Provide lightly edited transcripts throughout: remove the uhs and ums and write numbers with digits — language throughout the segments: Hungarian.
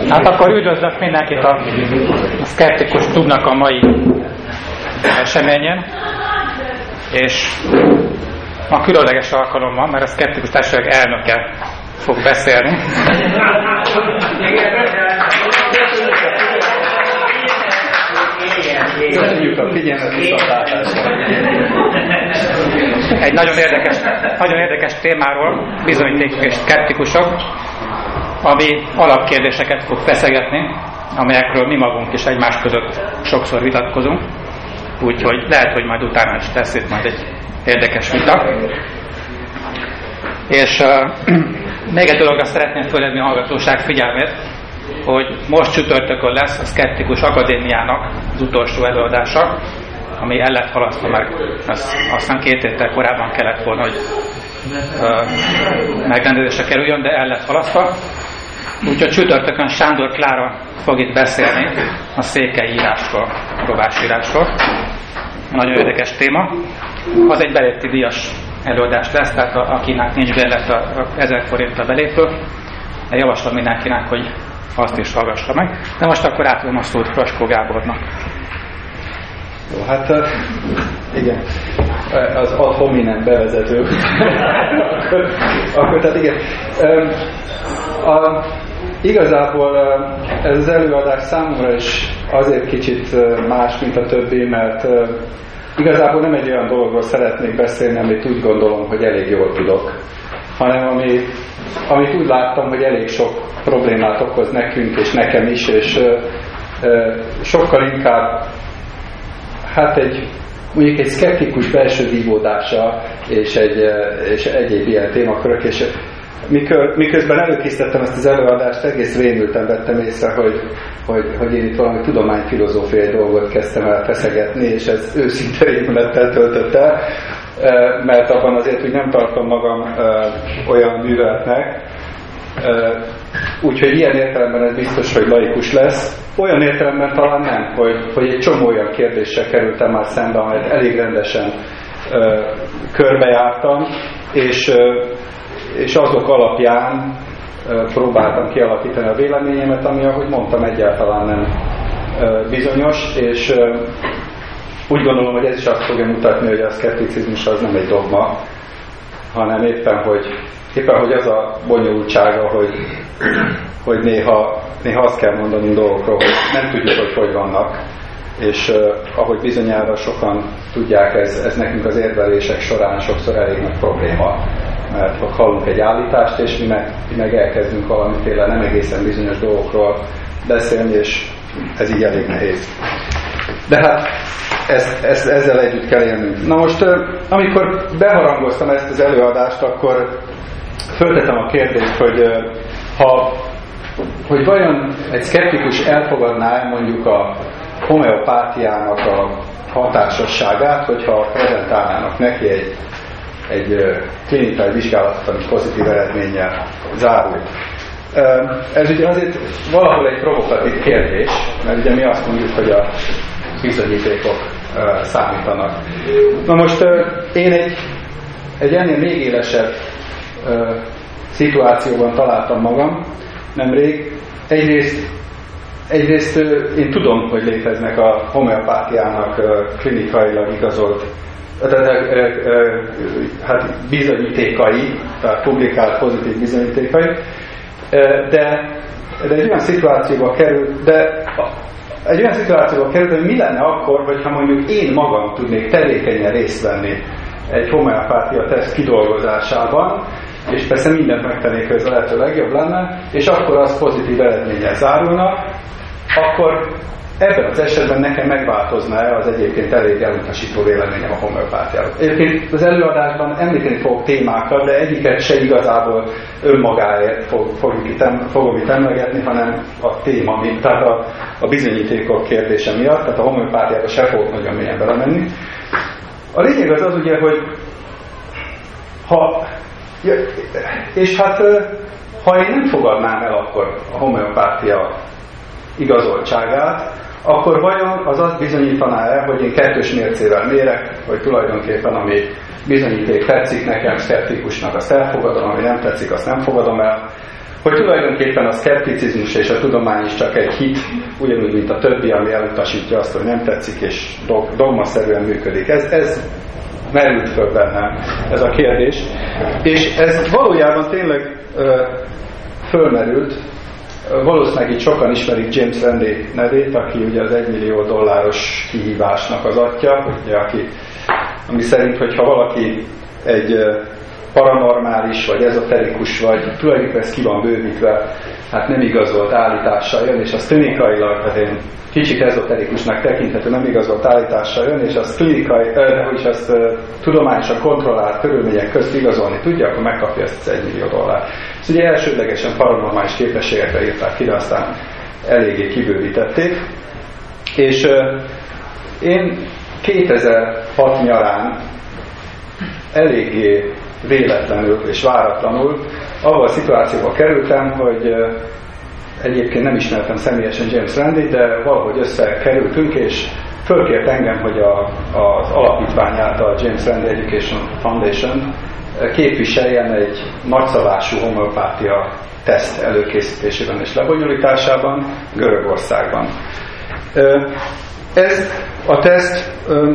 Hát akkor üdvözlök mindenkit a Szkeptikus Klubnak a mai eseményen, és ma különleges alkalom van, mert a Szkeptikus Társaság elnöke fog beszélni. Egy nagyon érdekes témáról, bizonyítékok és szkeptikusok, ami alapkérdéseket fog feszegetni, amelyekről mi magunk is egymás között sokszor vitatkozunk, úgyhogy lehet, hogy majd utána is lesz itt majd egy érdekes vita. És még egy dologra szeretném fölhívni a hallgatóság figyelmét, hogy most csütörtökön lesz a Szkeptikus Akadémiának az utolsó előadása, ami el lett halasztva, mert aztán 2 héttel korábban kellett volna, hogy megrendezésre kerüljön, de el lett halasztva. Úgyhogy csütörtökön Sándor Klára fog itt beszélni a székely írásról, a rovásírásról. Nagyon érdekes téma. Az egy beléti díjas előadás lesz, tehát akinek nincs bérlet a 1000 forint a belétől, de javaslom mindenkinek, hogy azt is hallgassa meg. De most akkor átadom a szót Fraskó Gábornak. Jó, hát igen, az ad hominem bevezető. akkor tehát igen. Igazából ez az előadás számomra is azért kicsit más, mint a többi, mert igazából nem egy olyan dologról szeretnék beszélni, amit úgy gondolom, hogy elég jól tudok, hanem amit úgy láttam, hogy elég sok problémát okoz nekünk és nekem is, és sokkal inkább mondjuk egy szkeptikus belső vívódása és egyéb ilyen témakörök, és miközben előkészítettem ezt az előadást, egész rémülten vettem észre, hogy én itt valami tudományfilozófiai dolgot kezdtem el feszegetni, és ez őszinte rémülettel töltött el, mert abban azért úgy nem tartom magam olyan műveltnek, úgyhogy ilyen értelemben ez biztos, hogy laikus lesz. Olyan értelemben talán nem, hogy egy csomó olyan kérdéssel kerültem már szembe, amelyet elég rendesen körbejártam, és azok alapján próbáltam kialakítani a véleményemet, ami, ahogy mondtam, egyáltalán nem bizonyos, és úgy gondolom, hogy ez is azt fogja mutatni, hogy a szkepticizmus az nem egy dogma, hanem éppen, hogy az a bonyolultsága, hogy néha azt kell mondani dolgokról, hogy nem tudjuk, hogy vannak, és ahogy bizonyára sokan tudják, ez nekünk az érvelések során sokszor elég nagy probléma, mert hallunk egy állítást, és mi meg elkezdünk valamiféle nem egészen bizonyos dolgokról beszélni, és ez így elég nehéz. De hát ezzel együtt kell élnünk. Na most, amikor beharangoztam ezt az előadást, akkor föltettem a kérdést, hogy vajon egy szkeptikus elfogadná mondjuk a homeopátiának a hatásosságát, hogyha prezentálnának neki egy klinikai vizsgálatot, ami pozitív eredménnyel zárult. Ez ugye azért valahol egy provokatív kérdés, mert ugye mi azt mondjuk, hogy a bizonyítékok számítanak. Na most én egy ennél még élesebb szituációban találtam magam nemrég. Egyrészt én tudom, hogy léteznek a homeopátiának klinikailag igazolt bizonyítékai, tehát publikált pozitív bizonyítékai, de egy olyan szituációba kerül, hogy mi lenne akkor, hogyha mondjuk én magam tudnék tevékenyen részt venni egy homeopátia teszt kidolgozásában, és persze mindent megtennék, hogy ez a lehető legjobb lenne, és akkor az pozitív eredménnyel zárulna, akkor ebben az esetben nekem megváltozna az egyébként elég elutasító véleményem a homeopátiáról. Egyébként az előadásban említeni fogok témákat, de egyiket se igazából önmagáért fogom itt emlegetni, hanem a téma, tehát a bizonyítékok kérdése miatt, tehát a homeopátiába se fogok nagyon mélyen belemenni. A lényeg az ugye, hogy ha én nem fogadnám el akkor a homeopátia igazoltságát, akkor vajon az azt bizonyítaná-e, hogy én kettős mércével mérek, hogy tulajdonképpen ami bizonyíték tetszik nekem, szkeptikusnak, azt elfogadom, ami nem tetszik, azt nem fogadom el, hogy tulajdonképpen a szkepticizmus és a tudomány is csak egy hit, ugyanúgy, mint a többi, ami elutasítja azt, hogy nem tetszik, és dogmaszerűen működik. Ez merült föl bennem, ez a kérdés. És ez valójában tényleg fölmerült. Valószínűleg itt sokan ismerik James Randi nevét, aki ugye az $1 millió kihívásnak az atya, ugye, ami szerint, hogyha valaki egy paranormális, vagy ezoterikus, vagy tulajdonképpen ez ki van bővítve, hát nem igazolt állítással jön, és az klinikailag, hát én kicsit ezoterikusnak tekinthető, nem igazolt állítással jön, és az klinikai, hogy azt tudományosan kontrollált körülmények közt igazolni tudja, akkor megkapja ezt az $1 millió. Ez ugye elsődlegesen paranormális képességekre írták ki, de aztán eléggé kibővítették. És én 2006 nyarán eléggé véletlenül és váratlanul avval a szituációba kerültem, hogy egyébként nem ismertem személyesen James Randit, de valahogy összekerültünk, és fölkért engem, hogy az alapítvány által James Randi Education Foundation képviseljen egy nagyszabású homeopátia teszt előkészítésében és lebonyolításában Görögországban. Ez a teszt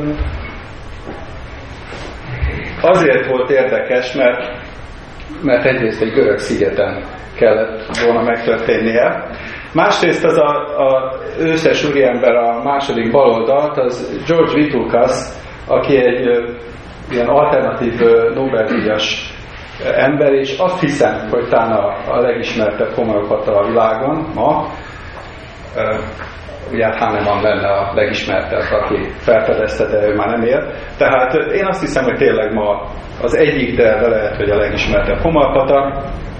azért volt érdekes, mert egyrészt egy görög szigeten kellett volna megtörténnie. Másrészt az az őszes úriember, a második baloldalt, az George Vitulkas, aki egy ilyen alternatív Nobel-díjas ember, és azt hiszem, hogy talán a legismertebb homeopata a világon ma. Ugye Hahnemann lenne a legismertebb, aki felfedezte, de ő már nem él. Tehát én azt hiszem, hogy tényleg ma az egyik, de lehet, hogy a legismertebb homeopata.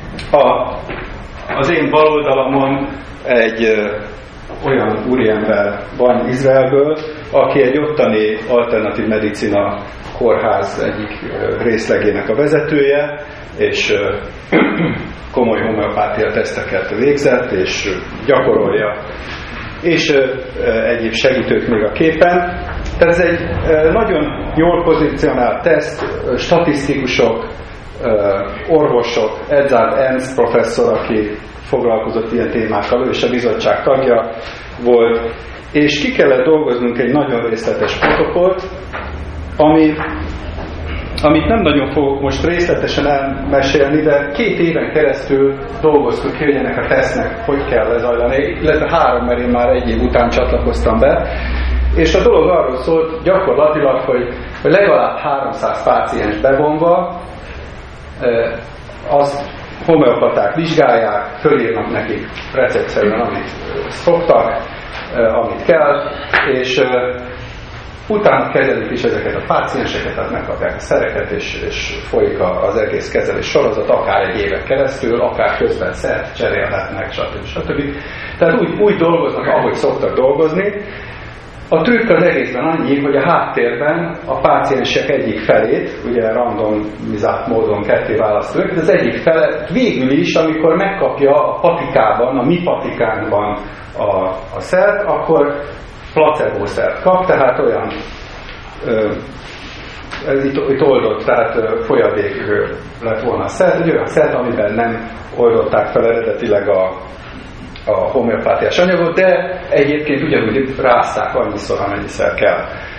Az én baloldalamon egy olyan úriember van Izraelből, aki egy ottani alternatív medicina kórház egyik részlegének a vezetője, és komoly homeopátia teszteket végzett, és gyakorolja. És egyéb segítők még a képen. Tehát ez egy nagyon jól pozícionált teszt, statisztikusok, orvosok, Edzard Ernst professzor, aki foglalkozott ilyen témákkal, ő is a bizottság tagja volt, és ki kellett dolgoznunk egy nagyon részletes protokollt, amit nem nagyon fogok most részletesen elmesélni, de 2 éven keresztül dolgoztuk ki, hogy ennek a tesznek hogy kell lezajlani, illetve 3, mert én már 1 év után csatlakoztam be, és a dolog arról szólt gyakorlatilag, hogy legalább 300 páciens bevonva, azt homeopaták vizsgálják, fölírnak nekik receptszerűen, amit szoktak, amit kell, és utána kezelik is ezeket a pácienseket, tehát megkapják a szereket, és folyik az egész kezelés sorozat, akár 1 éven keresztül, akár közben szert cserélhetnek, stb. Tehát úgy dolgoznak, ahogy szoktak dolgozni. A trükk az egészben annyi, hogy a háttérben a páciensek egyik felét, ugye randomizált módon ketté választjuk, az egyik fele végül is, amikor megkapja a patikában, a mi patikánkban a szert, akkor placebo szert kap, tehát olyan ez itt oldott, tehát folyadék lett volna a szert, egy olyan szert, amiben nem oldották fel eredetileg a homeopátiás anyagot, de egyébként ugyanúgy rázták annyiszor, amennyiszer kell.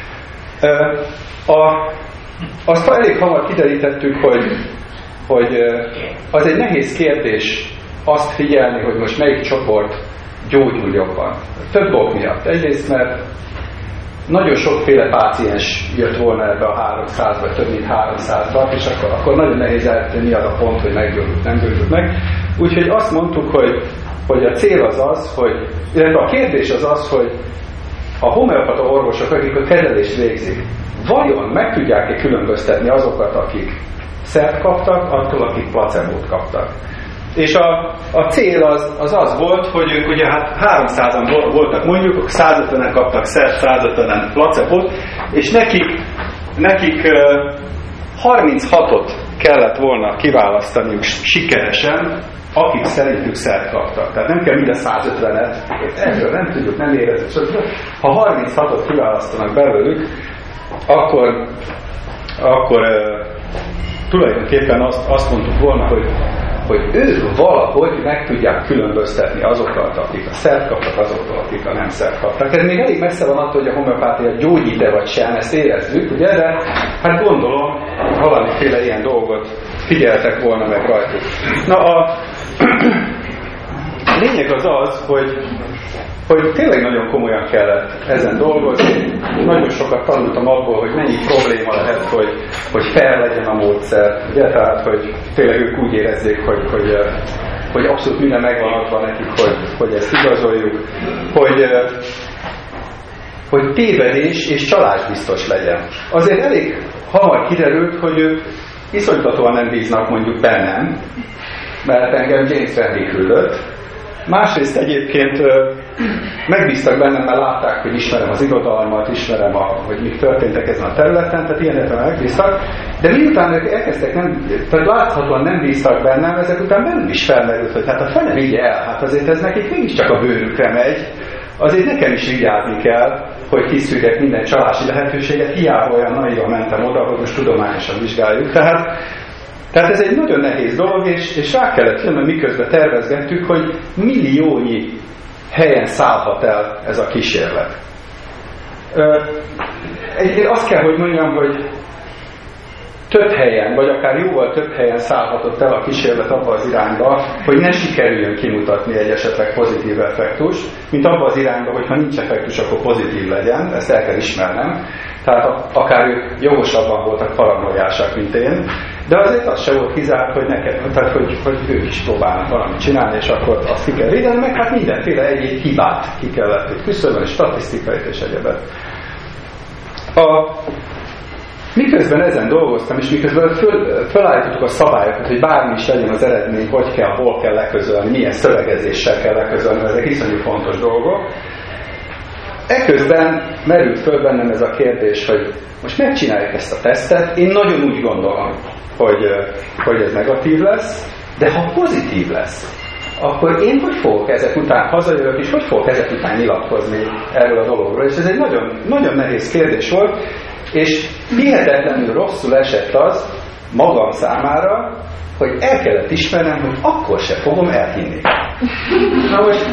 Azt elég hamar kiderítettük, hogy az egy nehéz kérdés azt figyelni, hogy most melyik csoport gyógyul jobban. Több ok miatt. Egyrészt, mert nagyon sokféle páciens jött volna ebbe a 300 vagy több mint 300-ba, és akkor nagyon nehéz eltenni az a pont, hogy meggyógyult, nem gyógyult meg. Úgyhogy azt mondtuk, hogy a cél az, hogy, illetve a kérdés az, hogy a homeopata orvosok, akik a kezelést végzik, vajon meg tudják-e különböztetni azokat, akik szert kaptak, attól, akik placebót kaptak. És a cél az volt, hogy ők ugye 300-an voltak mondjuk, 150-en kaptak szert, 150-en placebót, és nekik 36-ot kellett volna kiválasztaniuk sikeresen, akik szerintük szert kaptak. Tehát nem kell mind a 150-et, erről nem tudjuk, nem érezzük. Ha 36-ot kiválasztanak belőlük, akkor tulajdonképpen azt mondtuk volna, hogy ők valahogy meg tudják különböztetni azokat, akik a szert kaptak, azoktól, akik a nem szert kaptak. Ez még elég messze van attól, hogy a homeopátia gyógyít-e vagy sem, ezt érezzük, ugye, de hát gondolom, valamiféle ilyen dolgot figyeltek volna meg rajtuk. Na, a lényeg az, hogy tényleg nagyon komolyan kellett ezen dolgozni. Nagyon sokat tanultam abból, hogy mennyi probléma lehet, hogy fel legyen a módszer. Ugye? Tehát, hogy tényleg ők úgy érezzék, hogy abszolút minden megvan adva nekik, hogy ezt igazoljuk. Hogy tévedés és csalás biztos legyen. Azért elég hamar kiderült, hogy ők iszonytatóan nem bíznak mondjuk bennem, mert engem James Randi küldött. Másrészt egyébként megbíztak bennem, mert látták, hogy ismerem az irodalmat, ismerem, hogy mik történtek ezen a területen, tehát ilyen értelemben megbíztak. De miután ők elkezdtek tehát láthatóan nem bíztak bennem, ezek után bennem is felmerült, hogy hát a fene vigye el, hát azért ez nekik mégiscsak a bőrükre megy, azért nekem is vigyázni kell, hogy kiszűrjek minden csalási lehetőséget, hiába olyan naivan mentem oda, hogy most tudományosan vizsgáljuk. Tehát ez egy nagyon nehéz dolog, és rá kellett jönnöm, miközben tervezgettük, hogy milliónyi helyen szállhat el ez a kísérlet. Azt kell, hogy mondjam, hogy több helyen, vagy akár jóval több helyen szállhatott el a kísérlet abba az irányba, hogy ne sikerüljön kimutatni egy esetleg pozitív effektus, mint abba az irányba, hogy ha nincs effektus, akkor pozitív legyen, ezt el kell ismernem. Tehát akár ők jogosabban voltak paranoiásak, mint én, de azért az se volt kizárt, hogy nekem, tehát hogy ők is próbálnak valamit csinálni, és akkor azt ki kell védeni, meg hát mindenféle egyéb hibát ki kellett, hogy küszöbölni, statisztikait és egyebet. Miközben ezen dolgoztam, és miközben fölállítottuk a szabályokat, hogy bármi is legyen az eredmény, hogy kell, hol kell leközölni, milyen szövegezéssel kell leközölni, ezek iszonyú fontos dolgok. Eközben merült föl bennem ez a kérdés, hogy most megcsináljuk ezt a tesztet, én nagyon úgy gondolom, hogy ez negatív lesz, de ha pozitív lesz, akkor én hogy fogok ezek után hazajövök, és hogy fogok ezek után nyilatkozni erről a dologról. És ez egy nagyon, nagyon nehéz kérdés volt, és hihetetlenül rosszul esett az magam számára, hogy el kellett ismernem, hogy akkor se fogom elhinni. Na most,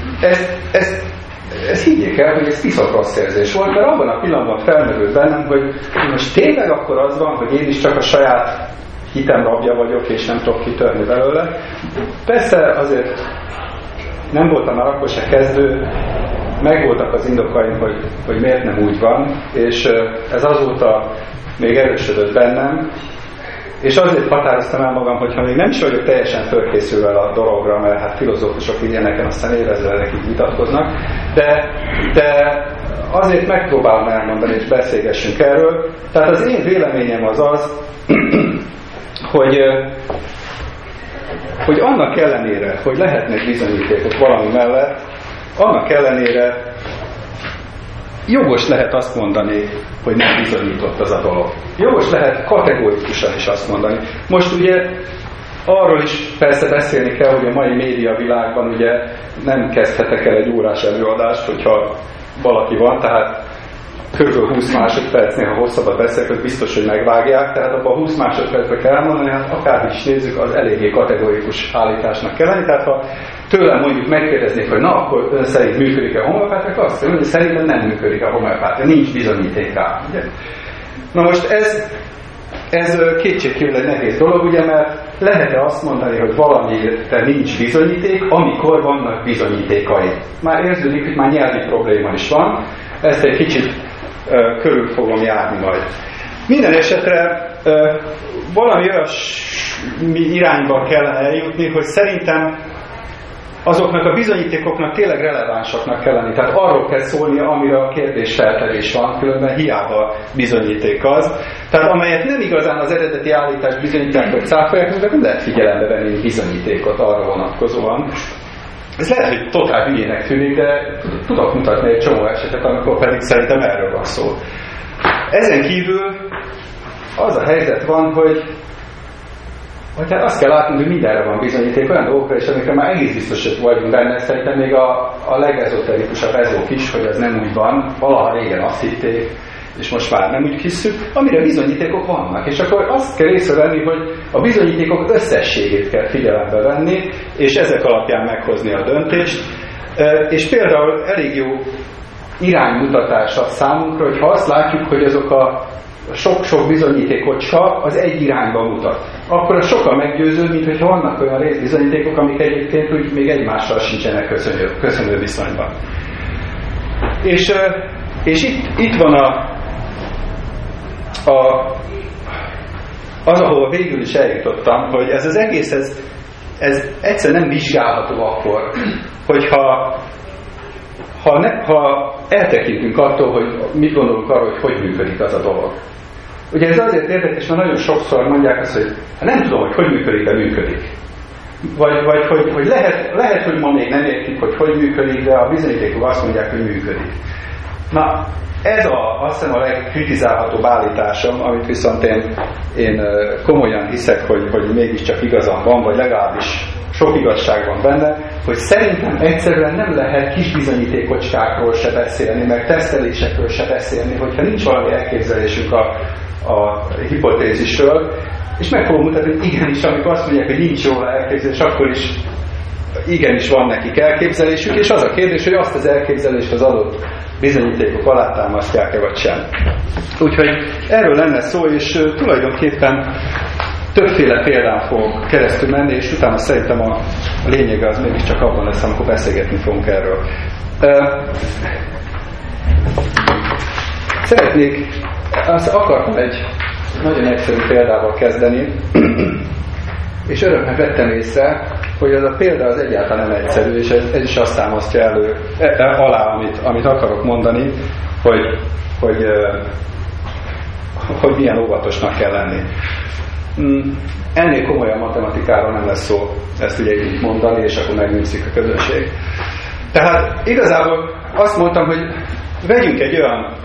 ezt higgyék el, hogy ez iszonyat rossz érzés volt, mert abban a pillanatban felmerült bennem, hogy most tényleg akkor az van, hogy én is csak a saját hitem rabja vagyok, és nem tudok kitörni belőle. Persze azért nem voltam már akkor se kezdő, megvoltak az indokaim, hogy miért nem úgy van, és ez azóta még erősödött bennem, és azért határoztam el magam, hogyha még nem is vagyok teljesen fölkészülve a dologra, mert hát filozófusok ilyeneken aztán évezredekig vitatkoznak, de azért megpróbálom elmondani, és beszélgessünk erről. Tehát az én véleményem az, hogy annak ellenére, hogy lehetnek bizonyítékok valami mellett, annak ellenére jogos lehet azt mondani, hogy nem bizonyított az a dolog. Jogos lehet kategórikusan is azt mondani. Most ugye arról is persze beszélni kell, hogy a mai média világban ugye nem kezdhetek el egy órás előadást, hogyha valaki van, tehát kb. 20 másodpercnél, ha hosszabbat beszélek, hogy biztos, hogy megvágják, tehát abban a 20 másodpercben kell elmondani, hát akárhogy is nézzük, az eléggé kategórikus állításnak kell lenni, tehát ha tőlem mondjuk megkérdeznék, hogy na, akkor ön szerint működik a homeopátia, azt mondja, hogy szerintem nem működik a homeopátia, nincs bizonyíték rá. Ugye? Na most ez kétségkívül egy nehéz dolog, ugye, mert lehet-e azt mondani, hogy valamire nincs bizonyíték, amikor vannak bizonyítékai. Már érződik, hogy már nyelvi probléma is van, ezt egy kicsit körül fogom járni majd. Minden esetre valami olyasmi irányban kellene eljutni, hogy szerintem azoknak a bizonyítékoknak tényleg relevánsaknak kell lenni. Tehát arról kell szólnia, amire a kérdésfeltevés van, különben hiába bizonyíték az. Tehát amelyet nem igazán az eredeti állítás bizonyítják, vagy cáfolják, de nem lehet figyelembe venni bizonyítékot arra vonatkozóan. Ez lehet, hogy totál hülyének tűnik, de tudok mutatni egy csomó esetet, amikor pedig szerintem erről van szó. Ezen kívül az a helyzet van, hogy hát azt kell látnunk, hogy mindenre van bizonyíték, olyan dolgokra is, amikor már egész biztos vagyunk benne, szerintem még a legezoterikusabb ezók is, hogy ez nem úgy van, valaha régen azt hitték, és most már nem úgy hisszük, amire bizonyítékok vannak. És akkor azt kell észrevenni, hogy a bizonyítékok összességét kell figyelembe venni, és ezek alapján meghozni a döntést. És például elég jó iránymutatás a számunkra, hogyha azt látjuk, hogy azok a sok-sok bizonyítékocska az egy irányba mutat. Akkor az sokkal meggyőzőbb, mint hogyha vannak olyan részbizonyítékok, amik egyébként úgy még egymással sincsenek köszönő viszonyban. És itt van az, ahol végül is eljutottam, hogy ez az egész, ez egyszer nem vizsgálható akkor, hogyha eltekintünk attól, hogy mit gondolunk arról, hogy működik az a dolog. Ugye ez azért érdekes, mert nagyon sokszor mondják azt, hogy nem tudom, hogy működik, de működik. Vagy hogy lehet, hogy ma még nem értjük, hogy működik, de a bizonyítékok azt mondják, hogy működik. Na, ez azt hiszem a legkritizálhatóbb állításom, amit viszont én komolyan hiszek, hogy mégiscsak igazam van, vagy legalábbis sok igazság van benne, hogy szerintem egyszerűen nem lehet kis bizonyítékocskákról se beszélni, meg tesztelésekről se beszélni, hogyha nincs valami elképzelésünk a hipotézisről, és meg fogom mutatni, hogy igenis, amikor azt mondják, hogy nincs róla elképzelés, akkor is igenis van nekik elképzelésük, és az a kérdés, hogy azt az elképzelést az adott bizonyítékok alátámasztják-e vagy sem. Úgyhogy erről lenne szó, és tulajdonképpen többféle példán fogok keresztül menni, és utána szerintem a lényege az mégiscsak abban lesz, amikor beszélgetni fogunk erről. Akartam egy nagyon egyszerű példával kezdeni, és örömmel vettem észre, hogy az a példa az egyáltalán nem egyszerű, és ez is azt támasztja alá, amit akarok mondani, hogy milyen óvatosnak kell lenni. Ennél komolyabb matematikáról nem lesz szó, ezt ugye így mondani, és akkor megnyugszik a közönség. Tehát igazából azt mondtam, hogy vegyünk egy olyan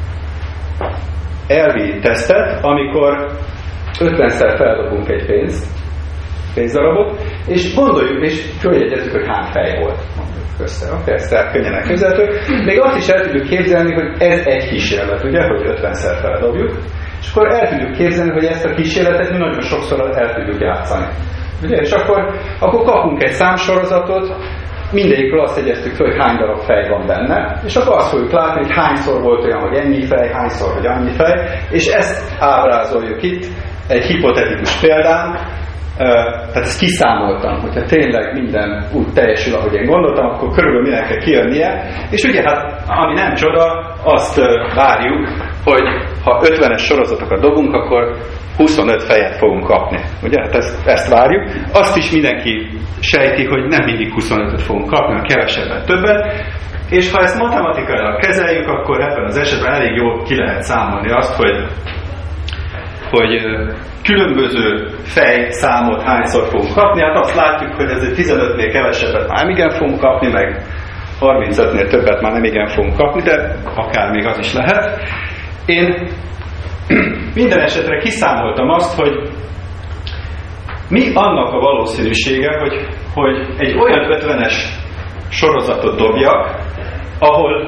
elvi tesztet, amikor 50-szer feldobunk egy pénzdarabot, és gondoljuk, és följegyezzük, hogy hány fej volt. Ezt könnyen elképzelhető. Még azt is el tudjuk képzelni, hogy ez egy kísérlet, ugye, hogy 50-szer feldobjuk, és akkor el tudjuk képzelni, hogy ezt a kísérletet mi nagyon sokszor el tudjuk játszani. Ugye? És akkor kapunk egy számsorozatot, mindegyikről azt jegyeztük fel, hogy hány darab fej van benne, és akkor azt fogjuk látni, hogy hányszor volt olyan, hogy ennyi fej, hányszor, hogy annyi fej, és ezt ábrázoljuk itt egy hipotetikus példán. Tehát ezt kiszámoltam, hogyha tényleg minden úgy teljesül, ahogy én gondoltam, akkor körülbelül minek kell kijönnie, és ugye hát, ami nem csoda, azt várjuk, hogy ha 50-es sorozatokat dobunk, akkor 25 fejet fogunk kapni. Ugye? Hát ezt várjuk. Azt is mindenki sejti, hogy nem mindig 25-öt fogunk kapni, hanem kevesebbet, többet. És ha ezt matematikailag kezeljük, akkor ebben az esetben elég jól ki lehet számolni azt, hogy különböző fejszámot hányszor fogunk kapni. Hát azt látjuk, hogy ezért 15-nél kevesebbet már nem igen fogunk kapni, meg 35-nél többet már nem igen fogunk kapni, de akár még az is lehet. Én minden esetre kiszámoltam azt, hogy mi annak a valószínűsége, hogy egy olyan 50-es sorozatot dobjak, ahol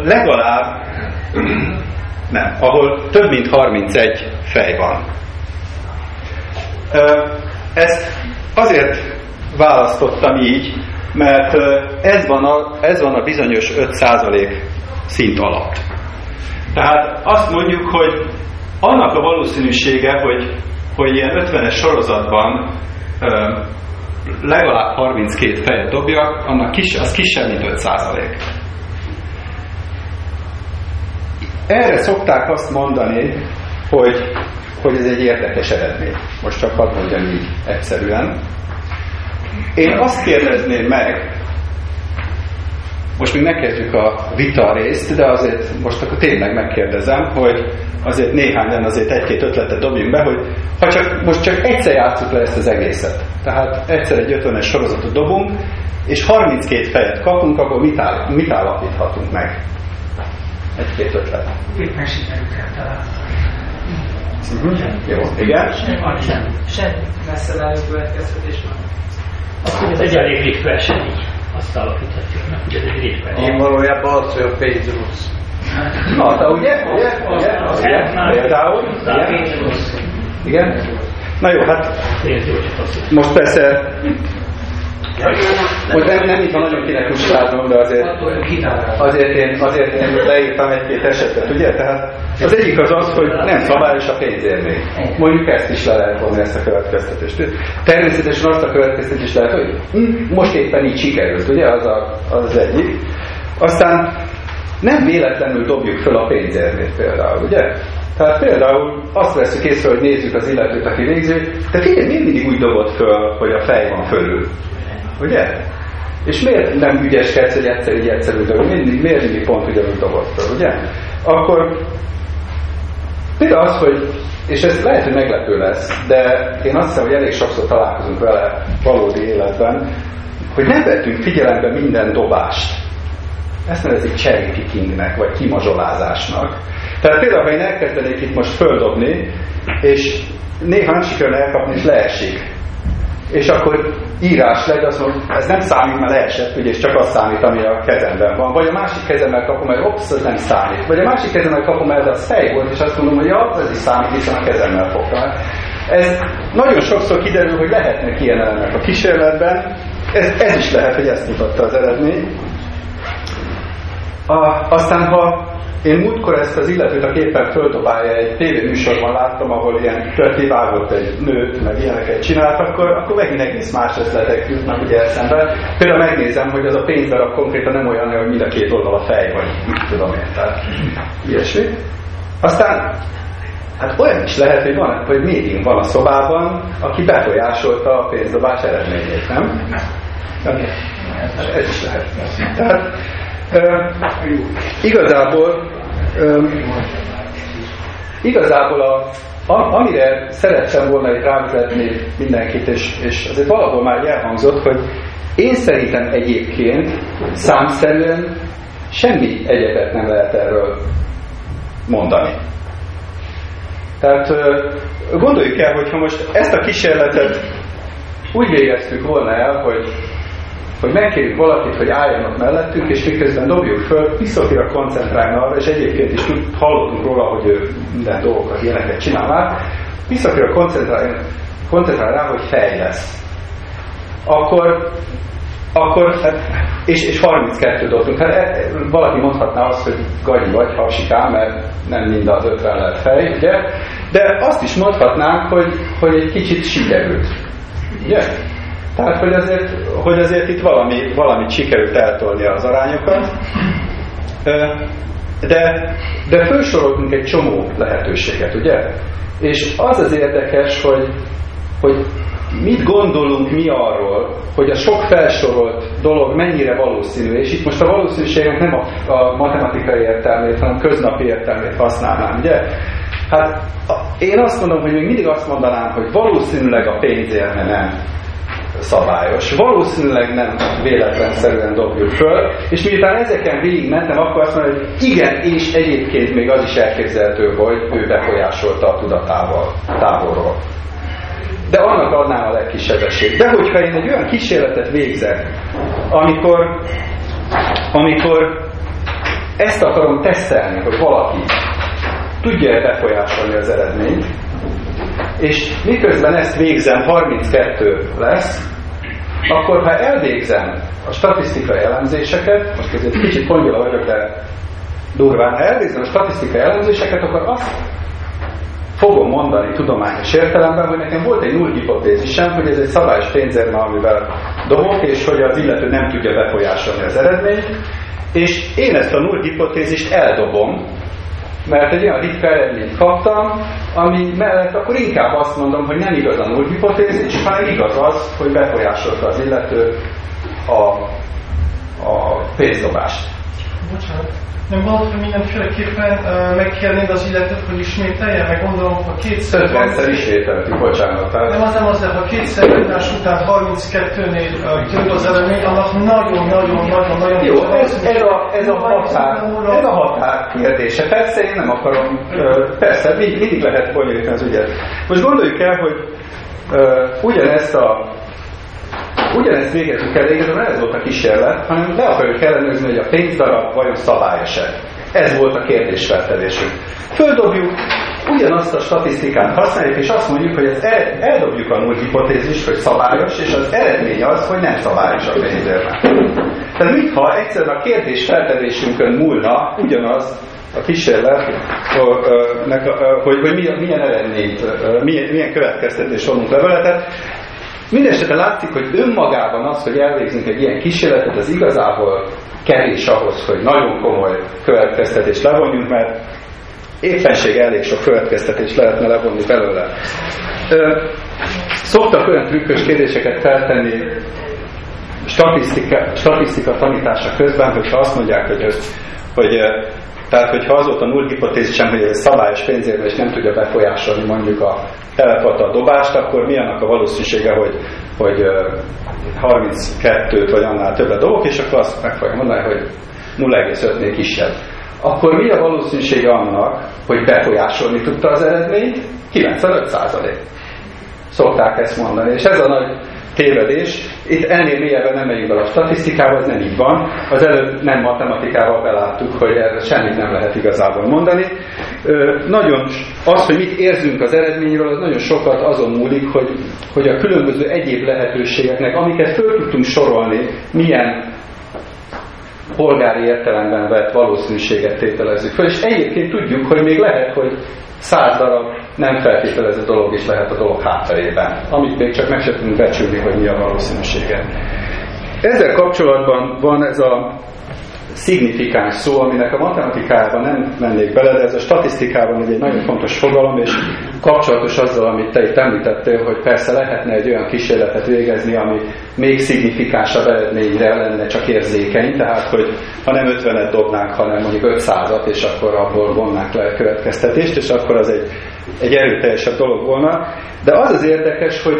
ahol több mint 31 fej van. Ezt azért választottam így, mert ez van a bizonyos 5% szint alatt. Tehát azt mondjuk, hogy annak a valószínűsége, hogy ilyen 50-es sorozatban legalább 32 fejet dobjak, az kisebb, mint 5%. Erre szokták azt mondani, hogy ez egy érdekes eredmény. Most csak hadd mondjam így egyszerűen. Én azt kérdezném meg, most még megkezdjük a vita részt, de azért most akkor tényleg megkérdezem, hogy azért néhányan azért egy-két ötletet dobjunk be, hogy most csak egyszer játsszuk le ezt az egészet. Tehát egyszer egy 50-es sorozatot dobunk, és 32 fejet kapunk, akkor mit állapíthatunk meg? Egy-két ötlet. Éppen sikerült eltalálni. Jó, igen. Semmi messze álló következtetés van. Ez egy elég ritka esemény. Azt állapíthatjuk meg, hogy ez egy ritka esemény. Én valójában az, hogy a pénz rossz. Na, de ugye? Például? Igen? Na jó, hát most persze most nem itt van nagyon kinek muskálnom, de azért én leírtam egy-két esetet, ugye? Tehát az egyik az, hogy nem szabályos a pénzérmény. Mondjuk ezt is le lehet vonni, ezt a következtetést. Természetesen azt a következtetést lehet, hogy most éppen így sikerült, ugye? Az egyik. Aztán nem véletlenül dobjuk föl a pénzérmét például, ugye? Tehát például azt veszük észre, hogy nézzük az illetőt, aki végző, de figyelj, miért mindig úgy dobott föl, hogy a fej van fölül? Ugye? És miért nem ügyeskedsz, hogy egyszerű dolog? Miért mindig pont ugyanúgy dobott föl, ugye? Akkor például az, hogy, és ez lehet, hogy meglepő lesz, de én azt hiszem, hogy elég sokszor találkozunk vele valódi életben, hogy nem vettünk figyelembe minden dobást. Ezt nevezik cherry pickingnek, vagy kimazsolázásnak. Tehát például, ha én elkezdenék itt most földobni, és néha nem sikerül elkapni, és leesik. És akkor írás legy, azt mondom, ez nem számít, mert leesett, ugye, és csak az számít, ami a kezemben van. Vagy a másik kezemmel kapom el, ez nem számít. Vagy a másik kezemmel kapom el, de az fej volt, és azt mondom, hogy ja, ez is számít, hiszen a kezemmel fogtam. Ez nagyon sokszor kiderül, hogy lehetnek ilyen elemek a kísérletben. Ez is lehet, hogy ezt mutatta az eredmény. Aztán, ha én múltkor ezt az illetőt, aki éppen földobálja, egy tévéműsorban láttam, ahol ilyen kivágott egy nőt, meg ilyeneket csinált, akkor megint egész más ötletek jutnak ugye eszembe. Például megnézem, hogy az a pénzdarab konkrétan nem olyan, hogy mind a két oldal a fej, vagy mit tudom én, tehát ilyesmi. Aztán, hát olyan is lehet, hogy médium van a szobában, aki befolyásolta a pénzdobás eredményét, nem? Ez is lehet. Tehát, igazából amire szerettem volna itt rávezetni mindenkit, és azért valahol már elhangzott, hogy én szerintem egyébként számszerűen semmi egyebet nem lehet erről mondani. Tehát gondoljuk el, hogyha most ezt a kísérletet úgy végeztük volna el, hogy megkérjük valakit, hogy álljon ott mellettünk, és miközben dobjuk föl, visszatérve koncentrálni arra, és egyébként is hallottunk róla, hogy ő minden dolgokat, ilyeneket csinál már, visszatérve koncentrálni rá, hogy fej lesz. Akkor hát, és 32 dobtunk. Hát valaki mondhatná azt, hogy gagyi vagy, hapsikám, mert nem mind az 50 lett fej, ugye? De azt is mondhatnánk, hogy egy kicsit sikerült. Ugye? Tehát, hogy azért itt valamit sikerült eltolni az arányokat, de felsoroltunk egy csomó lehetőséget, ugye? És az érdekes, hogy mit gondolunk mi arról, hogy a sok felsorolt dolog mennyire valószínű, és itt most a valószínűségnek nem a matematikai értelmét, hanem köznapi értelmét használnám, ugye? Hát én azt mondom, hogy még mindig azt mondanám, hogy valószínűleg a pénzérme nem szabályos. Valószínűleg nem véletlenszerűen dobjuk föl, és miután ezeken végigmentem, akkor azt mondom, hogy igen, és egyébként még az is elképzelhető, hogy ő befolyásolta a tudatával távolról. De annak adnám a legkisebb esélyt. De hogyha én egy olyan kísérletet végzek, amikor ezt akarom tesztelni, hogy valaki tudja-e befolyásolni az eredményt, és miközben ezt végzem, 32 lesz, akkor ha elvégzem a statisztikai elemzéseket, most ezért kicsit pongyula vagyok, de durván, ha elvégzem a statisztikai elemzéseket, akkor azt fogom mondani tudományos értelemben, hogy nekem volt egy null hipotézisem, hogy ez egy szabályos pénzérme, amivel dobok, és hogy az illető nem tudja befolyásolni az eredményt, és én ezt a null hipotézist eldobom, mert egy olyan ritka eredményt kaptam, ami mellett akkor inkább azt mondom, hogy nem igaz a null hipotézis, hanem igaz az, hogy befolyásolta az illető a pénzdobást. Bocsánat. Nem gondolod, hogy mindenféleképpen megkérnéd az illetőt, hogy ismételje? Meg gondolom, ha kétszer... 50-szer ismételtük, bocsánat. Nem azért, ha kétszer egymás után 32-nél több az eredmény, annak nagyon-nagyon-nagyon... Jó, ez a határ kérdése. Persze én nem akarom... Persze, mindig lehet bonyolítani az ügyet. Most gondoljuk el, hogy ugyanezt végezzük el, igazából ez volt a kísérlet, hanem le akarjuk ellenőrizni, hogy a pénzdarab vajon szabályos-e. Ez volt a kérdésfeltevésünk. Földobjuk, ugyanazt a statisztikát használjuk, és azt mondjuk, hogy eldobjuk a null hipotézist, hogy szabályos, és az eredmény az, hogy nem szabályos a pénzérme. Tehát mintha egyszerűen a kérdésfeltevésünkön múlna ugyanaz a kísérlet, hogy milyen eredményt, milyen következtetés vonunk le vele. Tehát mindenesetre látszik, hogy önmagában az, hogy elvégzünk egy ilyen kísérletet, az igazából kevés ahhoz, hogy nagyon komoly következtetést levonjunk, mert éppenség elég sok következtetést lehetne levonni belőle. Szoktak olyan trükkös kérdéseket feltenni statisztika tanítása közben, hogyha azt mondják, tehát, hogyha az volt a null hipotézisem, hogy ez szabályos pénzérme és nem tudja befolyásolni mondjuk a telepata dobást, akkor mi annak a valószínűsége, hogy 32-t vagy annál többet dobok, és akkor azt meg fogja mondani, hogy 0,5-nél kisebb. Akkor mi a valószínűsége annak, hogy befolyásolni tudta az eredményt? 95%. Szokták ezt mondani, és ez a nagy tévedés. Itt ennél mélyebben nem megyünk bele a statisztikába, ez nem így van. Az előbb nem matematikával beláttuk, hogy erre semmit nem lehet igazából mondani. Nagyon az, hogy mit érzünk az eredményről, az nagyon sokat azon múlik, hogy a különböző egyéb lehetőségeknek, amiket föl tudtunk sorolni, milyen polgári értelemben vett valószínűséget tételezzük föl, és egyébként tudjuk, hogy még lehet, hogy 100 darab nem feltételező dolog is lehet a dolog hátterében, amit még csak meg sem tudunk becsülni, hogy mi a valószínűsége. Ezzel kapcsolatban van ez a szignifikáns szó, aminek a matematikában nem mennék bele, de ez a statisztikában egy nagyon fontos fogalom, és kapcsolatos azzal, amit te itt említettél, hogy persze lehetne egy olyan kísérletet végezni, ami még szignifikánsabb eredményre lenne csak érzékeny, tehát hogy ha nem 50-et dobnánk, hanem mondjuk 500-at, és akkor abból vonnánk le a következtetést, és akkor az egy erőteljesebb dolog volna. De az az érdekes, hogy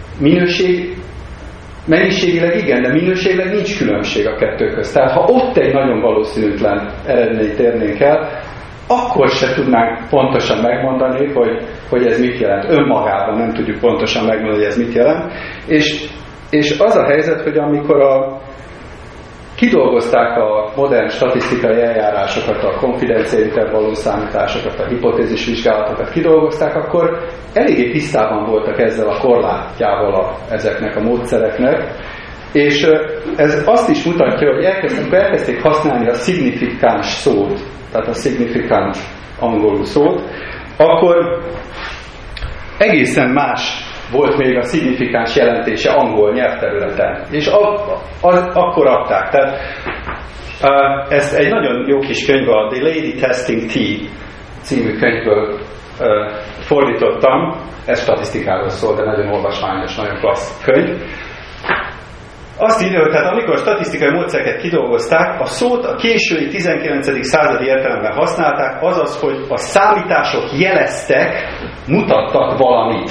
mennyiségileg igen, de minőségileg nincs különbség a kettő közt. Tehát ha ott egy nagyon valószínűtlen eredményt érnénk el, akkor se tudnánk pontosan megmondani, hogy ez mit jelent. Önmagában nem tudjuk pontosan megmondani, hogy ez mit jelent. És az a helyzet, hogy amikor kidolgozták a modern statisztikai eljárásokat, a konfidencia intervallum számításokat, a hipotézis vizsgálatokat kidolgozták, akkor eléggé tisztában voltak ezzel a korlátjával ezeknek a módszereknek, és ez azt is mutatja, hogy elkezdték használni a szignifikáns szót, tehát a szignifikáns angolul szót, akkor egészen más volt még a szignifikáns jelentése angol nyelvterületen. És akkor adták. Tehát ez egy nagyon jó kis könyv, a The Lady Testing Tea című könyvből fordítottam. Ez statisztikáról szól, de nagyon olvasmányos, nagyon klassz könyv. Azt írja, hogy tehát amikor statisztikai módszereket kidolgozták, a szót a késői 19. századi értelemben használták, azaz, hogy a számítások jeleztek, mutattak valamit.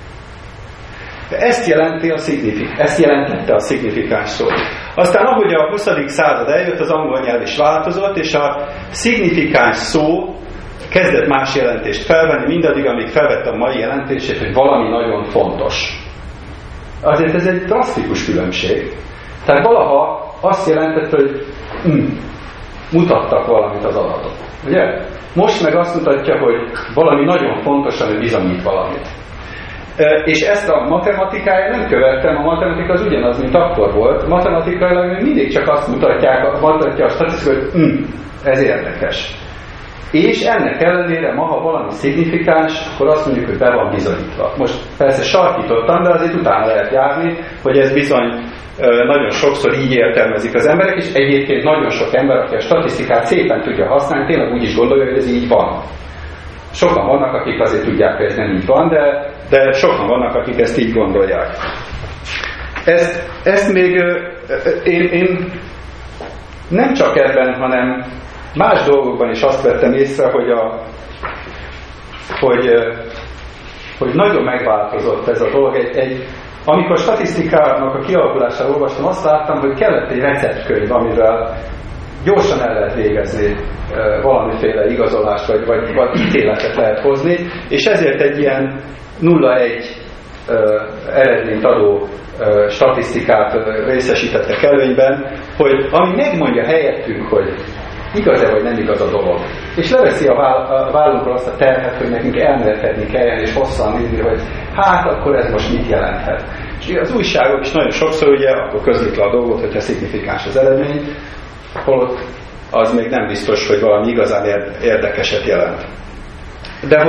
Ezt jelentette a szignifikáns szó. Aztán ahogy a 20. század eljött, az angol nyelv is változott, és a szignifikáns szó kezdett más jelentést felvenni, mindaddig, amíg felvette a mai jelentését, hogy valami nagyon fontos. Azért ez egy drasztikus különbség. Tehát valaha azt jelentette, hogy mutattak valamit az adatok. Ugye? Most meg azt mutatja, hogy valami nagyon fontos, ami bizonyít valamit. És ezt a matematikája nem követtem, a matematika az ugyanaz, mint akkor volt. Matematikailag mindig csak azt mutatja a statisztika, hogy ez érdekes. És ennek ellenére ma, ha valami szignifikáns, akkor azt mondjuk, hogy be van bizonyítva. Most persze sarkítottam, de azért utána lehet járni, hogy ez bizony nagyon sokszor így értelmezik az emberek, és egyébként nagyon sok ember, aki a statisztikát szépen tudja használni, tényleg úgy is gondolja, hogy ez így van. Sokan vannak, akik azért tudják, hogy ez nem így van, de sokan vannak, akik ezt így gondolják. Ezt még én nem csak ebben, hanem más dolgokban is azt vettem észre, hogy nagyon megváltozott ez a dolog. Amikor statisztikának a kialakulására olvastam, azt láttam, hogy kellett egy receptkönyv, amivel gyorsan el lehet végezni valamiféle igazolást, vagy ítéletet lehet hozni, és ezért egy ilyen 0-1 eredményt adó statisztikát részesítettek előnyben, hogy ami megmondja helyettünk, hogy igaz-e vagy nem igaz a dolog. És leveszi a vállunkról azt a terhet, hogy nekünk elmélkedni kelljen, és hosszan nézni, hogy hát akkor ez most mit jelenthet. És az újságok is nagyon sokszor ugye akkor közlik le a dolgot, hogyha szignifikáns az eredmény, holott az még nem biztos, hogy valami igazán érdekeset jelent. De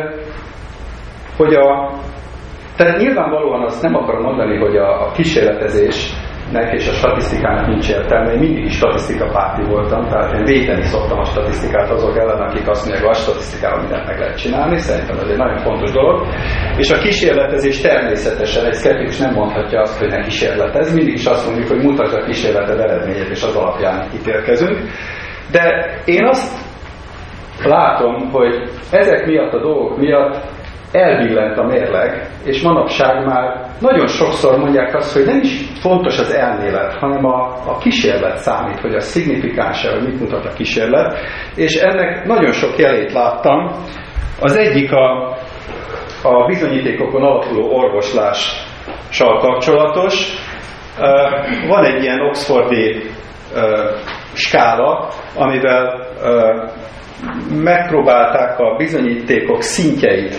tehát nyilvánvalóan azt nem akarom mondani, hogy a kísérletezésnek és a statisztikának nincs értelme. Én mindig is statisztikapárti voltam, tehát én védeni szoktam a statisztikát azok ellen, akik azt mondják, hogy a statisztikával mindent meg lehet csinálni. Szerintem ez egy nagyon fontos dolog. És a kísérletezés természetesen egy szkeptikus nem mondhatja azt, hogy ne kísérletez. Mindig is azt mondjuk, hogy mutasd a kísérleted eredményét, és az alapján ítélkezünk. De én azt látom, hogy ezek miatt a dolgok miatt elbillent a mérleg, és manapság már nagyon sokszor mondják azt, hogy nem is fontos az elmélet, hanem a kísérlet számít, hogy a szignifikáns-e, hogy mit mutat a kísérlet, és ennek nagyon sok jelét láttam. Az egyik a bizonyítékokon alapuló orvoslással kapcsolatos. Van egy ilyen oxfordi skála, amivel megpróbálták a bizonyítékok szintjeit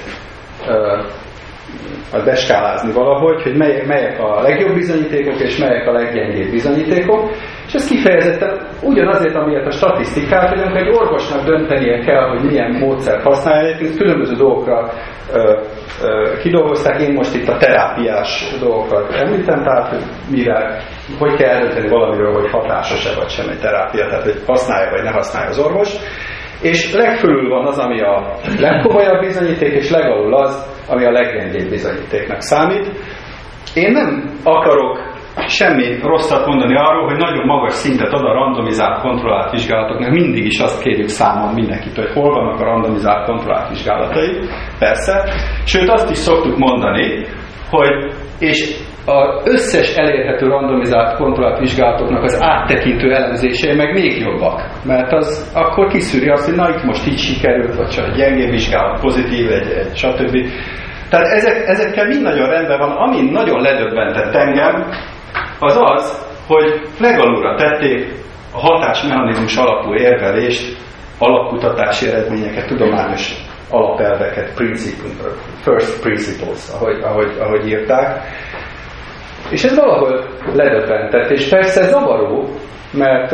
beskálázni valahogy, hogy melyek a legjobb bizonyítékok, és melyek a leggyengébb bizonyítékok, és ez kifejezetten ugyanazért, amiért a statisztikát, hogy amikor egy orvosnak döntenie kell, hogy milyen módszert használja, és különböző dolgokra kidolgozták, én most itt a terápiás dolgokat említem, tehát hogy kell eldönteni valamiről, hogy hatásos-e vagy sem egy terápia, tehát hogy használja vagy ne használja az orvos. És legfölül van az, ami a legkomolyabb bizonyíték, és legalul az, ami a leggyengébb bizonyítéknak számít. Én nem akarok semmi rosszat mondani arról, hogy nagyon magas szintet ad a randomizált kontrollált vizsgálatoknak. Mindig is azt kérjük számon mindenkit, hogy hol vannak a randomizált kontrollált vizsgálatai. Persze. Sőt, azt is szoktuk mondani, hogy és az összes elérhető randomizált kontrollált vizsgálatoknak az áttekintő elemzései meg még jobbak. Mert az akkor kiszűri azt, hogy na itt most így sikerült, vagy csak egy gyengébb vizsgálat, pozitív, egy stb. Tehát ezekkel mind nagyon rendben van. Ami nagyon ledöbbentett engem, az az, hogy legalulra tették a hatásmechanizmus alapú érvelést, alapkutatási eredményeket, tudományos alapelveket, first principles, ahogy írták. És ez valahol ledöbbentett, és persze zavaró, mert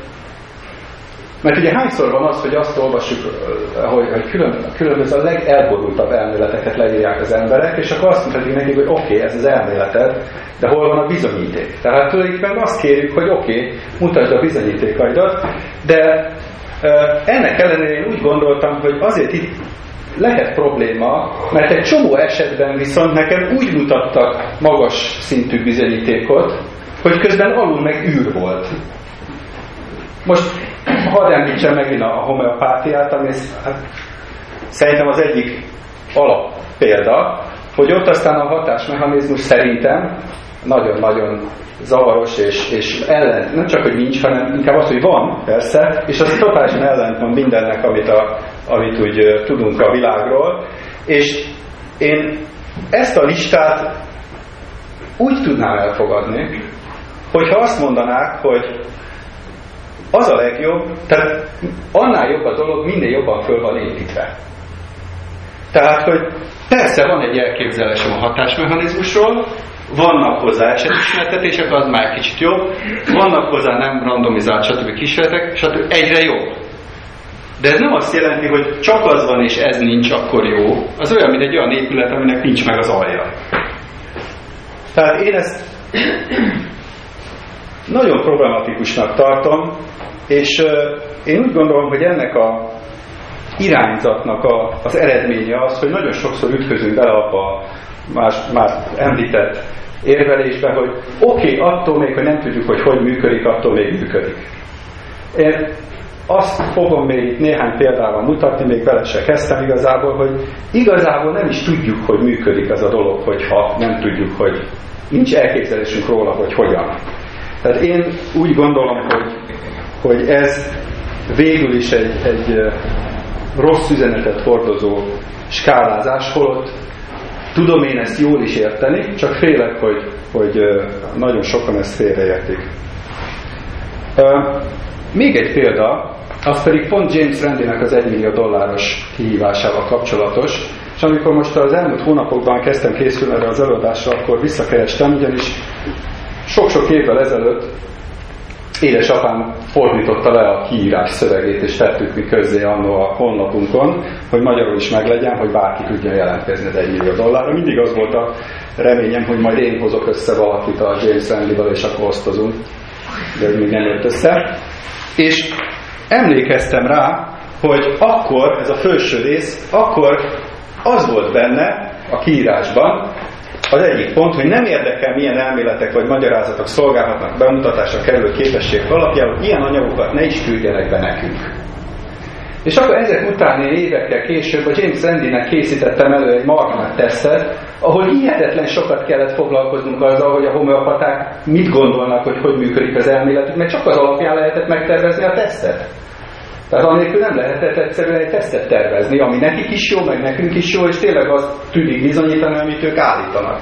ugye hányszor van az, hogy azt olvassuk, hogy különböző a legelborultabb elméleteket leírják az emberek, és akkor azt mondhatjuk nekik, hogy oké, ez az elméleted, de hol van a bizonyíték? Tehát tulajdonképpen azt kérjük, hogy oké, mutasd a bizonyítékaidat, de ennek ellenére én úgy gondoltam, hogy azért itt lehet probléma, mert egy csomó esetben viszont nekem úgy mutattak magas szintű bizonyítékot, hogy közben alul meg űr volt. Most hadd említsem megint a homeopátiát, ami szerintem az egyik alappélda, hogy ott aztán a hatásmechanizmus szerintem nagyon-nagyon zavaros, és ellen, nem csak, hogy nincs, hanem inkább az, hogy van, persze, és az totálisan ellentmond mindennek, amit úgy tudunk a világról, és én ezt a listát úgy tudnám elfogadni, hogyha azt mondanák, hogy az a legjobb, tehát annál jobb a dolog, minél jobban föl van építve. Tehát, hogy persze van egy elképzelésem a hatásmechanizmusról, vannak hozzá esetismertetések, az már kicsit jobb, vannak hozzá nem randomizált stb. Kísérletek, stb. Egyre jobb. De ez nem azt jelenti, hogy csak az van és ez nincs, akkor jó. Az olyan, mint egy olyan épület, aminek nincs meg az alja. Tehát én ezt nagyon problematikusnak tartom, és én úgy gondolom, hogy ennek a irányzatnak az eredménye az, hogy nagyon sokszor ütközünk bele abba már említett érvelésbe, hogy oké, attól még, hogy nem tudjuk, hogy működik, attól még működik. Én azt fogom még néhány példával mutatni, még bele se kezdtem igazából, hogy igazából nem is tudjuk, hogy működik ez a dolog, hogyha nem tudjuk, hogy nincs elképzelésünk róla, hogy hogyan. Tehát én úgy gondolom, hogy ez végül is egy rossz üzenetet hordozó skálázás, holott tudom én ezt jól is érteni, csak félek, hogy nagyon sokan ezt félreértik. Még egy példa, az pedig pont James Randinek az $1 millió kihívásával kapcsolatos, és amikor most az elmúlt hónapokban kezdtem készülni erre az előadásra, akkor visszakerestem, ugyanis sok-sok évvel ezelőtt édesapám fordította le a kiírás szövegét, és tettük mi közzé annó a honlapunkon, hogy magyarul is meglegyen, hogy bárki tudja jelentkezni az $1 millió. Mindig az volt a reményem, hogy majd én hozok össze valakit a James Randi-val, és akkor osztozunk. De ez még nem jött össze. És emlékeztem rá, hogy akkor, ez a felső rész, akkor az volt benne a kiírásban, az egyik pont, hogy nem érdekel, milyen elméletek vagy magyarázatok szolgálhatnak bemutatásra kerülő képességek alapján, hogy ilyen anyagokat ne is küldjenek be nekünk. És akkor ezek után én évekkel később a James Randinek készítettem elő egy marha tesztet, ahol hihetetlen sokat kellett foglalkoznunk azzal, hogy a homeopaták mit gondolnak, hogy működik az elméletük, mert csak az alapján lehetett megtervezni a tesztet. Tehát anélkül nem lehetett egyszerűen egy tesztet tervezni, ami nekik is jó, meg nekünk is jó, és tényleg azt tűnik bizonyítani, amit ők állítanak.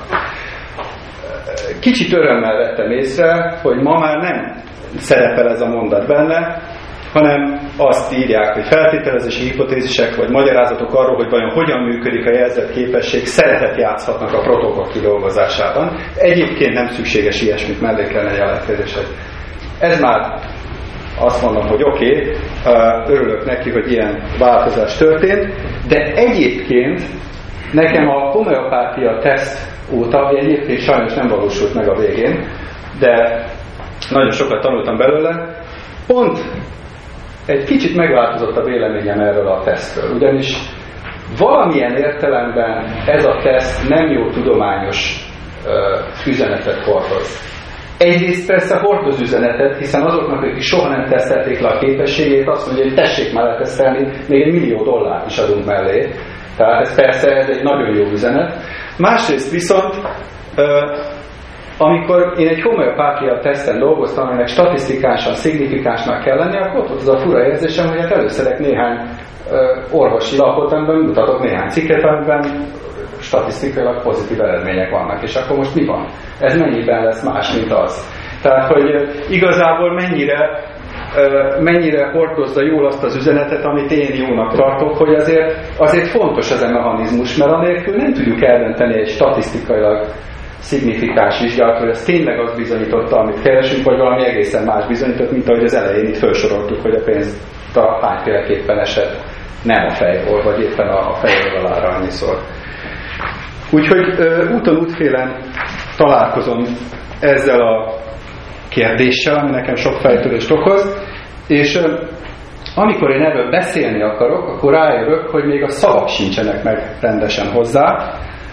Kicsit örömmel vettem észre, hogy ma már nem szerepel ez a mondat benne, hanem azt írják, hogy feltételezési hipotézisek vagy magyarázatok arról, hogy vajon hogyan működik a jelzett képesség, szerepet játszhatnak a protokoll kidolgozásában. Egyébként nem szükséges ilyesmit mellékelni a jelentkezéshez. Ez már azt mondom, hogy oké, örülök neki, hogy ilyen változás történt, de egyébként nekem a homeopátia teszt óta, egyébként sajnos nem valósult meg a végén, de nagyon sokat tanultam belőle, pont egy kicsit megváltozott a véleményem erről a tesztről, ugyanis valamilyen értelemben ez a teszt nem jó tudományos üzenetet hordoz. Egyrészt persze hordoz üzenetet, hiszen azoknak, akik soha nem tesztelték le a képességét, azt mondja, hogy tessék már letesztelni, még $1 millió is adunk mellé. Tehát ez persze ez egy nagyon jó üzenet. Másrészt viszont, amikor én egy homeopátia teszten dolgoztam, aminek statisztikánsan, szignifikánsnak kell lenni, akkor ott volt az a fura érzésem, hogy hát előszedek néhány orvosi lapot, amiben mutatok néhány cikket, amiben statisztikailag pozitív eredmények vannak. És akkor most mi van? Ez mennyiben lesz más, mint az? Tehát, hogy igazából mennyire hordozza jól azt az üzenetet, amit én jónak tartok, hogy azért fontos ez a mechanizmus, mert anélkül nem tudjuk eldönteni egy statisztikailag szignifikáns vizsgálat, hogy ez tényleg azt bizonyította, amit keresünk, vagy valami egészen más bizonyított, mint ahogy az elején itt felsoroltuk, hogy a pénz hányféleképpen esett nem a fejről, vagy éppen a fejoldalára annyiszor. Úgyhogy úton útfélen találkozom ezzel a kérdéssel, ami nekem sok fejtörést okoz, és amikor én erről beszélni akarok, akkor rájövök, hogy még a szavak sincsenek meg rendesen hozzá.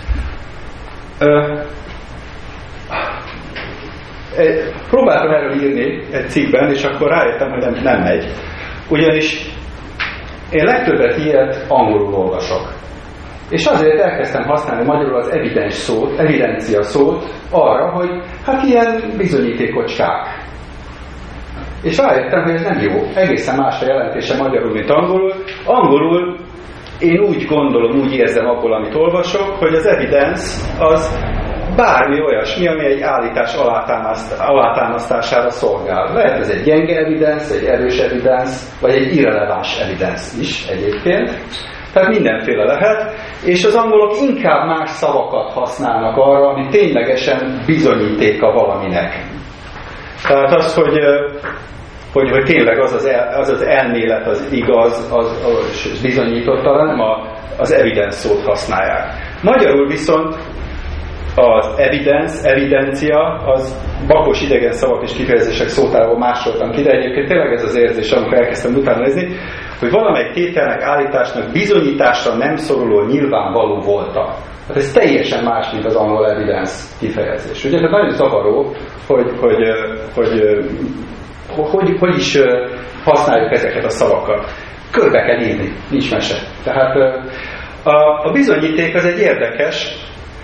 Próbáltam erről írni egy cikkben, és akkor rájöttem, hogy nem megy. Ugyanis én legtöbbet ilyet angolul olvasok. És azért elkezdtem használni magyarul az evidens szót, evidencia szót arra, hogy hát ilyen bizonyítékocskák. És rájöttem, hogy ez nem jó. Egészen más a jelentése magyarul, mint angolul. Angolul én úgy gondolom, úgy érzem abból, amit olvasok, hogy az evidence az bármi olyasmi, ami egy állítás alátámasztására szolgál. Lehet ez egy gyenge evidence, egy erős evidence, vagy egy irreleváns evidence is egyébként. Tehát mindenféle lehet, és az angolok inkább más szavakat használnak arra, ami ténylegesen bizonyítéka valaminek. Tehát az, hogy tényleg az elmélet, az igaz, az bizonyította, nem az evidence szót használják. Magyarul viszont az evidencia, az bakos idegen szavak és kifejezések szótáról másoltam ki, de egyébként tényleg ez az érzés, amikor elkezdtem utána nézni, hogy valamelyik tételnek, állításnak bizonyításra nem szoruló nyilvánvaló volta. Hát ez teljesen más, mint az angol evidence kifejezés. Ugye, tehát nagyon zavaró, hogy is használjuk ezeket a szavakat. Körbe kell írni, nincs mese. Tehát a bizonyíték az egy érdekes.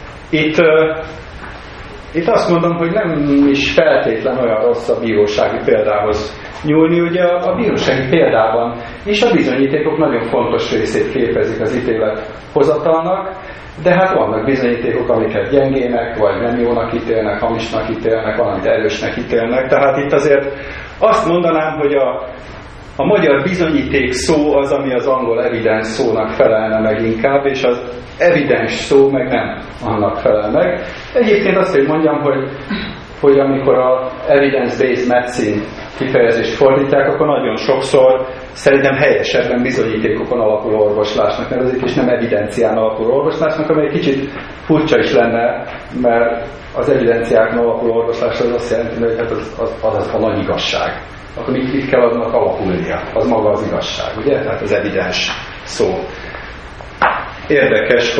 Itt azt mondom, hogy nem is feltétlen olyan rossz a bírósági példához nyúlni. Ugye a bírósági példában is a bizonyítékok nagyon fontos részét képezik az ítélethozatalnak, de hát vannak bizonyítékok, amiket gyengének, vagy nem jónak ítélnek, hamisnak ítélnek, valamit erősnek ítélnek. Tehát itt azért azt mondanám, hogy A magyar bizonyíték szó az, ami az angol evidence szónak felelne meg inkább, és az evidens szó meg nem annak felel meg. Egyébként azt, hogy mondjam, hogy amikor a evidence-based medicine kifejezést fordítják, akkor nagyon sokszor szerintem helyesebben bizonyítékokon alapuló orvoslásnak nevezik, és nem evidencián alapuló orvoslásnak, amely kicsit furcsa is lenne, mert az evidenciákon alapuló orvoslás az azt jelenti, hogy hát az a nagy igazság. Akkor mit kell aznak alapulnia? Az maga az igazság, ugye? Tehát az evidens szó. Érdekes,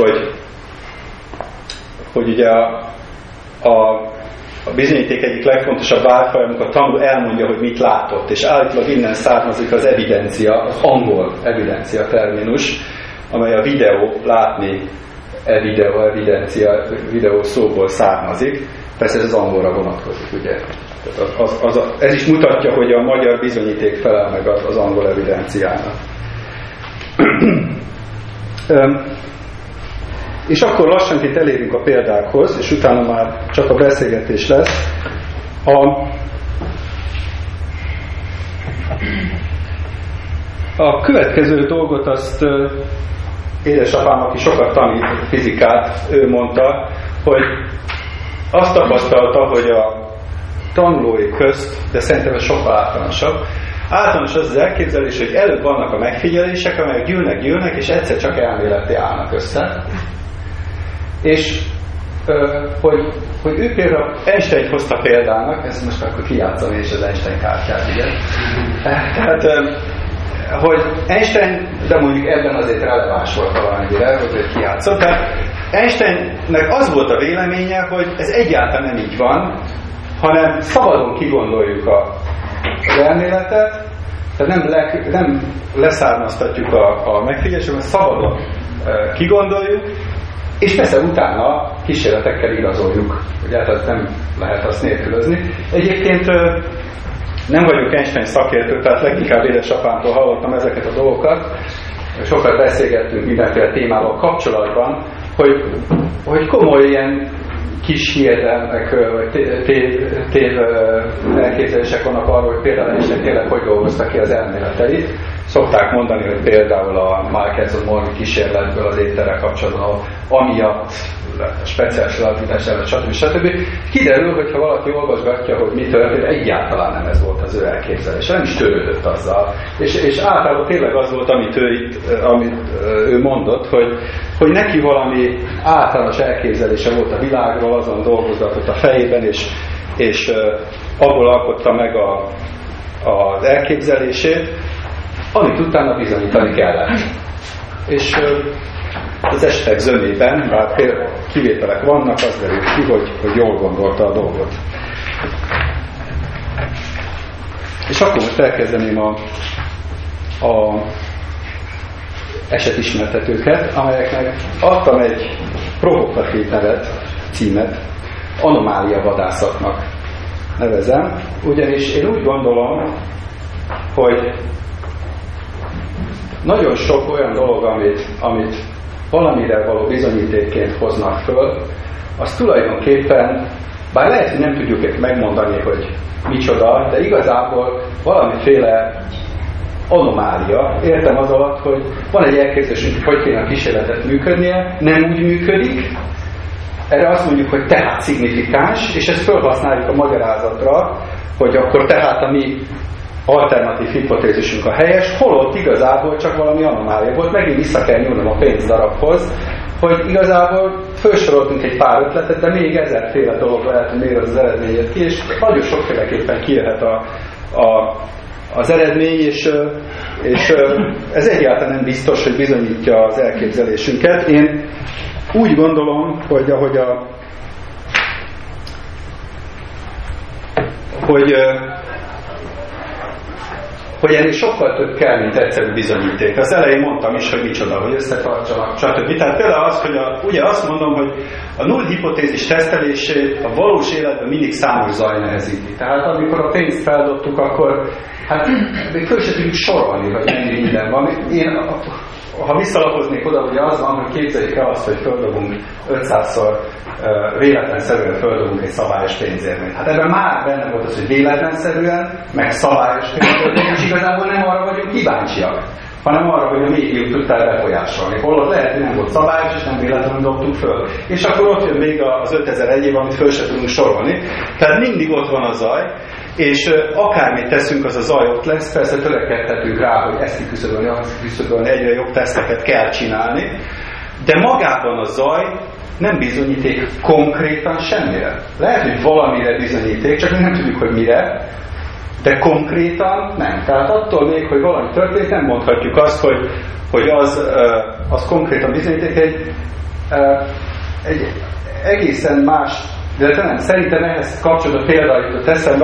hogy ugye a bizonyíték egyik legfontosabb válfaj, amikor a tanuló elmondja, hogy mit látott, és állítólag innen származik az evidencia, az angol evidencia terminus, amely a videó, látni, evidencia, videó szóból származik. Persze ez az angolra vonatkozik, ugye? Ez is mutatja, hogy a magyar bizonyíték felel meg az angol evidenciának. És akkor lassanként elérünk a példákhoz, és utána már csak a beszélgetés lesz. A következő dolgot azt édesapám, aki sokat tanít fizikát, ő mondta, hogy azt tapasztalta, hogy a tanulói közt, de szerintem ez sokkal általánosabb, általános az elképzelés, hogy előbb vannak a megfigyelések, amelyek gyűlnek, és egyszer csak elméletté állnak össze. És hogy ő például Einstein hozta példának, ezt most akkor kijátszom és az Einstein kártyát, ugye? Tehát, hogy Einstein, de mondjuk ebben azért releváns volt valamire, hogy kijátszom. Tehát Einsteinnek az volt a véleménye, hogy ez egyáltalán nem így van, hanem szabadon kigondoljuk az elméletet, tehát nem leszármaztatjuk a megfigyelést, hanem szabadon kigondoljuk, és persze utána kísérletekkel igazoljuk, ugye, tehát nem lehet azt nélkülözni. Egyébként nem vagyok Einstein szakértő, tehát leginkább édesapámtól hallottam ezeket a dolgokat. Sokat beszélgettünk mindenféle témával kapcsolatban, hogy komoly ilyen kis hiedelmek, tév elképzelések vannak arról, hogy például Einstein tényleg hogy dolgozta ki az elméleteit. Szokták mondani, hogy például a Michelson-Morley kísérletből az étterrel kapcsolatban, amiatt speciális relativitás elvet, stb. Kiderül, hogy ha valaki olvasgatja, hogy mi történt, egyáltalán nem ez volt az ő elképzelése, nem is törődött azzal. És általában tényleg az volt, amit ő mondott, hogy neki valami általános elképzelése volt a világról, azon dolgozgatott a fejében, és abból alkotta meg az elképzelését, amit utána bizonyítani kellett. És az esetek zömében, bár kivételek vannak, az derül ki, hogy jól gondolta a dolgot. És akkor most elkezdeném a esetismertetőket, amelyeknek adtam egy provokatív nevet, címet, anomália vadászatnak nevezem, ugyanis én úgy gondolom, hogy nagyon sok olyan dolog, amit valamire való bizonyítékként hoznak föl, az tulajdonképpen, bár lehet, hogy nem tudjuk megmondani, hogy micsoda, de igazából valamiféle anomália. Értem az alatt, hogy van egy elképzelésünk, hogy kéne a kísérletet működnie, nem úgy működik, erre azt mondjuk, hogy tehát szignifikáns, és ezt felhasználjuk a magyarázatra, hogy akkor tehát a mi alternatív hipotézisünk a helyes, holott igazából csak valami anomália volt. Megint vissza kell nyúlnom a pénzdarabhoz, hogy igazából felsoroltunk egy pár ötletet, de még ezerféle dolog lehet, hogy miért az eredmény jött ki, és nagyon sokféleképpen kijöhet az eredmény, és ez egyáltalán nem biztos, hogy bizonyítja az elképzelésünket. Én úgy gondolom, hogy hogy ennél sokkal több kell, mint egyszerű bizonyíték. Az elején mondtam is, hogy micsoda, hogy összetartsanak, stb. Tehát például az, hogy ugye azt mondom, hogy a null hipotézis tesztelését a valós életben mindig számos zaj nehezíti. Tehát amikor a pénzt feldobtuk, akkor hát még föl se tudjuk sorolni, hogy mennyi minden van. Én ha visszalapoznék oda, ugye az van, hogy képzeljük el azt, hogy földobunk 500-szor véletlenszerűen földobunk egy szabályos pénzérményt. Hát ebben már benne volt az, hogy véletlenszerűen, meg szabályos pénzérmény, és igazából nem arra vagyunk kíváncsiak, hanem arra, hogy a médium tudta befolyásolni. Holott lehet, hogy nem volt szabályos, és nem véletlenül dobtuk föl. És akkor ott jön még az 5001 év, amit föl sem tudunk sorolni. Tehát mindig ott van a zaj, és akármit teszünk, az a zaj ott lesz. Persze törekedhetünk rá, hogy ezt kiküszöbölni, azt kiküszöbölni, egyre jobb teszteket kell csinálni. De magában a zaj nem bizonyíték konkrétan semmire. Lehet, hogy valamire bizonyíték, csak nem tudjuk, hogy mire, de konkrétan nem. Tehát attól még, hogy valami történt, nem mondhatjuk azt, hogy az konkrétan bizonyíték egy egészen más, de nem, szerintem ehhez kapcsolatban példa jutott eszembe,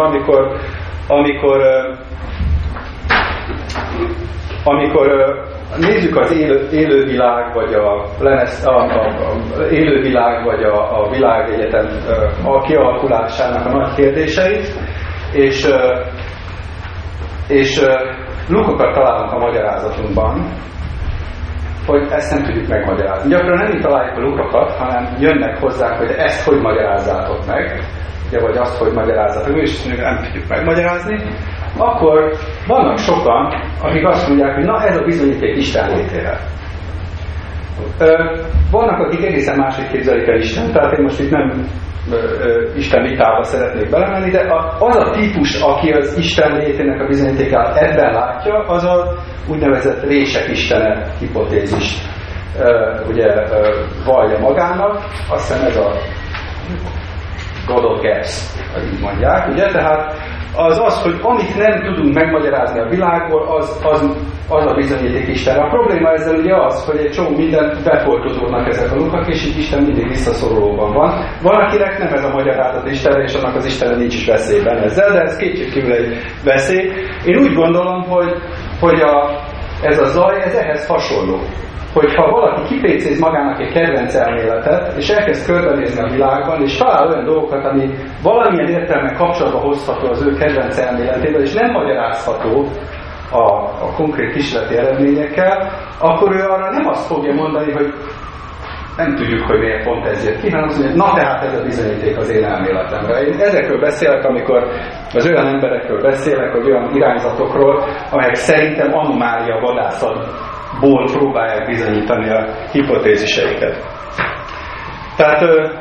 amikor nézzük az élővilág, vagy a élővilág, vagy a világegyetem a kialakulásának a nagy kérdéseit, és lukokat találunk a magyarázatunkban, hogy ezt nem tudjuk megmagyarázni. Gyakran nem így találjuk a lukokat, hanem jönnek hozzá, hogy ezt hogy magyarázzátok meg, ugye, vagy azt, hogy magyarázzátok, és nem tudjuk megmagyarázni, akkor vannak sokan, akik azt mondják, hogy na ez a bizonyíték Isten létére. Vannak, akik egészen máshogy képzelik el Isten, tehát én most itt nem Isten vitába szeretnék belemenni, de az a típus, aki az Isten létének a bizonyítékát ebben látja, az a úgynevezett rések istene hipotézis vallja magának. Azt hiszem ez a God of Gaps, így mondják, ugye? Tehát az, hogy amit nem tudunk megmagyarázni a világból, az a bizonyíték Istenre. A probléma ezzel ugye az, hogy egy csomó mindent befoltozódnak ezek a lukak, és így Isten mindig visszaszorulóban van. Van, akinek nem ez a magyarázat Istenre, és annak az Istenre nincs is veszélyben ezzel, de ez kétségkívül egy veszély. Én úgy gondolom, hogy ez a zaj, ez ehhez hasonló. Hogyha valaki kipécéz magának egy kedvenc elméletet, és elkezd körbenézni a világban, és talál olyan dolgokat, ami valamilyen értelemben kapcsolatba hozható az ő kedvenc elméletével, és nem magyarázható a konkrét kísérleti eredményekkel, akkor ő arra nem azt fogja mondani, hogy nem tudjuk, hogy miért pont ez jött ki, hanem azt mondja, na tehát ez a bizonyíték az én elméletemre. Én ezekről beszélek, amikor az olyan emberekről beszélek, vagy olyan irányzatokról, amelyek szerintem anomália vadászatból próbálják bizonyítani a hipotéziseiket. Tehát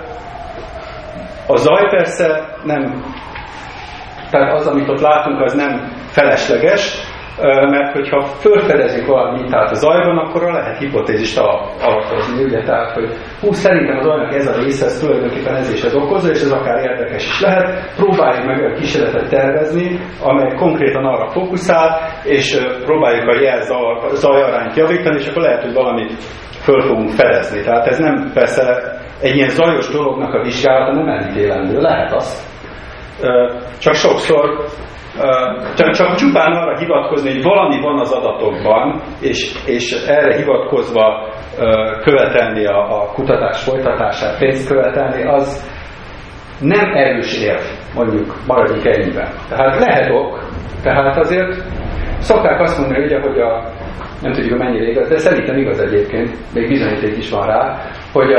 a zaj persze nem, tehát az, amit ott látunk, az nem felesleges, mert hogyha felfedezünk valami mintát a zajban, akkor lehet hipotézist alapozni, ugye? Tehát, hogy szerintem az zajnak ez a része, ez tulajdonképpen ez és ez okozza, és ez akár érdekes is lehet. Próbáljuk meg a kísérletet tervezni, amely konkrétan arra fókuszál, és próbáljuk a jel-zaj-arányt javítani, és akkor lehet, hogy valamit föl fogunk fedezni. Tehát ez nem persze egy ilyen zajos dolognak a vizsgálata nem elítélendő, lehet az. Csak sokszor csak csupán arra hivatkozni, hogy valami van az adatokban, és erre hivatkozva követelni a kutatás folytatását, pénzt követelni, az nem erős érv, mondjuk maradjunk ennyiben. Tehát lehet ok, tehát azért szokták azt mondani, ugye, hogy nem tudjuk, mennyire igaz, de szerintem igaz egyébként, még bizonyíték is van rá, hogy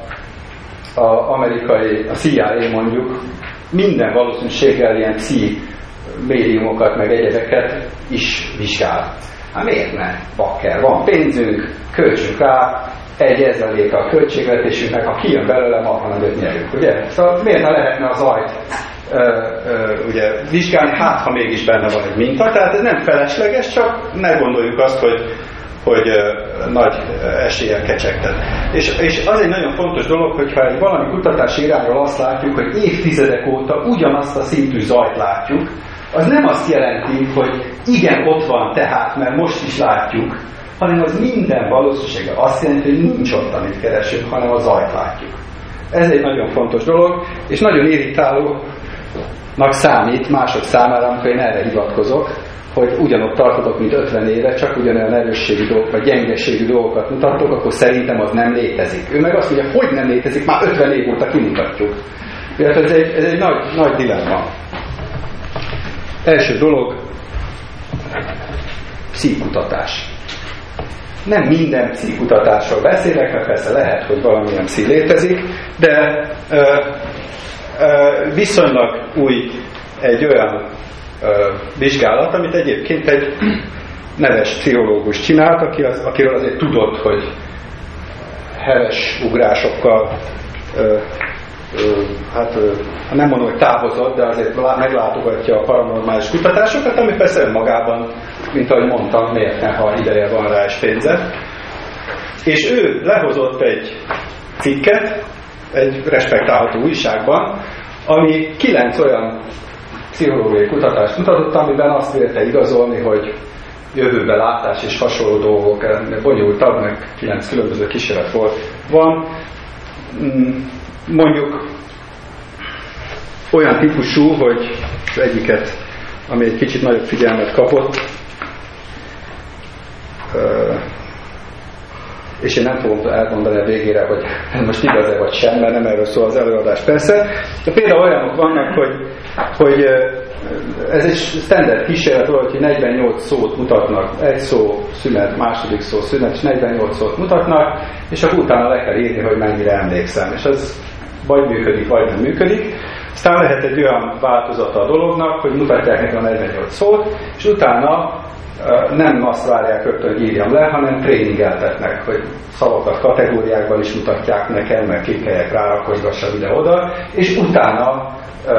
a amerikai, a CIA mondjuk minden valószínűséggel ilyen médiumokat, meg egyebeket is vizsgál. Hát miért ne? Bakker, van pénzünk, költsünk rá, 1% a költségvetésünknek, ha kijön belőle, marha nagyot nyerünk, ugye? Szóval miért ne lehetne az zajt ugye, vizsgálni, hát ha mégis benne van egy minta, tehát ez nem felesleges, csak ne gondoljuk azt, hogy nagy eséllyel kecsegtet. És az egy nagyon fontos dolog, hogyha egy valami kutatási irányról azt látjuk, hogy évtizedek óta ugyanazt a szintű zajt látjuk, az nem azt jelenti, hogy igen, ott van tehát, mert most is látjuk, hanem az minden valószínűséggel azt jelenti, hogy nincs ott, amit keresünk, hanem a zajt látjuk. Ez egy nagyon fontos dolog, és nagyon irritálónak számít mások számára, amikor én erre hivatkozok, hogy ugyanott tartotok, mint 50 éve, csak ugyanolyan erősségű dolgok, vagy gyengeségű dolgokat mutattok, akkor szerintem az nem létezik. Ő meg azt mondja, hogy nem létezik, már 50 év óta kimutatjuk. Ez egy nagy dilemma. Első dolog, pszichkutatás. nem minden pszichikutatásról beszélek, mert persze lehet, hogy valamilyen pszichi létezik, de viszonylag új egy olyan vizsgálat, amit egyébként egy neves pszichológus csinált, akiről azért tudott, hogy heves ugrásokkal nem mondom, hogy távozott, de azért meglátogatja a paranormális kutatásokat, ami persze önmagában, mint ahogy mondtam, miért ne, ha ideje van rá és pénze. És ő lehozott egy cikket egy respektálható újságban, ami 9 olyan pszichológiai kutatást mutatott, amiben azt vélte igazolni, hogy jövőbe látás és hasonló dolgok bonyolultabb, meg 9 különböző kísérlet van. Mondjuk olyan típusú, hogy egyiket, ami egy kicsit nagyobb figyelmet kapott, és én nem fogom elmondani a végére, hogy most igaz-e vagy sem, mert nem erről szól az előadás persze. De például olyanok vannak, hogy ez egy standard kísérlet volt, hogy 48 szót mutatnak, egy szó szünet, második szó szünet, és 48 szót mutatnak, és akkor utána le kell írni, hogy mennyire emlékszem. És ez vagy működik, vagy nem működik. Aztán lehet egy olyan változata a dolognak, hogy mutatják nekem a 48 szót, és utána nem azt várják rögtön, hogy írjam le, hanem tréningeltetnek, hogy szavakat kategóriákban is mutatják nekem, meg klikkeljek rá, rakosgassam ide-oda, és utána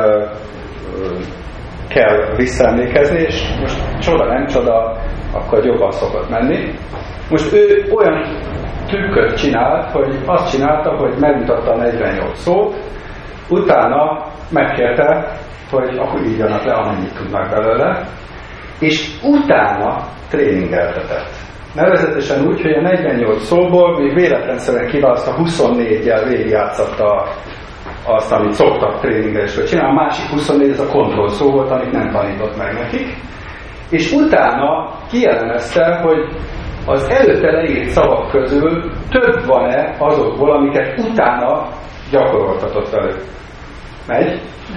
kell visszaemlékezni, és most csoda nem csoda, akkor jobban szokott menni. Most ő olyan trükköt csinált, hogy azt csinálta, hogy megmutatta a 48 szót, utána megkérte, hogy akkor írjanak le, amennyit tudnak belőle, és utána tréningeltetett. Nevezetesen úgy, hogy a 48 szóból még véletlenszerűen kiválasztva 24-jel végigjátszatta azt, amit szoktak tréningelésről csinálni, a másik 24 ez a kontroll szó volt, amit nem tanított meg nekik, és utána kielemezte, hogy az előtte leírt szavak közül több van-e azokból, amiket utána gyakoroltatott velük. Megy?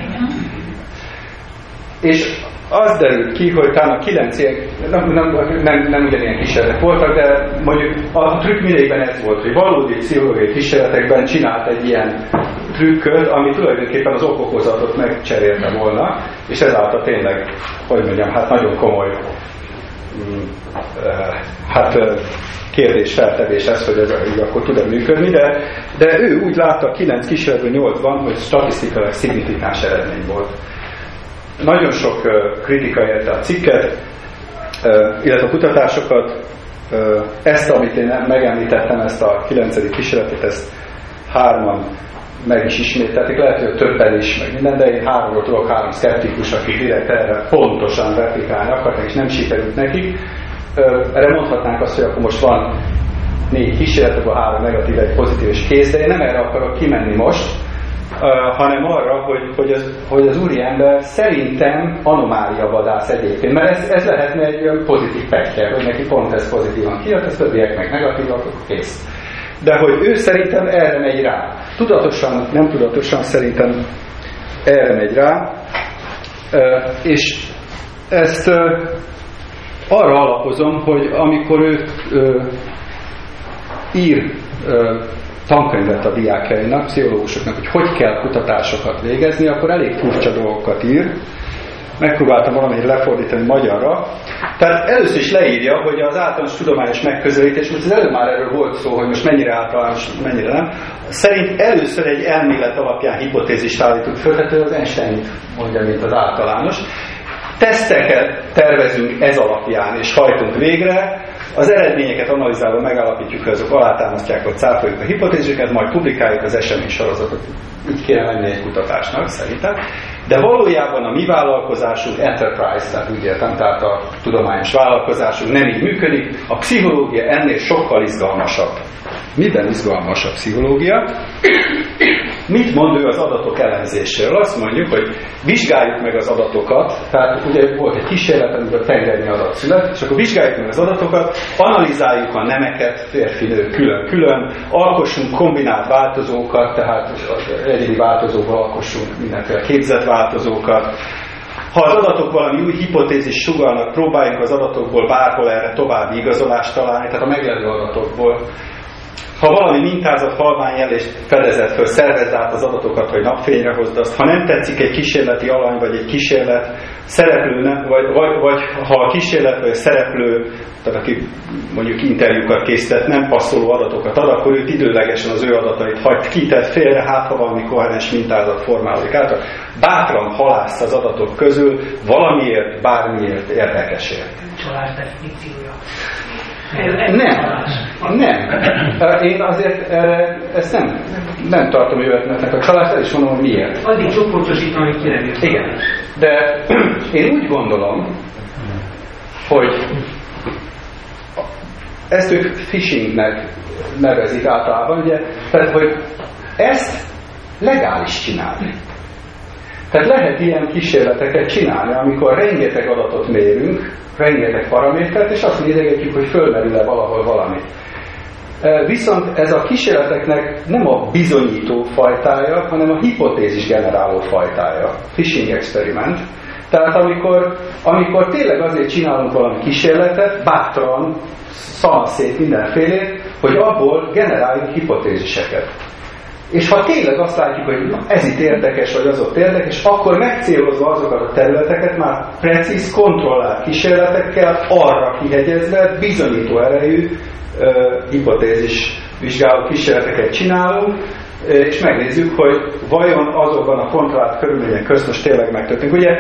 És az derült ki, hogy talán a 9 ilyen, nem ugyanilyen kísérletek voltak, de mondjuk a trükk mindegyikben ez volt, hogy valódi pszichológiai kísérletekben csinált egy ilyen trükköt, ami tulajdonképpen az okokozatot megcserélte volna, és ezáltal tényleg, hogy mondjam, hát nagyon komoly kérdésfeltevés ez, hogy ez így akkor tud-e működni, de ő úgy látta 9 kísérletben 8-ban, hogy statisztikailag szignifikáns eredmény volt. Nagyon sok kritika érte a cikket, illetve a kutatásokat. Ezt, amit én megemlítettem, ezt a 9. kísérletet, ezt 3-an meg is ismételték, lehet, hogy többen is, meg minden, de én 3-ról tudok 3 szkeptikus, akik direkt erre pontosan replikálni akartak, és nem sikerült nekik. Erre mondhatnánk azt, hogy akkor most van 4 kísérlet, akkor 3 negatív, egy pozitív és kész, de én nem erre akarok kimenni most, hanem arra, hogy az úriember szerintem anomália vadász egyébként, mert ez lehetne egy olyan pozitív pekkel, hogy neki pont ez pozitívan kijött, ez többiek meg negatívak, akkor kész. De hogy ő szerintem erre megy rá. Tudatosan, nem tudatosan szerintem erre megy rá, és ezt arra alapozom, hogy amikor ő ír tankönyvet a diákjainak, pszichológusoknak, hogy kell kutatásokat végezni, akkor elég furcsa dolgokat ír. Megpróbáltam valamit lefordítani magyarra. Tehát először is leírja, hogy az általános tudományos megközelítés, most az előbb már erről volt szó, hogy most mennyire általános, mennyire nem. Szerint először egy elmélet alapján hipotézist állítunk föl, tehát az Einstein mondja, mint az általános. Teszteket tervezünk ez alapján, és hajtunk végre. Az eredményeket analizálva megállapítjuk, hogy azok alátámasztják, vagy cáfoljuk a hipotéziseket, majd publikáljuk az eseménysorozatot. Így kéne lenni egy kutatásnak, szerintem. De valójában a mi vállalkozásunk enterprise, tehát úgy értem, tehát a tudományos vállalkozásunk nem így működik. A pszichológia ennél sokkal izgalmasabb. Miben izgalmas a pszichológia? Mit mond ő az adatok elemzéséről? Azt mondjuk, hogy vizsgáljuk meg az adatokat, tehát ugye volt egy kísérlet, amiben tengernyi adat szület, és akkor vizsgáljuk meg az adatokat, analizáljuk a nemeket, férfi-nő külön-külön, alkossunk kombinált változókat, tehát egyedi változókból alkossunk mindenféle képzett változókat, Ha az adatok valami új hipotézis sugallnak, próbáljunk az adatokból bárhol erre további igazolást találni, tehát a meglevő adatokból. Ha valami mintázat, halványjelést fedezett föl, szervezd át az adatokat, hogy napfényre hozd azt. Ha nem tetszik egy kísérleti alany, vagy egy kísérlet, szereplő, vagy ha a kísérlet vagy a szereplő, tehát aki mondjuk interjúkat készített, nem passzoló adatokat ad, akkor őt időlegesen az ő adatait hagyd ki, tehát félre, hát ha valami koherens mintázat formálódik át. Bátran halászt az adatok közül valamiért, bármiért, érdekesért. Csalás definíciója. Nem. Én azért ezt nem tartom jövetmetnek a csalást, el is mondom, hogy miért. Addig csoportosítani ki nem jött. Igen. De én úgy gondolom, hogy ezt ők phishingnek nevezik általában, ugye, tehát, hogy ezt legális csinálni. Tehát lehet ilyen kísérleteket csinálni, amikor rengeteg adatot mérünk, rengeteg paramétert, és azt nézegetjük, hogy fölmerül-e valahol valami. Viszont ez a kísérleteknek nem a bizonyító fajtája, hanem a hipotézis generáló fajtája. Phishing experiment. Tehát amikor tényleg azért csinálunk valami kísérletet, bátran, szanaszét mindenfélét, hogy abból generáljunk hipotéziseket. És ha tényleg azt látjuk, hogy na, ez itt érdekes, vagy az ott érdekes, akkor megcélozva azokat a területeket már precíz, kontrollált kísérletekkel arra kihegyezve bizonyító erejű hipotézis vizsgáló kísérleteket csinálunk, és megnézzük, hogy vajon azokban a kontrollált körülmények közt most tényleg megtörténik. Ugye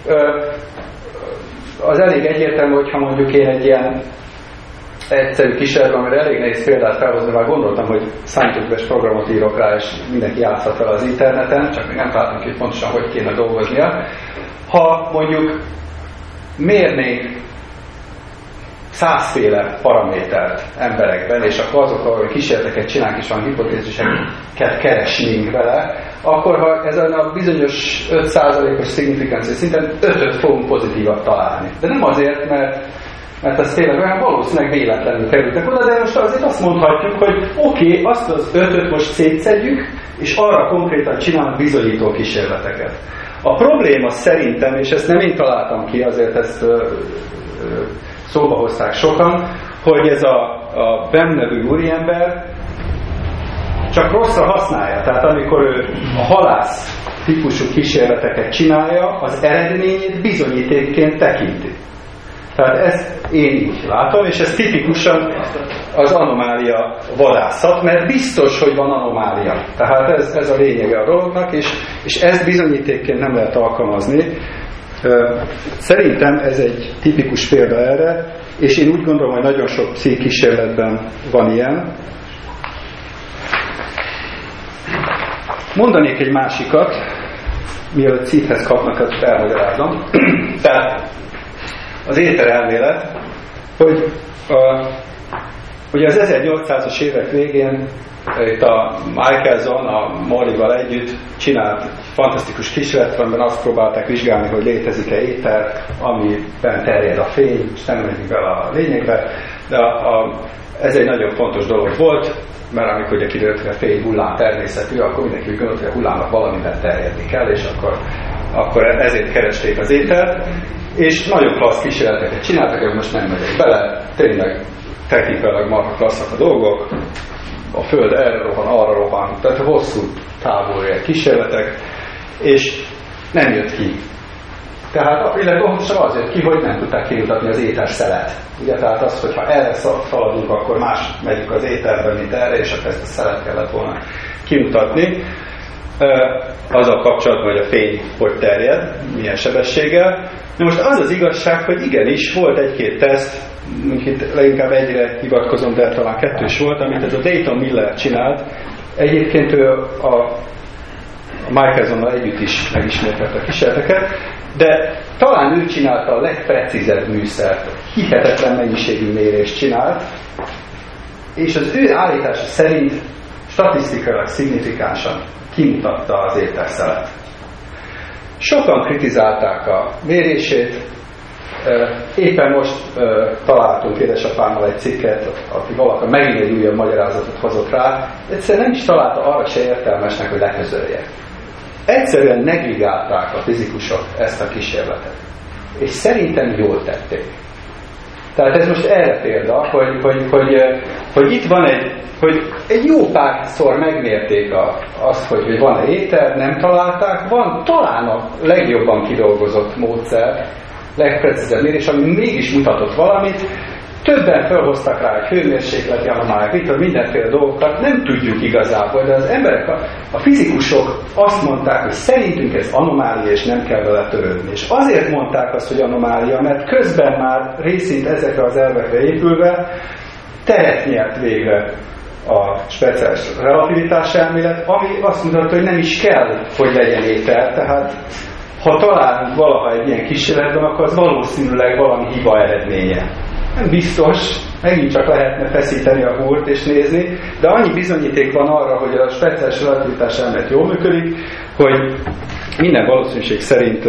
az elég egyértelmű, hogyha mondjuk én egy ilyen egyszerű kísérlet, amire elég nehéz példát felhozni, már gondoltam, hogy számítógépes programot írok rá, és mindenki játszhat fel az interneten, csak még nem találtam ki pontosan, hogy kéne dolgoznia. Ha mondjuk mérnénk 100 féle paramétert emberekben, és akkor azokkal, hogy kísérleteket csinálunk, és van hipotéziseket keresnénk vele, akkor ha ezen a bizonyos 5%-os szignifikáció szinten 5-öt fogunk pozitívat találni. De nem azért, mert ez tényleg olyan valószínűleg véletlenül kerültek oda, de most azért azt mondhatjuk, hogy oké, azt az 5-öt most szétszedjük, és arra konkrétan csinálunk bizonyító kísérleteket. A probléma szerintem, és ezt nem én találtam ki, azért ezt szóba hozták sokan, hogy ez a BEM nevű úriember csak rosszra használja. Tehát amikor ő a halász típusú kísérleteket csinálja, az eredményét bizonyítékként tekinti. Tehát ezt én így látom, és ez tipikusan az anomália vadászat, mert biztos, hogy van anomália. Tehát ez a lényege a dolognak, és ezt bizonyítékként nem lehet alkalmazni. Szerintem ez egy tipikus példa erre, és én úgy gondolom, hogy nagyon sok pszichkísérletben van ilyen. Mondanék egy másikat, mielőtt szívhez kapnak, azt elmagyarázom. Tehát az éterelmélet, hogy ugye az 1800-as évek végén itt a Michelson a Molly-val együtt csinált fantasztikus kísérletet, amiben azt próbálták vizsgálni, hogy létezik-e éter, amiben terjed a fény, és nem megyünk bele a lényegbe, de ez egy nagyon fontos dolog volt, mert amikor ugye kiderült, hogy a fény hullám természetű, akkor mindenki úgy gondolt, hogy a hullámnak valamiben terjedni kell, és akkor ezért keresték az étert, és nagyon klassz kísérleteket csináltak, hogy most nem megyek bele, tényleg technikailag marha klasszak a dolgok, a Föld erre rohan, arra rohan, tehát hosszú távolért kísérletek, és nem jött ki. Tehát illetve pontosan az jött ki, hogy nem tudták kimutatni az éter szelet. Ugye, tehát az, hogyha erre szaladunk, akkor más megyünk az éterben, mint erre, és akkor ezt a szelet kellett volna kimutatni. Azzal kapcsolatban, hogy a fény hogy terjed, milyen sebességgel. Na most az az igazság, hogy igenis volt egy-két teszt, itt leginkább egyre hivatkozom, de talán kettő is volt, amit ez a Dayton Miller csinált. Egyébként ő a Michelsonnal együtt is megismertette a kísérleteket, de talán ő csinálta a legprecízebb műszert, hihetetlen mennyiségű mérést csinált, és az ő állítása szerint statisztikailag szignifikánsan kimutatta az éterszelet. Sokan kritizálták a mérését, éppen most találtunk édesapámmal egy cikket, aki valaki megint egy újabb magyarázatot hozott rá, egyszerűen nem is találta arra se értelmesnek, hogy leközölje. egyszerűen negligálták a fizikusok ezt a kísérletet. És szerintem jól tették. Tehát ez most erre példa, hogy itt van hogy egy jó párszor megmérték azt, hogy van-e éter, nem találták, van talán a legjobban kidolgozott módszer, legprecízebb mérés, ami mégis mutatott valamit, többen felhoztak rá egy hőmérsékleti anomáliát, mindenféle dolgokat, nem tudjuk igazából, de az emberek, a fizikusok azt mondták, hogy szerintünk ez anomália, és nem kell vele törődni. És azért mondták azt, hogy anomália, mert közben már részint ezekre az elvekre épülve teret nyert végre a speciális relativitás elmélet, ami azt mutatta, hogy nem is kell, hogy legyen éter, tehát ha találunk valaha egy ilyen kísérletben, akkor az valószínűleg valami hiba eredménye. Nem biztos, megint csak lehetne feszíteni a húrt és nézni, de annyi bizonyíték van arra, hogy a speciális relativitás elmélet jól működik, hogy minden valószínűség szerint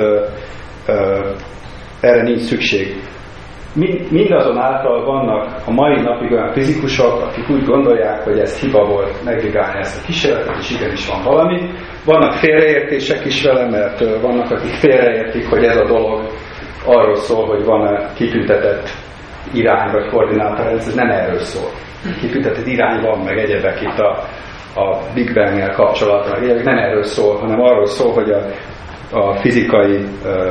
erre nincs szükség. Mindazonáltal vannak a mai napig olyan fizikusok, akik úgy gondolják, hogy ez hiba volt negligálni ezt a kísérletet, és igenis van valami. Vannak félreértések is vele, mert vannak, akik félreértik, hogy ez a dolog arról szól, hogy van kitüntetett irány vagy koordinátorrendszer, ez nem erről szól. Kitüntetett irány van, meg egyebek itt a Big Bang-nel kapcsolatban, nem erről szól, hanem arról szól, hogy a fizikai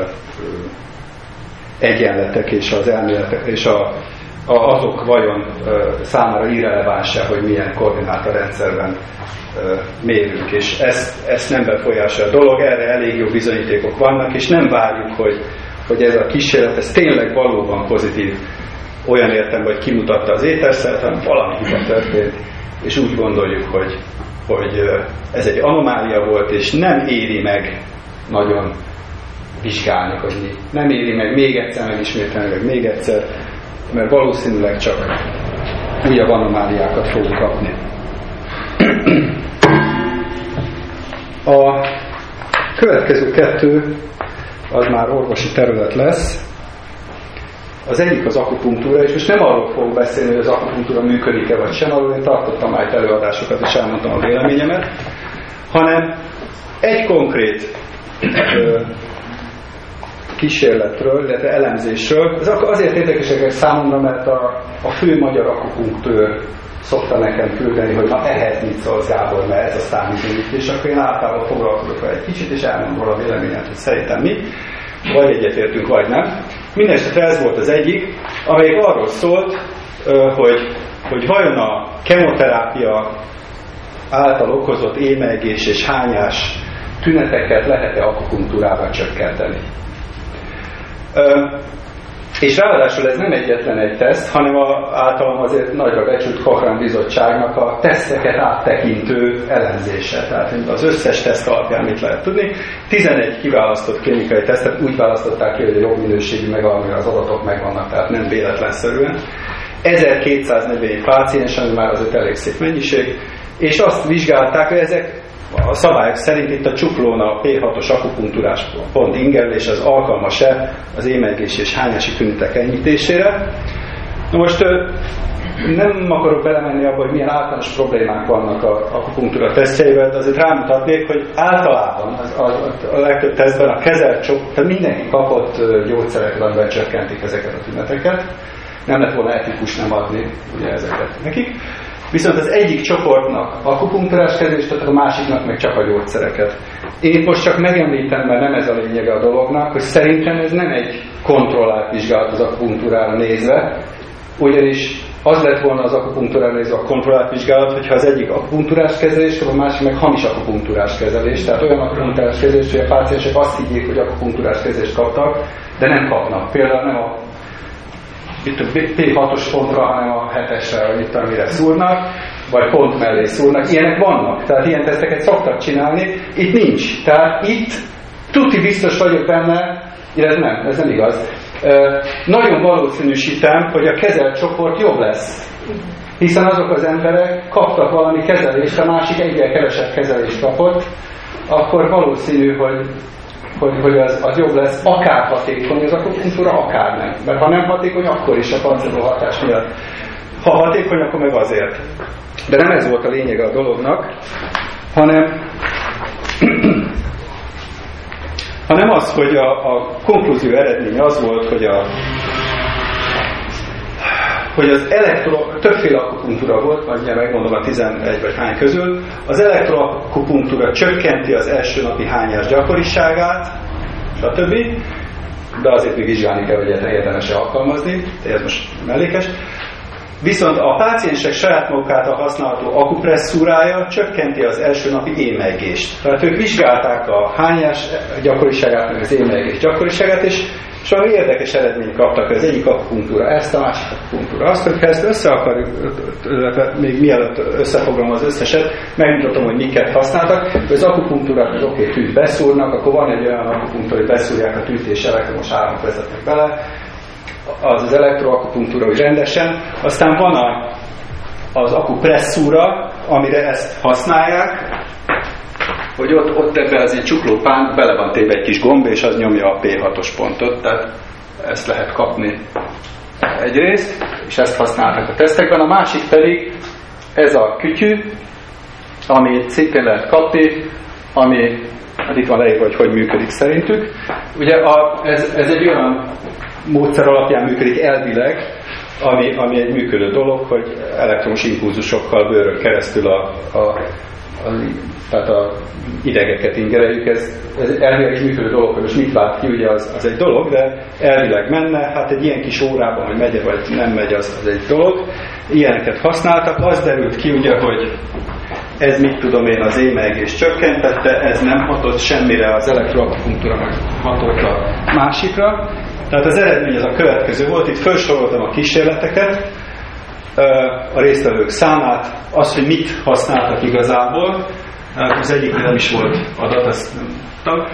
egyenletek és az elméletek, és azok vajon számára irreleváns-e, hogy milyen koordinátorrendszerben mérünk, és ezt nem befolyásolja a dolog, erre elég jó bizonyítékok vannak, és nem várjuk, hogy ez a kísérlet, ez tényleg valóban pozitív, olyan értelemben, hogy kimutatta az éterszert, hanem valami hiba történt, és úgy gondoljuk, hogy ez egy anomália volt, és nem éri meg nagyon vizsgálni, hogy mi. Nem éri meg még egyszer, megismételni, meg még egyszer, mert valószínűleg csak újabb anomáliákat fogunk kapni. A következő kettő az már orvosi terület lesz. Az egyik az akupunktúra, és most nem arról fogok beszélni, hogy az akupunktúra működik-e vagy sem, arról én tartottam már egy előadásokat, és elmondtam a véleményemet, hanem egy konkrét kísérletről, illetve elemzésről. Ez azért érdekesek számomra, mert a fő magyar akupunktőr szokta nekem küldeni, hogy na ehhez mit szólsz, Gábor, mert ez a számítógép, és akkor én általában foglalkozok vele egy kicsit, és elmondom róla a véleményet, hogy szerintem mi, vagy egyetértünk, vagy nem. Mindenesetre ez volt az egyik, amelyik arról szólt, hogy vajon a kemoterápia által okozott émelygés és hányás tüneteket lehet-e akupunktúrával csökkenteni. És ráadásul ez nem egyetlen egy teszt, hanem általam azért nagyra becsült Cochrane bizottságnak a teszteket áttekintő elemzése. Tehát az összes teszt alapján mit lehet tudni. 11 kiválasztott klinikai tesztet úgy választották ki, hogy a jobb minőségű, meg amire az adatok megvannak, tehát nem véletlenszerűen. 1240 páciens, ami már azért elég szép mennyiség, és azt vizsgálták, hogy ezek a szabályok szerint itt a csuklón a P6-os akupunktúrás pont ingerlés az alkalmas-e az émelygés és hányási tünetek enyhítésére. Most nem akarok belemenni abba, hogy milyen általános problémák vannak az akupunktúra tesztjeivel, de azért rámutatnék, hogy általában a legtöbb tesztben a kezelt tehát mindenki kapott gyógyszereket, amivel csökkentik ezeket a tüneteket. Nem lett volna etikus nem adni ugye ezeket nekik. Viszont az egyik csoportnak akupunktúrás kezelést, tehát a másiknak meg csak a gyógyszereket. Én most csak megemlítem, mert nem ez a lényege a dolognak, hogy szerintem ez nem egy kontrollált vizsgálat az akupunktúrára nézve, ugyanis az lett volna az akupunktúrára nézve a kontrollált vizsgálat, hogyha az egyik akupunktúrás kezelés, a másik meg hamis akupunktúrás kezelés, tehát olyan akupunktúrás kezelés, hogy a páciensek azt higgyék, hogy akupunktúrás kezelést kaptak, de nem kapnak. Például nem a P6-os pontra, hanem a 7-esre, vagy itt amire szúrnak, vagy pont mellé szúrnak. Ilyenek vannak, tehát ilyen teszteket szoktak csinálni, itt nincs. Tehát itt tuti biztos vagyok benne, illetve nem, ez nem igaz. Nagyon valószínűsítem, hogy a kezelt csoport jobb lesz. Hiszen azok az emberek kaptak valami kezelést, a másik egyel kevesebb kezelést kapott, akkor valószínű, hogy az jobb lesz, akár hatékony az akupunktúra, akár nem. Mert ha nem hatékony, akkor is a placebo hatás miatt. Ha hatékony, akkor meg azért. De nem ez volt a lényege a dolognak, hanem hanem az, hogy a konklúzió eredménye az volt, hogy az többféle akupunktúra volt, majd ugye megmondom a 11 vagy hány közül, az elektroakupunktúra csökkenti az első napi hányás gyakoriságát, stb. De azért még vizsgálni kell, hogy érdemes-e alkalmazni, ez most mellékes. Viszont a páciensek saját maguk által használható akupresszúrája csökkenti az első napi émelygést. Tehát ők vizsgálták a hányás gyakoriságát, meg az émelygés gyakoriságát, és valami érdekes eredményt kaptak az egyik akupunktúra, ezt a másik akupunktúra. Azt, hogyha ezt össze akarjuk, még mielőtt összefoglalom az összeset, megmutatom, hogy miket használtak. Az akupunktúrát az tűt beszúrnak, akkor van egy olyan akupunktúra, hogy beszúrják a tűt és elektromos áramot vezetnek bele, az elektroakupunktúra, hogy rendesen. Aztán van az akupresszúra, amire ezt használják, hogy ott ebben az egy csuklópán bele van téve egy kis gomb, és az nyomja a P6-os pontot, tehát ezt lehet kapni egyrészt, és ezt használnak a tesztekben. A másik pedig ez a kütyű, amit szintén lehet kapni, ami, hát itt van leírva, hogy működik szerintük. Ugye ez egy olyan módszer alapján működik elvileg, ami egy működő dolog, hogy elektromos impulzusokkal bőrön keresztül tehát a idegeket ingereljük. Ez elvileg egy működő dolog, hogy most mit vált ki, ugye az egy dolog, de elvileg menne, hát egy ilyen kis órában, hogy megy vagy nem megy, az egy dolog. Ilyeneket használtak, az derült ki ugye, hogy ez mit tudom én, az émelygést csökkentette, ez nem hatott semmire, az elektroakupunktúra meg hatott a másikra. Tehát az eredmény az a következő volt, itt felsoroltam a kísérleteket, a résztvevők számát, az, hogy mit használtak igazából, az egyiknél nem is volt adat, azt nem tudtam.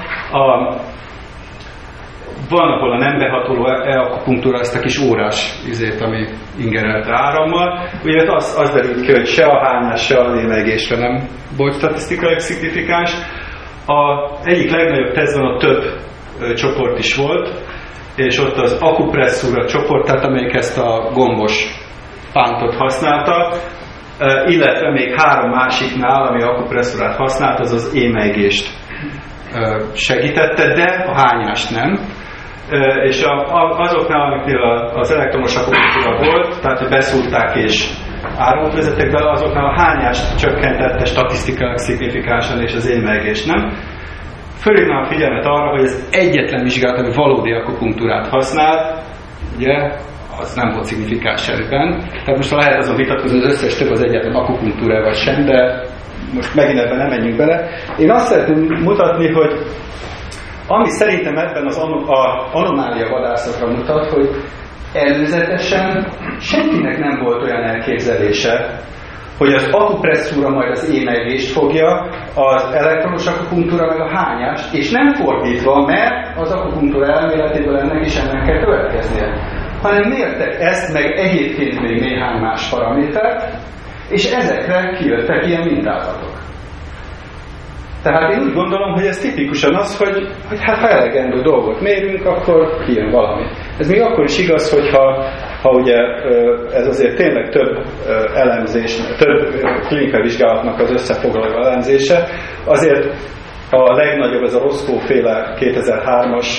Van, ahol a nem behatoló akupunktúra ezt a kis órás izét, ami ingerelte árammal. Ugye az derült ki, hogy se a hányás, se a émelygésre nem volt statisztikailag szignifikáns. Egyik legnagyobb tesztben a több csoport is volt, és ott az akupresszúra csoport, tehát amelyik ezt a gombos pántot használta, illetve még 3 másiknál, ami akupresszúrát használt, az az émelygést segítette, de a hányást nem. És azoknál, amiknél az elektromos akupunktúra volt, tehát hogy beszúrták és áramot vezettek bele, azoknál a hányást csökkentette statisztikailag szignifikánsan, és az émelygést nem. Fölhívnám a figyelmet arra, hogy ez egyetlen vizsgálat, ami valódi akupunktúrát használt, ugye, az nem volt szignifikáns ebben. Tehát most lehet azon vitatkozni, az összes több az egyetlen akupunktúra vagy sem, de most megint ebben nem menjünk bele. Én azt szeretném mutatni, hogy ami szerintem ebben az anomália vadászatra mutat, hogy előzetesen senkinek nem volt olyan elképzelése, hogy az akupresszúra majd az émelygést fogja, az elektromos akupunktúra meg a hányást, és nem fordítva, mert az akupunktúra elméletéből ennek is ennek kell következnie. Hanem mértek ezt, meg egyébként még néhány más paramétert, és ezekre kijöttek ilyen mintázatok. Tehát én úgy gondolom, hogy ez tipikusan az, hogy hát ha elegendő dolgot mérünk, akkor kijön valami. Ez még akkor is igaz, ha ugye ez azért tényleg több elemzés, több klinikai vizsgálatnak az összefoglaló elemzése, azért a legnagyobb, ez a Roscoe-féle 2003-as,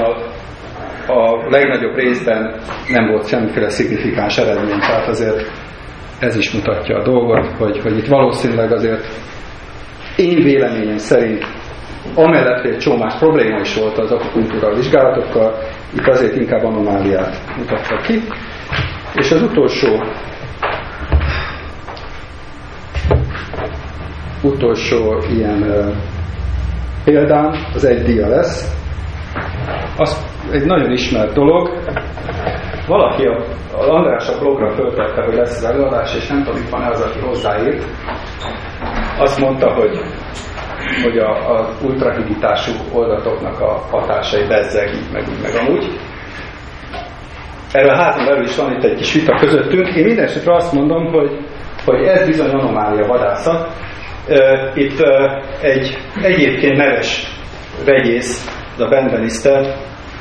a legnagyobb részben nem volt semmiféle szignifikáns eredmény, tehát azért ez is mutatja a dolgot, hogy itt valószínűleg azért én véleményem szerint amellett, hogy egy csomás probléma is volt az akupunktúra vizsgálatokkal, itt azért inkább anomáliát mutattak ki. És az utolsó ilyen példám, az egy dia lesz. Az egy nagyon ismert dolog. Valaki az András a blogra föltette, hogy lesz az előadás, és nem tudom, itt van-e az, aki hozzáírt. Azt mondta, hogy az ultrahigítású oldatoknak a hatásai bezzeg, meg úgy, meg amúgy. Erről a házon belül is van itt egy kis vita közöttünk. Én mindenesetre azt mondom, hogy ez bizony anomália vadászat. Itt egy egyébként neves vegyész, a Ben Benister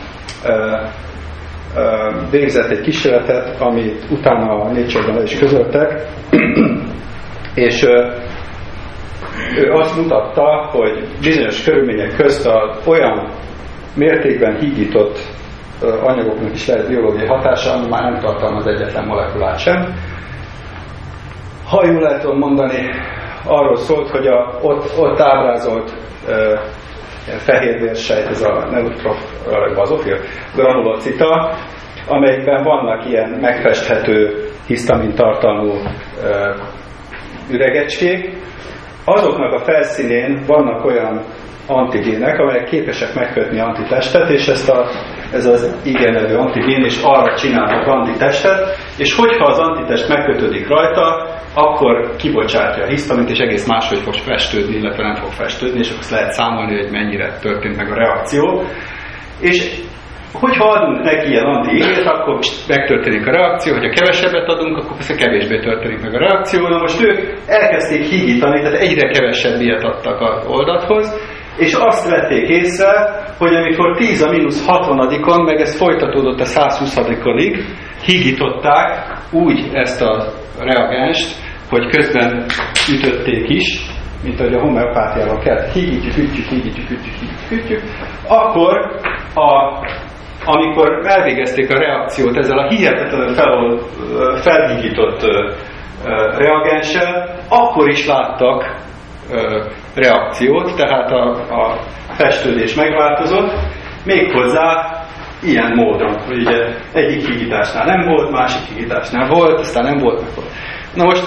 végzett egy kísérletet, amit utána a Nature-ben le is közöltek, és ő azt mutatta, hogy bizonyos körülmények közt olyan mértékben hígított anyagoknak is lehet biológiai hatása, ami már nem tartalmaz egyetlen molekulát sem. Ha jól lehet mondani, arról szólt, hogy ott ábrázolt fehérvérsejt, ez a neutrofil granulocita, amelyikben vannak ilyen megfesthető hisztamin tartalmú üregecskék. Azoknak a felszínén vannak olyan antigének, amelyek képesek megkötni antitestet, és ez az igen nevű antigén, és arra csinálnak antitestet, és hogyha az antitest megkötődik rajta, akkor kibocsátja a hisztamint, és egész máshogy fog festődni, illetve nem fog festődni, és azt lehet számolni, hogy mennyire történt meg a reakció. És hogyha adunk neki ilyen antigént, akkor megtörténik a reakció, hogyha kevesebbet adunk, akkor persze kevésbé történik meg a reakció. Na most ők elkezdték hígítani, tehát egyre kevesebb ilyet adtak az oldathoz, és azt vették észre, hogy amikor 10 a -60-on, meg ez folytatódott a 120-ig, hígították úgy ezt a reagenst, hogy közben ütötték is, mint ahogy a homeopátiával kell. Hígítjük, akkor amikor elvégezték a reakciót ezzel a hihetetlenül felhígított reagenssel, akkor is láttak reakciót, tehát a festődés megváltozott, méghozzá ilyen módon, hogy ugye egyik hígításnál nem volt, másik hígításnál volt, aztán nem volt, meg volt. Na most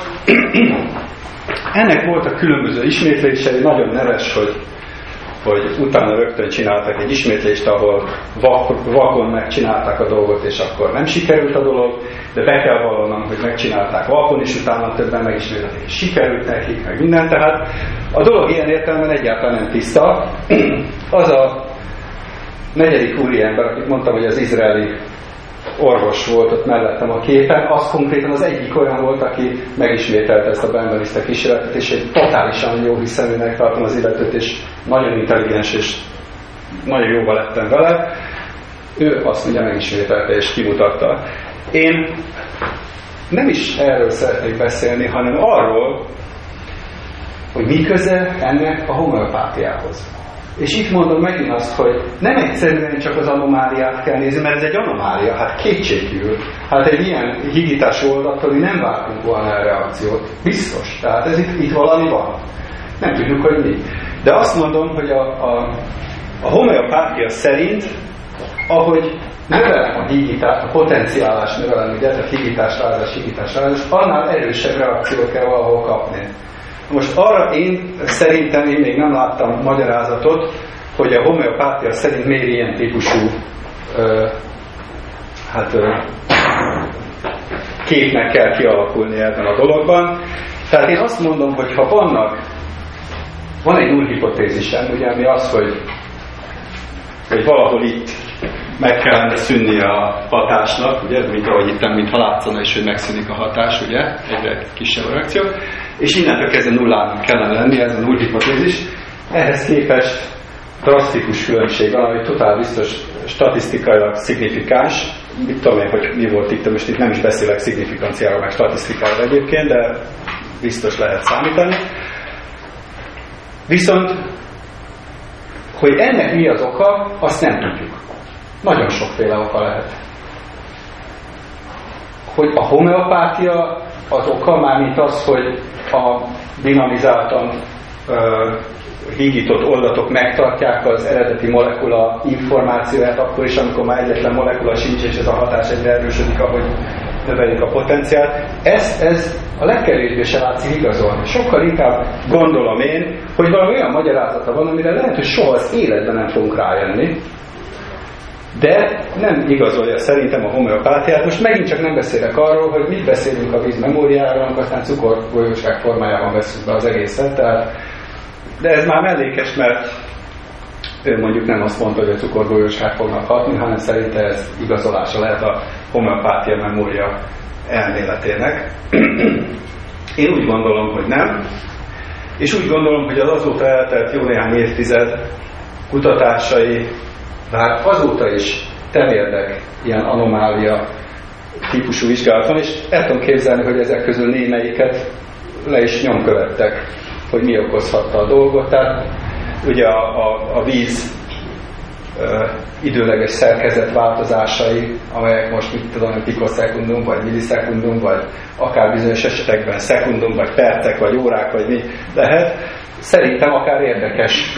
ennek voltak különböző ismétlései, nagyon neves, hogy utána rögtön csináltak egy ismétlést, ahol vakon megcsinálták a dolgot, és akkor nem sikerült a dolog, de be kell vallanom, hogy megcsinálták vakon, és utána többen megismételték, és sikerült nekik, meg minden. Tehát a dolog ilyen értelemben egyáltalán nem tiszta. Az a 4. úriember, akit mondtam, hogy az izraeli orvos volt ott mellettem a képen, az konkrétan az egyik olyan volt, aki megismételte ezt a benvenista kísérletet, és egy totálisan jó hiszeműnek tartom az illetőt, és nagyon intelligens, és nagyon jóval lettem vele. Ő azt mondja, megismételte és kimutatta. Én nem is erről szeretnék beszélni, hanem arról, hogy mi köze ennek a homeopátiához. És itt mondom megint azt, hogy nem egyszerűen csak az anomáliát kell nézni, mert ez egy anomália, hát kétségkívül. Hát egy ilyen hígítás oldattól nem vártunk volna a reakciót. Biztos. Tehát ez itt valami van. Nem tudjuk, hogy mi. De azt mondom, hogy a homeopátia szerint, ahogy növelem a hígítás, a potenciálás növelem, ugye, tehát hígítás, annál erősebb reakciót kell valahol kapni. Most arra szerintem én még nem láttam magyarázatot, hogy a homeopátia szerint miért ilyen típusú képnek kell kialakulni ebben a dologban. Tehát én azt mondom, hogy ha van egy nullhipotézisem, ugye, ami az, hogy valahol itt meg kellene szűnni a hatásnak, ugye, mint ahogy itt, mintha látszana is, hogy megszűnik a hatás, ugye, egyre kisebb a reakció, és innentől kezdve nullának kellene lenni, ez a nullhipotézis. Ehhez képest drasztikus különbség van, ami totál biztos statisztikailag szignifikáns. Mit tudom én, hogy mi volt itt, most itt nem is beszélek szignifikanciáról, meg statisztikáról egyébként, de biztos lehet számítani. Viszont, hogy ennek mi az oka, azt nem tudjuk. Nagyon sokféle oka lehet. Hogy a homeopátia az oka, mármint az, hogy a dinamizáltan hígított oldatok megtartják az eredeti molekula információját akkor is, amikor már egyetlen molekula sincs, és ez a hatás egyre erősödik, ahogy növeljük a potenciált. Ez a legkevésbé se látszik igazolni. Sokkal inkább gondolom én, hogy valami olyan magyarázata van, amire lehet, hogy soha az életben nem fogunk rájönni, de nem igazolja szerintem a homeopátiát. Most megint csak nem beszélek arról, hogy mit beszélünk a víz memóriáról, amikor aztán cukorgolyóság formájában veszünk be az egészet. De ez már mellékes, mert ő mondjuk nem azt mondta, hogy a cukorgolyóság fognak hatni, hanem szerinte ez igazolása lehet a homeopátia memória elméletének. Én úgy gondolom, hogy nem. És úgy gondolom, hogy az azóta eltelt jó néhány évtized kutatásai már azóta is temérdek ilyen anomália típusú vizsgálaton, és el tudom képzelni, hogy ezek közül némelyiket le is nyomkövettek, hogy mi okozhatta a dolgot. Tehát ugye a víz időleges szerkezetváltozásai, amelyek most mit tudom, pikoszekundum, vagy millisekundum, vagy akár bizonyos esetekben szekundum, vagy percek, vagy órák, vagy mi lehet. Szerintem akár érdekes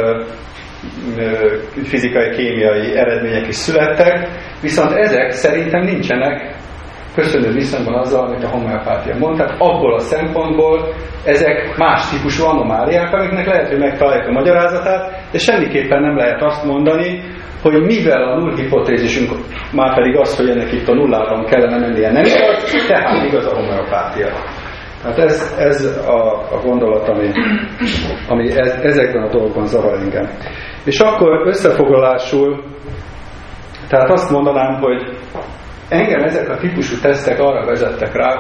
fizikai, kémiai eredmények is születtek, viszont ezek szerintem nincsenek köszönő viszonyban azzal, amit a homeopátia mond. Tehát abból a szempontból ezek más típusú anomáliák, amiknek lehet, hogy megtalálják a magyarázatát, de semmiképpen nem lehet azt mondani, hogy mivel a null hipotézisünk már pedig az, hogy ennek itt a nullában kellene mennie, nem igaz, tehát igaz a homeopátia. Hát ez a gondolat, ami ezekben a dolgokban zavar engem. És akkor összefoglalásul, tehát azt mondanám, hogy engem ezek a típusú tesztek arra vezettek rá,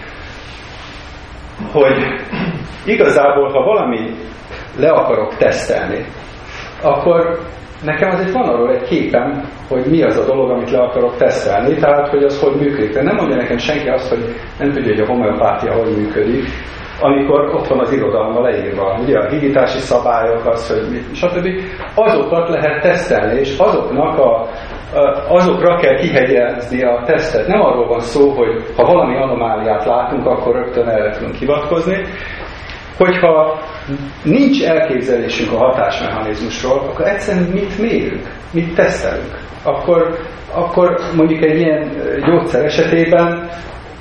hogy igazából, ha valami le akarok tesztelni, akkor nekem azért van arról egy képem, hogy mi az a dolog, amit le akarok tesztelni, tehát hogy az hogy működik. De nem mondja nekem senki azt, hogy nem tudja, hogy a homeopátia hogy működik, amikor ott van az irodalomban leírva. Ugye a higítási szabályok, az, hogy stb. Azokat lehet tesztelni, és azokra kell kihegyezni a tesztet. Nem arról van szó, hogy ha valami anomáliát látunk, akkor rögtön erre tudunk hivatkozni. Hogyha nincs elképzelésünk a hatásmechanizmusról, akkor egyszerűen mit mérünk, mit tesztelünk. Akkor mondjuk egy ilyen gyógyszer esetében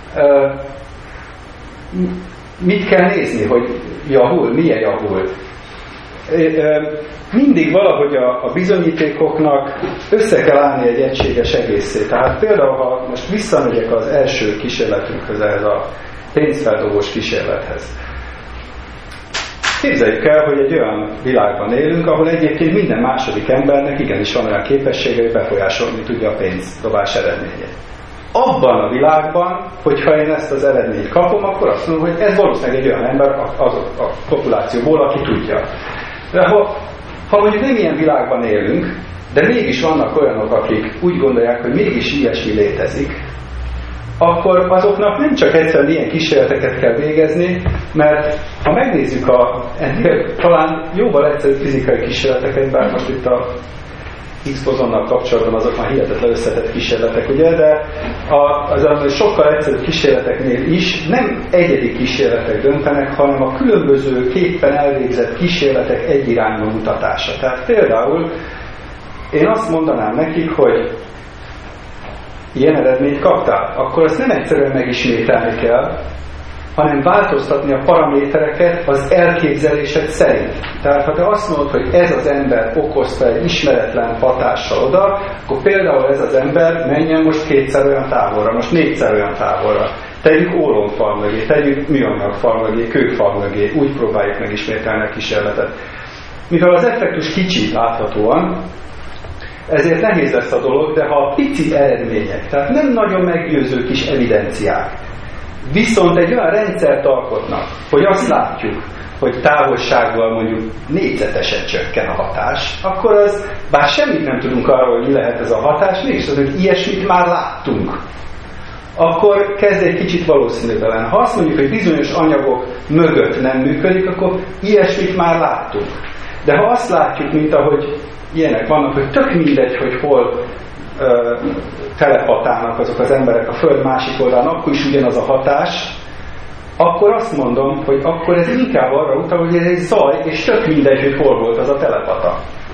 mit kell nézni, hogy javul, milyen javul. Mindig valahogy a bizonyítékoknak össze kell állni egy egységes egészé. Tehát például, ha most visszamegyek az első kísérletünkhöz, ez a pénzfeldobós kísérlethez. Képzeljük el, hogy egy olyan világban élünk, ahol egyébként minden második embernek igenis van olyan képessége, hogy befolyásolni tudja a pénzdobás eredményét. Abban a világban, hogyha én ezt az eredményt kapom, akkor azt mondom, hogy ez valószínűleg egy olyan ember a populációból, aki tudja. De ha mondjuk nem ilyen világban élünk, de mégis vannak olyanok, akik úgy gondolják, hogy mégis ilyesmi létezik, akkor azoknak nem csak egyszerűen ilyen kísérleteket kell végezni, mert ha megnézzük ennél talán jóval egyszerű fizikai kísérleteket, bár most itt a Higgs-bozonnal kapcsolatban azok már hihetetlen összetett kísérletek, ugye, de az sokkal egyszerűbb kísérleteknél is nem egyedi kísérletek döntenek, hanem a különböző képpen elvégzett kísérletek egyirányú mutatása. Tehát például én azt mondanám nekik, hogy ilyen eredményt kaptál, akkor azt nem egyszerűen megismételni kell, hanem változtatni a paramétereket az elképzelésed szerint. Tehát ha te azt mondod, hogy ez az ember okozta egy ismeretlen hatással oda, akkor például ez az ember menjen most 2-szer olyan távolra, most 4-szer olyan távolra. Tegyük ólomfal mögé, tegyük műanyagfal mögé, kőfal mögé, úgy próbáljuk megismételni a kísérletet. Mivel az effektus kicsi láthatóan, ezért nehéz lesz a dolog, de ha a pici eredmények, tehát nem nagyon meggyőző kis evidenciák, viszont egy olyan rendszert alkotnak, hogy azt látjuk, hogy távolsággal mondjuk négyzetesen csökken a hatás, akkor az, bár semmit nem tudunk arról, hogy mi lehet ez a hatás, mégis az, hogy ilyesmit már láttunk, akkor kezd egy kicsit valószínűbb lenni. Ha azt mondjuk, hogy bizonyos anyagok mögött nem működik, akkor ilyesmit már láttunk. De ha azt látjuk, mint ahogy ilyenek vannak, hogy tök mindegy, hogy hol telepatálnak azok az emberek a Föld másik oldalán, akkor is ugyanaz a hatás, akkor azt mondom, hogy akkor ez inkább arra utal, hogy ez egy zaj, és tök mindegy, hogy hol volt az a telepata.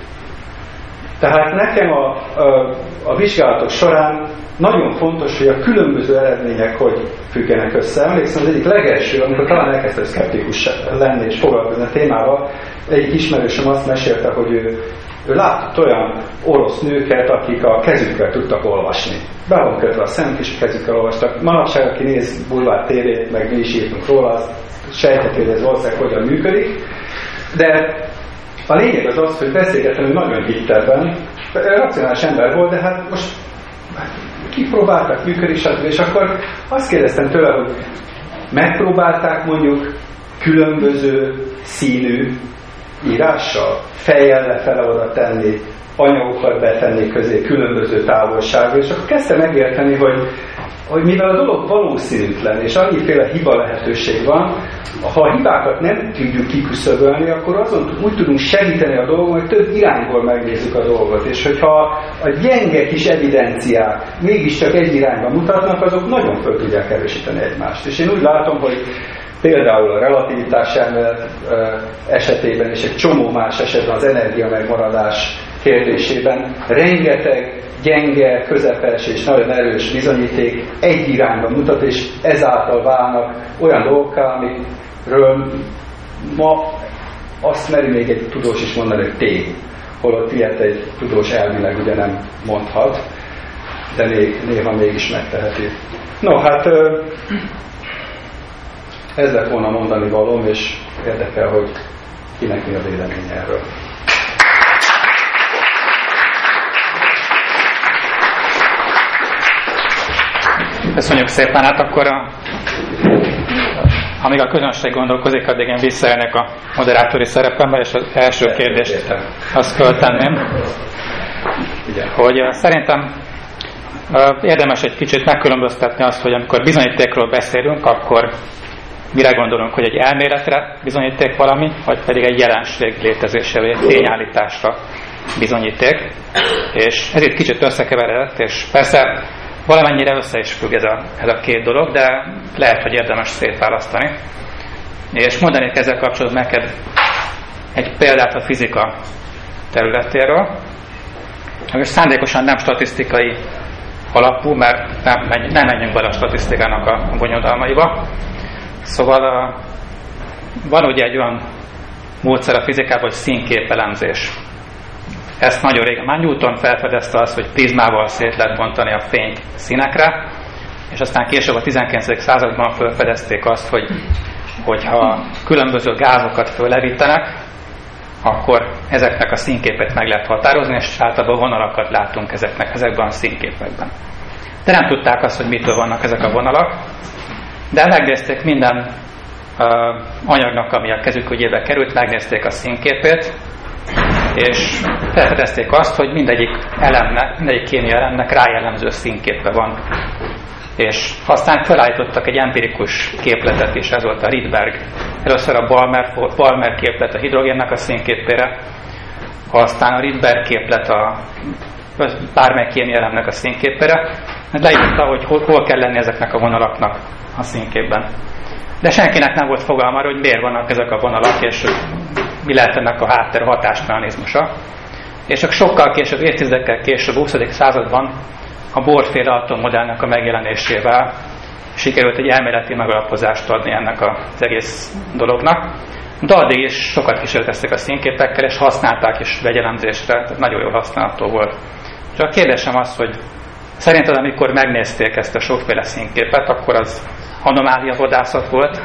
Tehát nekem a vizsgálatok során nagyon fontos, hogy a különböző eredmények hogy függenek össze. Emlékszem, az egyik legelső, amikor talán elkezdtem szkeptikus lenni és foglalkozni a témával, egyik ismerősöm azt mesélte, hogy ő látott olyan orosz nőket, akik a kezükkel tudtak olvasni. Be van kötve a szemük, és a kezükkel olvastak. Manapság, aki néz Bulvár tévét, meg mi is írtunk róla, az sejteti, hogy ez valószínűleg hogyan működik. De a lényeg az, hogy beszélgettem, hogy nagyon hitt ebben. Racionális ember volt, de hát most kipróbáltak, működik, stb. És akkor azt kérdeztem tőle, hogy megpróbálták mondjuk különböző színű írással, fejjel lefele oda tenni, anyagokat betenni közé különböző távolságra, és akkor kezdte megérteni, hogy hogy mivel a dolog valószínűtlen, és annyiféle hiba lehetőség van, ha a hibákat nem tudjuk kiküszöbölni, akkor azon úgy tudunk segíteni a dolgon, hogy több irányból megnézzük a dolgot. És hogyha a gyenge kis evidenciák mégiscsak egy irányba mutatnak, azok nagyon föl tudják erősíteni egymást. És én úgy látom, hogy például a relativitás elmélet esetében és egy csomó más esetben az energia megmaradás kérdésében rengeteg gyenge, közepes és nagyon erős bizonyíték egy irányba mutat, és ezáltal válnak olyan dolgokká, amikről ma azt meri még egy tudós is mondani, hogy tény, holott ilyet egy tudós elvileg ugye nem mondhat, de néha mégis megteheti. No, hát ez lett volna mondani valóm, és érdekel, hogy kinek mi a vélemény erről. Köszönjük szépen, hát akkor amíg a közönség gondolkozik, addig én visszaélnek a moderátori szerepembe, és az első kérdést azt föltenném, hogy szerintem érdemes egy kicsit megkülönböztetni azt, hogy amikor bizonyítékról beszélünk, akkor mire gondolunk, hogy egy elméletre bizonyíték valami, vagy pedig egy jelenség létezésére, vagy egy tényállításra bizonyíték. És ez itt kicsit összekeveredett, és persze valamennyire össze is függ ez a két dolog, de lehet, hogy érdemes szétválasztani. És mondanék ezzel kapcsolatban neked egy példát a fizika területéről. És szándékosan nem statisztikai alapú, mert nem menjünk bele a statisztikának a bonyodalmaiba. Szóval van ugye egy olyan módszer a fizikában, hogy színképelemzés. Ezt nagyon régen, már Newton felfedezte azt, hogy prizmával szét lehet bontani a fényt színekre, és aztán később a 19. században felfedezték azt, hogyha különböző gázokat fölevítenek, akkor ezeknek a színképet meg lehet határozni, és általában vonalakat látunk ezekben a színképekben. De nem tudták azt, hogy mitől vannak ezek a vonalak, de megnézték minden anyagnak, ami a kezük ügyébe került, megnézték a színképét, és felfedezték azt, hogy mindegyik kémia elemnek rájellemző színképe van. És aztán felállítottak egy empirikus képletet is, ez volt a Rydberg. Először a Balmer képlet a hidrogénnek a színképére, aztán a Rydberg képlet a bármely kémia elemnek a színképére, leírotta, hogy hol kell lenni ezeknek a vonalaknak a színképben. De senkinek nem volt fogalma arra, hogy miért vannak ezek a vonalak, és mi lehet ennek a háttér hatásmechanizmusa. És csak sokkal később, évtizedekkel később, 20. században a Bohr-féle atommodellnek a megjelenésével sikerült egy elméleti megalapozást adni ennek az egész dolognak. De addig is sokat kísérleteztek a színképekkel, és használták is vegyelemzésre, tehát nagyon jól használható volt. Csak a kérdésem az, hogy szerinted, amikor megnézték ezt a sokféle színképet, akkor az anomália vadászat volt?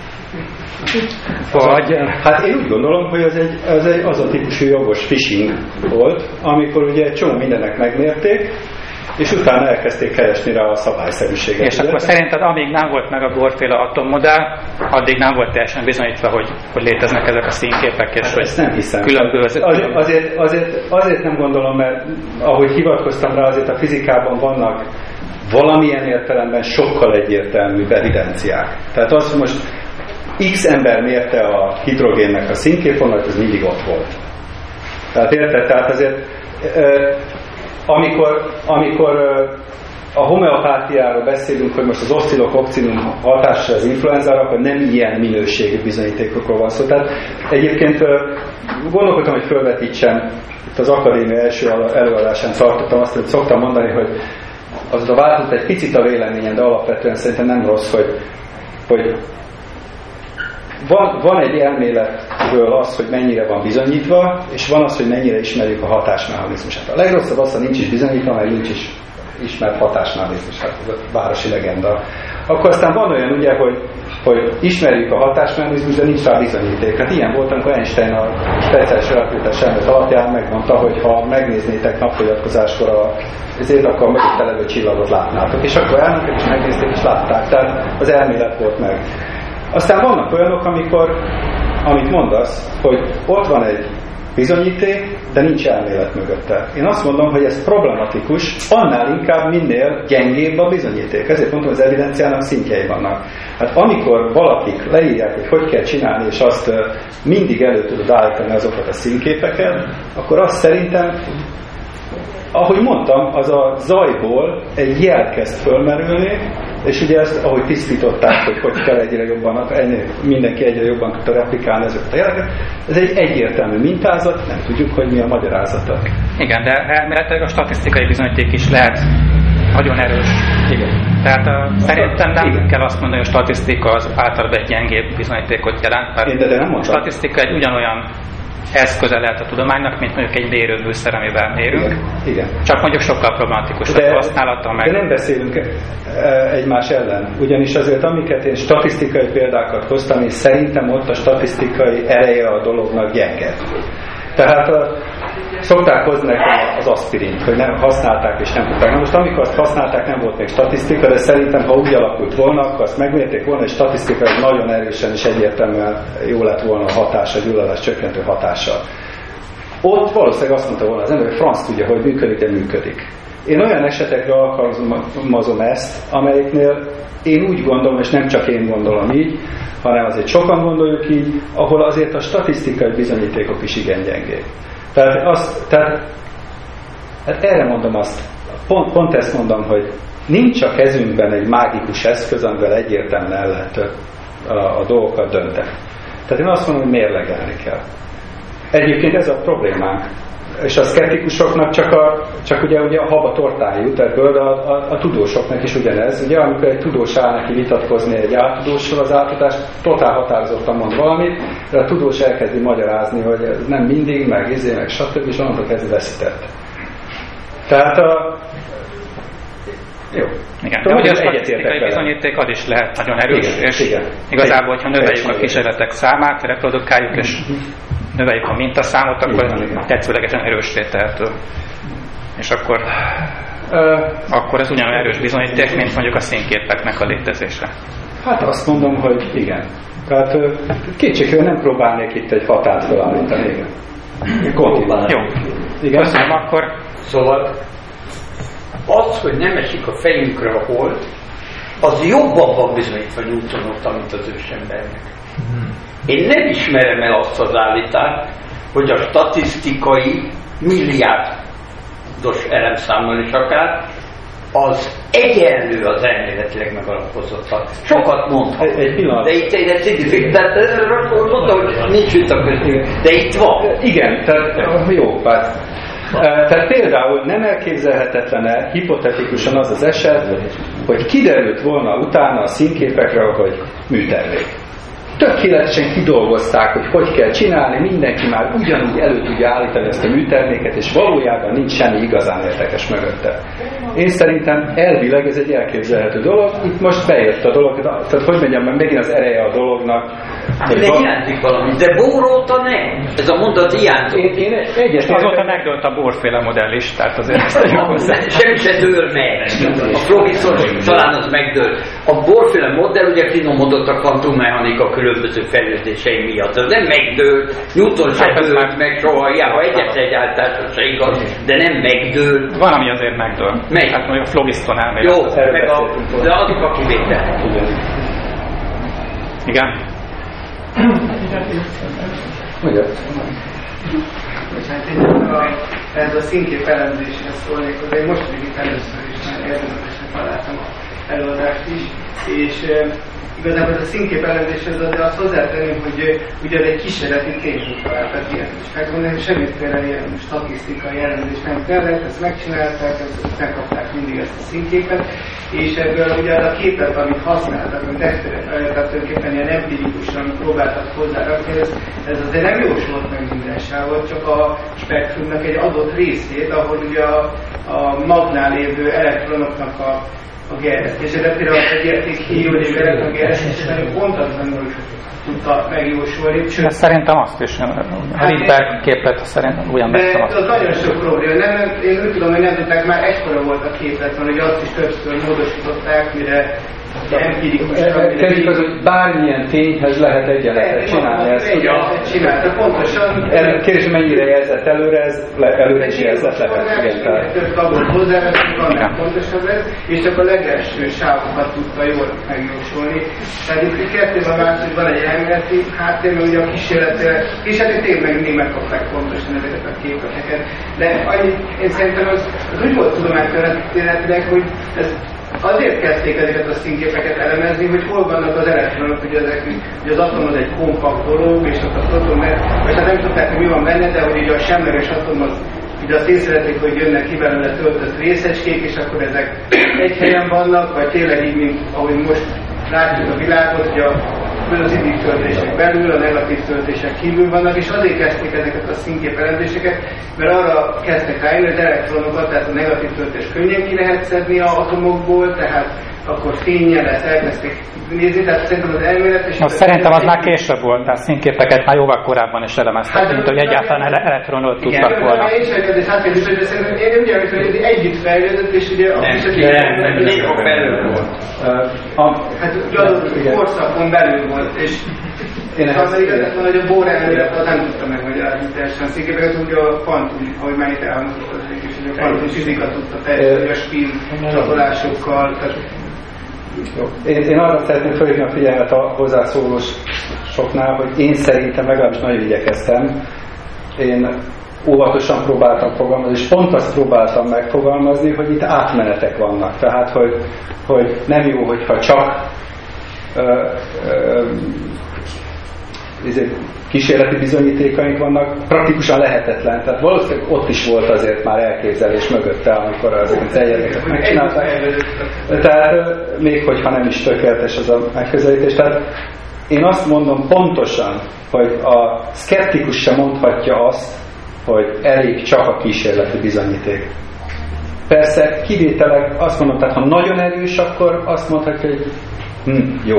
Vagy, hát én úgy gondolom, hogy az a típusú jogos phishing volt, amikor ugye egy csomó mindennek megmérték, és utána elkezdték keresni rá a szabályszerűséget. És akkor szerinted, amíg nem volt meg a Bohr-féle atommodell, addig nem volt teljesen bizonyítva, hogy léteznek ezek a színképek, és hát hogy ezt nem hiszem. Különböző... Azért nem gondolom, mert ahogy hivatkoztam rá, azért a fizikában vannak valamilyen értelemben sokkal egyértelműbb evidenciák. Tehát az, hogy most X ember mérte a hidrogénnek a színképvonalat, ez mindig ott volt. Tehát érted? Tehát azért amikor a homeopátiáról beszélünk, hogy most az oszcillokokcinum hatása az influenzára, akkor nem ilyen minőségű bizonyítékokról van szó. Tehát egyébként gondolkodtam, hogy felvetítsem, itt az akadémia első előadásán tartottam azt, hogy szoktam mondani, hogy az változott egy picit a véleményen, de alapvetően szerintem nem rossz, hogy van egy elméletről az, hogy mennyire van bizonyítva, és van az, hogy mennyire ismerjük a hatásmechanizmusát. A legrosszabb az, ha nincs is bizonyítva, mert nincs is ismert hatásmechanizmus, hát ez a városi legenda. Akkor aztán van olyan ugye, hogy ismerjük a hatásmechanizmus, de nincs rá bizonyíték. Hát ilyen volt, amikor Einstein a speciális relativitás elmélet alapján megmondta, hogy ha megnéznétek napfogyatkozáskor ezért akkor mögötte levő csillagot látnátok. És akkor elmentek és megnézték és látták. Tehát az elmélet volt meg. Aztán vannak olyanok, amit mondasz, hogy ott van egy bizonyíték, de nincs elmélet mögötte. Én azt mondom, hogy ez problematikus, annál inkább minél gyengébb a bizonyíték. Ezért mondom, az evidenciának szintjei vannak. Hát amikor valakik leírják, hogy kell csinálni, és azt mindig elő tudod állítani azokat a színképeket, akkor azt szerintem, ahogy mondtam, az a zajból egy jel kezd fölmerülni, és ugye ezt, ahogy tisztították, hogy kell egyre jobban, mindenki egyre jobban tudta replikálni ezeket a jeleket, ez egy egyértelmű mintázat, nem tudjuk, hogy mi a magyarázata. Igen, de elméletileg a statisztikai bizonyíték is lehet nagyon erős. Igen. Tehát szerintem nem kell azt mondani, hogy a statisztika az általában egy gyengébb bizonyítékot jelent, mert de nem a statisztika egy ugyanolyan eszköze lehet a tudománynak, mint mondjuk egy mérőműszer, amivel mérünk. Igen. Csak mondjuk sokkal problematikusabb használata meg. De nem beszélünk egymás ellen. Ugyanis azért, amiket én statisztikai példákat hoztam, és szerintem ott a statisztikai ereje a dolognak gyenge. Tehát szokták hozni az aspirint, hogy nem használták és nem tudták. Na most amikor azt használták, nem volt még statisztika, de szerintem ha úgy alakult volna, akkor azt megmérték volna, és statisztikai nagyon erősen és egyértelműen jó lett volna a hatása, a gyulladás csökkentő hatása. Ott valószínűleg azt mondta volna az ember, hogy franc tudja, hogy működik, de működik. Én olyan esetekre alkalmazom ezt, amelyiknél én úgy gondolom, és nem csak én gondolom így, hanem azért sokan gondoljuk így, ahol azért a statisztikai bizonyítékok is igen gyengék. Tehát erre mondom azt, pont ezt mondom, hogy nincs a kezünkben egy mágikus eszköz, amivel egyértelműen el lehet a dolgokat dönteni. Tehát én azt mondom, hogy mérlegelni kell. Egyébként ez a problémánk. És a szkeptikusoknak csak ugye a haba tortája jut ebből, a tudósoknak is ugyanez. Ugye amikor egy tudós áll neki vitatkozni egy áltudósról, az áltudás totál határozottan mond valamit, de a tudós elkezdi magyarázni, hogy ez nem mindig, meg stb. És onnantól kezdve veszített. Tehát jó. Igen, de ugye a statisztikai bizonyíték az is lehet nagyon erős, igen, és igen. Igazából, hogyha növeljük a kísérletek számát, reprodukáljuk, és növeljük a mintaszámot, akkor tetszőlegesen erőssé tehető. És akkor ez ugyanolyan erős bizonyíték, mint mondjuk a színképeknek a létezése. Hát azt mondom, hogy igen. Tehát kétségkívül nem próbálnék itt egy határt felállítani. Igen. Jó. Igen. Köszönöm akkor. Szóval az, hogy nem esik a fejünkre a hold, az jobban van bizonyítva Newtonoknak, mint az ősembernek. Én nem ismerem el azt az állítást, hogy a statisztikai milliárdos elemszámmal is akár, az egyenlő az elméletileg megalapozottan. Sokat mondhat. Egy pillanat. De itt egy szignifikáns, mondta, hogy nincs itt a köztünk, de itt van. Igen, tehát jó, tehát például nem elképzelhetetlen-e hipotetikusan az az eset, hogy kiderült volna utána a színképekről, hogy műtermék. Tökéletesen kidolgozták, hogy kell csinálni, mindenki már ugyanúgy elő tudja állítani ezt a műterméket, és valójában nincs semmi igazán érdekes mögötte. Én szerintem elvileg ez egy elképzelhető dolog, itt most bejött a dolog, tehát hogy mondjam, mert megint az ereje a dolognak. De hiányzik valami, de Bohr óta nem. Ez a mondat hiányzik. Azóta megdőlt a Bohr-féle modell is, tehát azért ezt tegyük hozzá. Semmi se dől meg. A Flogisson talán az megdőlt. A Bohr-féle modell ugye finomodott a kvantummechanika különböző fejlődései miatt. Ez nem megdőlt, Newton se dőlt meg soha, hiába egyetlen állításra se igaz, de nem megdőlt. Van, ami azért megdől. Hát mondjuk a Flogiston elmélet. Jó, de azok a kivétel. Igen. Ez a színkép elemzéshez szólnék, hogy én most még itt először is már érdemesen találtam előadást is, és igazából ez a színkép elemzéshez azért azt hozzátenném, hogy ugye egy kísérleti tényről találtak ilyet is. Megmondani, semmiféle ilyen statisztikai elemzés nem kellett, ezt megcsinálták, ezt megkapták mindig ezt a színképet, és ebből ugye az a képet, amit használtak, amit tehát tulajdonképpen ilyen empirikusan próbáltak hozzárakni, ez azért nem jósolt meg minden sávot, csak a spektrumnak egy adott részét, ahol ugye a magnál lévő elektronoknak a gerjesztésére, például egy híjólévő elektron gerjesztésében pontatlanul tudta megjósolni. Szerintem azt is, a Rydberg képlet szerint ugyan de az nagyon sok probléma. Én úgy tudom, hogy nem tudták, már ekkora volt a képlet, mert ugye azt is többször módosították, mire Tegyük az, hogy bármilyen tényhez lehet egyenletet csinálni. Egyenletet csinálni, pontosan. Kérdés, mennyire jelzett előre, előre is jelzett lehet. Igen, több tagot hozzávettünk, annál pontosabb ez, és csak a legelső sávokat tudta jól megjósolni. Tehát itt kettőben vált, hogy van egy elméleti háttér, mert ugye a kísérleti tényleg még megkapták pontosan ezeket a képleteket. De annyit, én szerintem az úgy volt tudománytörténetileg, hogy ez azért kezdték ezeket a színképeket elemezni, hogy hol vannak az elektronok, hogy az atom az egy kompakt dolog, és ott a proton, vagy hát nem tudták, hogy mi van benne, de hogy ugye a semleges atom az, ugye azt észrevették, hogy jönnek ki belőle töltött részecskék, és akkor ezek egy helyen vannak, vagy tényleg így, mint ahogy most látjuk a világot, hogy a pozitív töltések belül, a negatív töltések kívül vannak, és azért kezdték ezeket a színképelendéseket, mert arra kezdtek rájönni, hogy az elektronokat, tehát a negatív töltés könnyen ki lehet szedni az atomokból, tehát akkor fényjel lesz, elkezdték nézni, tehát szerintem az elmélet... És szerintem az már később volt, tehát színképeket már jóval korábban is elemeztek, mint hogy egyáltalán elektronot tudtak volna. Igen, én sem kérdés, hát kérdés, hogy szerintem én úgy jelenti, hogy együtt fejlődött, és ugye a nem belül volt. Hát ugye adott korszakon belül volt, és én azt igazán van, hogy a Bohr elmélet az nem tudta megmagyarázni teljesen színképeket, ugye a kvantum, ahogy már itt elhangzott az egyik, és a kvantum fizika tudta teljesen, a spin csatolásokkal, Én arra szeretném felhívni a figyelmet a hozzászólósoknál, hogy én szerintem legalábbis nagyon igyekeztem. Én óvatosan próbáltam fogalmazni, és pont azt próbáltam megfogalmazni, hogy itt átmenetek vannak. Tehát, hogy nem jó, hogyha csak kísérleti bizonyítékaink vannak, praktikusan lehetetlen. Tehát valószínűleg ott is volt azért már elképzelés mögötte, amikor az egyenleteket megcsinálták. Tehát még hogyha nem is tökéletes az a megközelítés. Tehát én azt mondom pontosan, hogy a szkeptikus sem mondhatja azt, hogy elég csak a kísérleti bizonyíték. Persze kivételek, azt mondom, tehát ha nagyon erős, akkor azt mondhatja, hogy jó.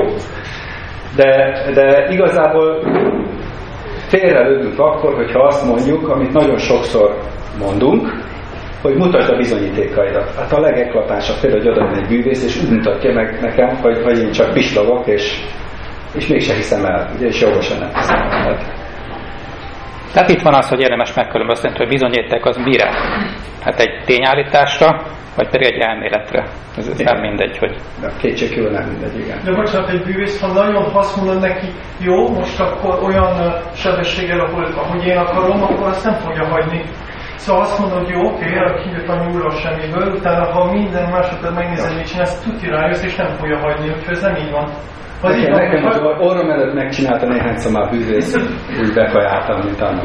De igazából félrelövünk akkor, hogyha azt mondjuk, amit nagyon sokszor mondunk, hogy mutasd a bizonyítékaidat. Hát a legeklatánsabb például, hogy oda egy bűvész, és úgy mutatja meg nekem, hogy én csak pislogok, és mégse hiszem el, ugye, és jogosan nem hiszem el. Tehát itt van az, hogy érdemes megkülönböztetni, hogy bizonyíték az mire? Hát egy tényállításra, vagy pedig egy elméletre. Ez nem mindegy, hogy... De kétségkívül nem mindegy, igen. De bocsánat, egy bűvész, ha nagyon azt mondod neki, jó, most akkor olyan sebességgel, ahogy én akarom, akkor azt nem fogja hagyni. Szóval azt mondod, jó, oké, kijött a nyúlra semmiből, utána ha minden másodperc megnézed, mit csinálsz, tuti rájössz, és nem fogja hagyni, úgyhogy ez nem így van. Nekem az orrom előtt megcsinálta néhányszor már bűvész, úgy bekajáltam, mint annak.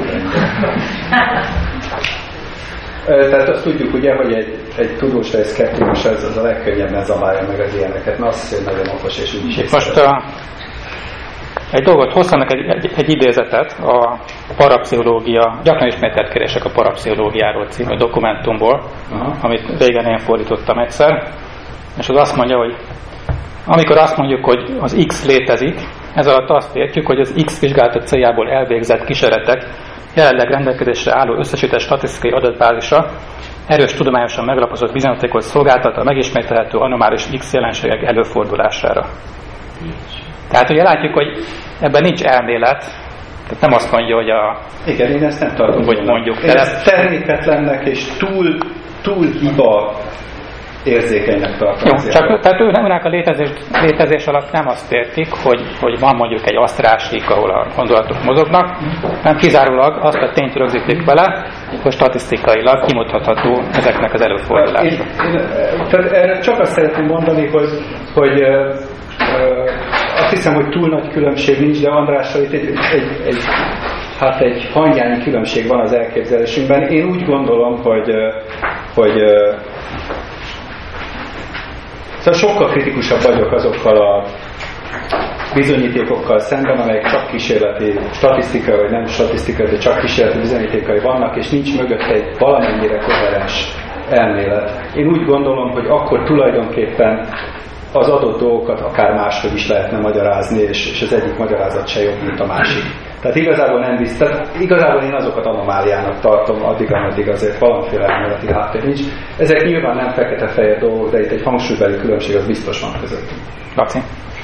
Tehát azt tudjuk ugye, hogy egy tudós vagy szkeptikus az a legkönnyebben zabálja meg az ilyeneket, mert azt hiszem, nagyon okos és úgy is. Most egy dolgot hozzanak egy idézetet a parapszichológia, gyakran ismételt kérdések a parapszichológiáról című dokumentumból, amit régen én fordítottam egyszer, és az azt mondja, hogy amikor azt mondjuk, hogy az X létezik, ez alatt azt értjük, hogy az X vizsgálatok céljából elvégzett kísérletek jelenleg rendelkezésre álló összesített statisztikai adatbázisa erős tudományosan megalapozott bizonyítékot szolgáltat a megismételhető anomális X jelenségek előfordulására. Tehát ugye látjuk, hogy ebben nincs elmélet, tehát nem azt mondja, hogy igen, én ezt nem tartom. Hogy mondjuk. Én ezt terméketlennek és túl hiba érzékenynek tartom. Jó, csak tehát őnek a létezés alatt nem azt értik, hogy van mondjuk egy asztrálsík, ahol a gondolatok mozognak, hanem kizárólag azt a tényt rögzítik vele, hogy statisztikailag kimutatható ezeknek az előfordulása. Tehát erre csak azt szeretném mondani, hogy azt hiszem, hogy túl nagy különbség nincs, de Andrással itt egy hangyányi különbség van az elképzelésünkben. Én úgy gondolom, hogy szóval sokkal kritikusabb vagyok azokkal a bizonyítékokkal szemben, amelyek csak kísérleti, statisztikai vagy nem statisztikai, de csak kísérleti bizonyítékai vannak, és nincs mögötte egy valamennyire koherens elmélet. Én úgy gondolom, hogy akkor tulajdonképpen az adott dolgokat akár máshogy is lehetne magyarázni, és az egyik magyarázat se jobb, mint a másik. Tehát igazából nem biztos. Tehát igazából én azokat anomáliának tartom, addig azért valamiféle elméleti háttér nincs. Ezek nyilván nem fekete-fehér dolgok, de itt egy hangsúlybeli különbség az biztos van közöttünk. Laci?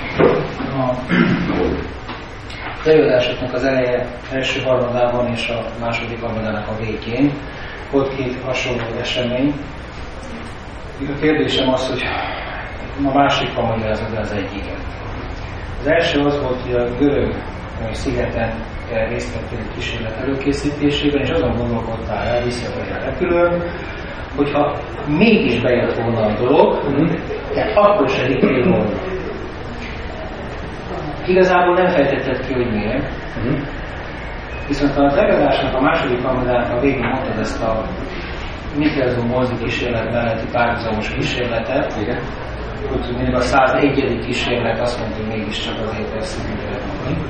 Az előadásoknak az eleje első harmadában és a második harmadának a végén volt két hasonló esemény. A kérdésem az, hogy a másikra magyarázod az egyiket. Az első az volt, hogy a görög szigeten részt vettünk kísérlet előkészítésében, és azon gondolkodtál el visszafelé a repülőn, hogyha mégis bejött volna a dolog, de akkor se hittél volna. Igazából nem fejtetted ki, hogy miért. Viszont az előadásnak a második harmadának a végén mondtad ezt a Michelson-Morley kísérlet melletti párhuzamos kísérletet, hogy még a 101. kísérlet azt mondta, hogy mégiscsak azért ezt mondani.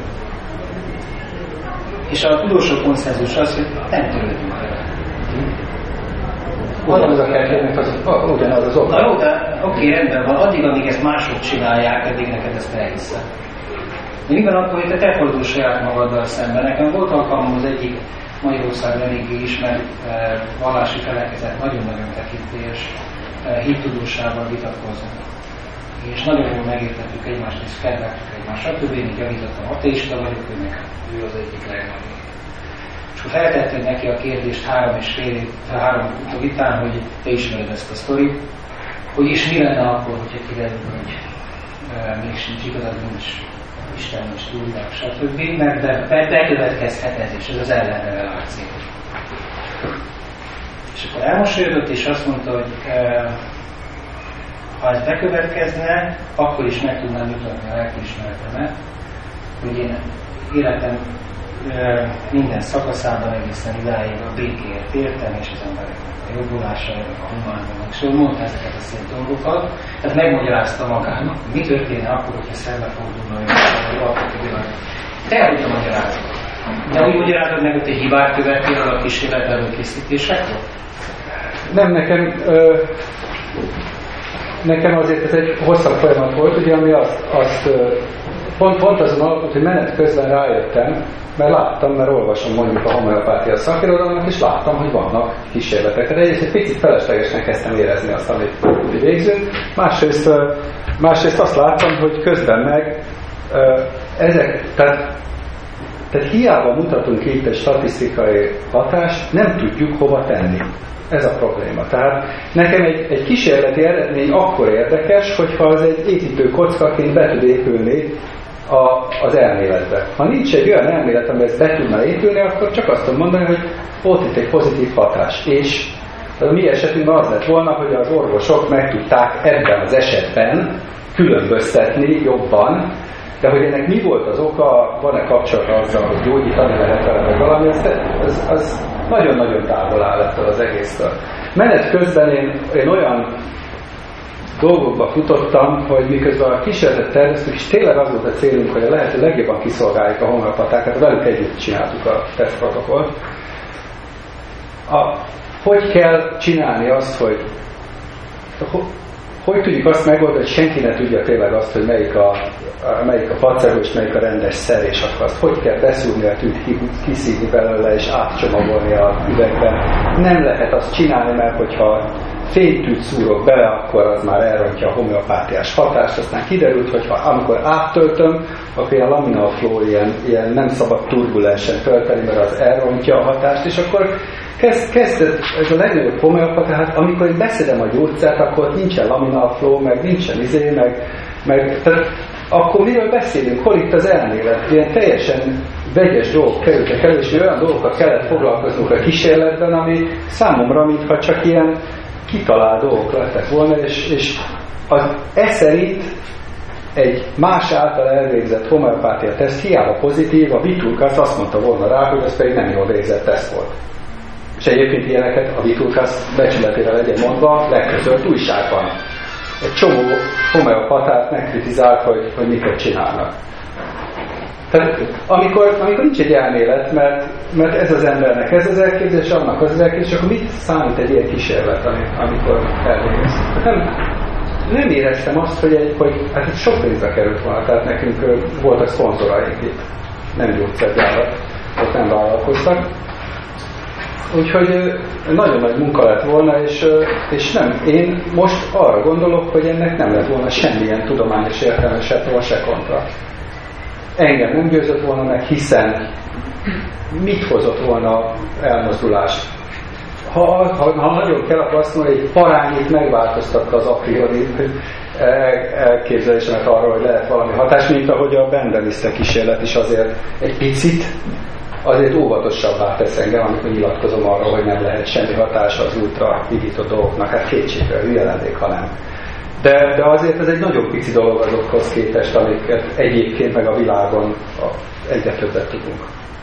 És a tudósok konszenzus az, hogy nem törődünk vele. Ugyanaz a kettőnek ugyanaz az oka. Na jó, de oké, rendben van. Addig, amíg ezt mások csinálják, addig neked ezt elhiszem. De mi van akkor, hogy te fordul saját magaddal szemben? Nekem volt alkalmam az egyik Magyarországon eléggé ismert vallási felekezet, nagyon-nagyon tekintélyes hittudósával vitatkozunk. És nagyon jól megértettük egymást, és kedveltük egymást. Stb. Én javítottam, ateista vagyok, ő az egyik legnagyobb. És akkor feltettem neki a kérdést 3 után, hogy te ismered ezt a sztorit, hogy is mi lenne akkor, hogyha kiderül, hogy még sincs igazad, nincs Isten, nincs túlvilág, stb. Mert bekövetkezhet ez, és ez az ellenreveláció. És akkor elmosolyodott, és azt mondta, hogy ha ez bekövetkezne, akkor is meg tudnám mutatni a lelkiismeretemet, hogy én életem minden szakaszában egészen idáig a békéért értem, és az embereknek a jobbulására, a humánnak. És ő mondta ezeket a szép dolgokat, tehát megmagyarázta magának, mi történne akkor, hogyha szembefordulna a alkotóvilág. Te hogy a magyarázat? Te úgy magyarázod meg, hogy te hibát követtél a kísérlet előkészítésekor? Nem, nekem azért ez egy hosszabb folyamat volt, ugye, ami pont azon alapot, hogy menet közben rájöttem, mert olvasom mondjuk a homeopátia szakirodalmat, és láttam, hogy vannak kísérletek. De egy picit feleslegesnek kezdtem érezni azt, amit végzünk. Másrészt azt láttam, hogy közben meg tehát hiába mutatunk itt egy statisztikai hatást, nem tudjuk hova tenni. Ez a probléma. Tehát nekem egy kísérleti eredmény akkor érdekes, hogyha az egy építő kockaként be tud épülni az elméletbe. Ha nincs egy olyan elmélet, amiben ez be tudna épülni, akkor csak azt tudom mondani, hogy volt itt egy pozitív hatás. És a mi esetünkben az lett volna, hogy az orvosok meg tudták ebben az esetben különböztetni jobban, de hogy ennek mi volt az oka, van-e kapcsolata azzal, hogy gyógyítani lehet vele, vagy valami, az nagyon-nagyon távol áll ettől az egésztől. Menet közben én olyan dolgokba futottam, hogy miközben a kísérletet terveztük, és tényleg az volt a célunk, hogy a lehető legjobban kiszolgáljuk a homeopatákat, velük együtt csináltuk a tesztprotokollt. Hogy kell csinálni azt, hogy tudjuk azt megoldani, hogy senki ne tudja tényleg azt, hogy melyik a placebo és melyik a rendes szer, és akkor azt hogy kell beszúrni a tűt, kiszívni belőle és átcsomagolni a üvegben. Nem lehet azt csinálni, mert hogyha fénytűt szúrok bele, akkor az már elrontja a homeopátiás hatást. Aztán kiderült, hogy amikor áttöltöm, akkor ilyen laminal flow, ilyen nem szabad turbulensen tölteni, mert az elrontja a hatást, és akkor kezdett ez a legnagyobb homeopata, hát amikor én beszedem a gyógyszert, akkor nincsen laminal flow, meg nincsen tehát akkor miről beszélünk? Hol itt az elmélet? Ilyen teljesen vegyes dolgok kerültek elő, és olyan dolgokkal kellett foglalkoznunk a kísérletben, ami számomra, mintha csak ilyen kitalált dolgok lettek volna, és szerint egy más által elvégzett homeopátia teszt hiába pozitív, a Vitulkász azt mondta volna rá, hogy az pedig nem jól végzett teszt volt. És egyébként ilyeneket a Vitulkász becsületére legyen mondva, legközölt újságban. Egy csomó homeopatát megkritizált, hogy miket csinálnak. Tehát amikor nincs egy elmélet, mert ez az embernek ez az elképzelés, annak az elképzelés, akkor mit számít egy ilyen kísérlet, amikor elvégez? nem éreztem azt, hogy hát sok pénzbe került volna, tehát nekünk voltak szponzoraink itt, nem gyógyszergyárak, ott nem vállalkoztak. Úgyhogy nagyon nagy munka lett volna, és nem, én most arra gondolok, hogy ennek nem lett volna semmilyen tudományos értelme se pro, se kontra. Engem nem győzött volna meg, hiszen mit hozott volna elmozdulást? Ha nagyon kell, akkor azt mondja, hogy egy parányit megváltoztatta az a priori elképzelésemet arról, hogy lehet valami hatás, mint ahogy a Bendeliszte kísérlet is azért egy picit, azért óvatosabbá tesz engem, amikor nyilatkozom arról, hogy nem lehet semmi hatása az ultra higított dolgoknak. Hát kétségre, hülye lennék, ha nem. De azért ez egy nagyon pici dolog azokhoz képest, amiket egyébként meg a világon egyre többet tudunk.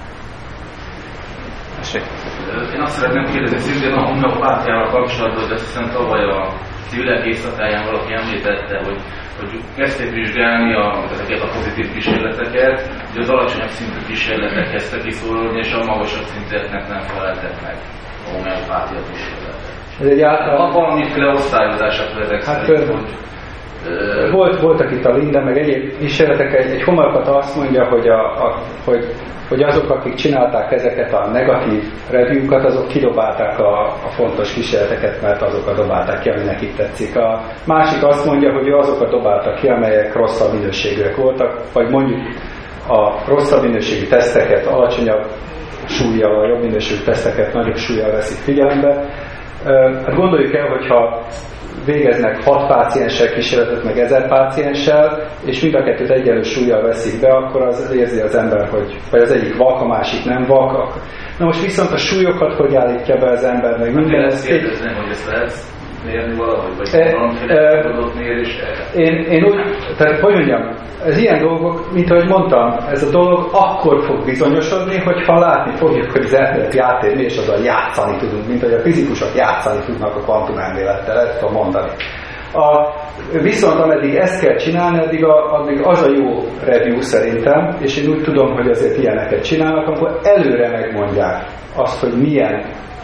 Én azt szeretném kérdezni szintén a homeopátiával kapcsolatban, de azt hiszem tavaly a civilek éjszakáján valaki említette, hogy kezdték vizsgálni ezeket a pozitív kísérleteket, hogy az alacsonyabb szintű kísérletek kezdtek kiszólalni, és a magasabb szinteknek nem feleltek meg a homeopátia kísérletek. Ez egy általán... valamiféle osztályozások ezek szerint, voltak itt a Linda, meg egyéb kísérletek, egy homeopata azt mondja, hogy azok, akik csinálták ezeket a negatív review-kat, azok kidobálták a fontos kísérleteket, mert azokat dobálták ki, ami nekik tetszik. A másik azt mondja, hogy azokat dobáltak ki, amelyek rosszabb minőségűek voltak, vagy mondjuk a rosszabb minőségű teszteket, alacsonyabb súllyal, a jobb minőségű teszteket nagyobb súllyal veszik figyelembe. Hát gondoljuk el, hogyha végeznek 6 pácienssel kísérletet, meg 1000 pácienssel, és mind a kettőt egyenlő súllyal veszik be, akkor az érzi az ember, hogy vagy az egyik vak, a másik nem vak. Na most viszont a súlyokat hogy állítja be az ember, meg minden ezt kérdezném, hogy ezt lehet mérni valahogy, vagy valamiféle tudott mérés? Én úgy, tehát hogy mondjam, ez ilyen dolgok, mint ahogy mondtam, ez a dolog akkor fog bizonyosodni, hogyha látni fogjuk, hogy az elmélet játék és azzal játszani tudunk, mint hogy a fizikusok játszani tudnak a kvantumelmélettel, ezt tudom mondani. Viszont ameddig ezt kell csinálni, addig az a jó review szerintem, és én úgy tudom, hogy azért ilyeneket csinálnak, akkor előre megmondják azt, hogy milyen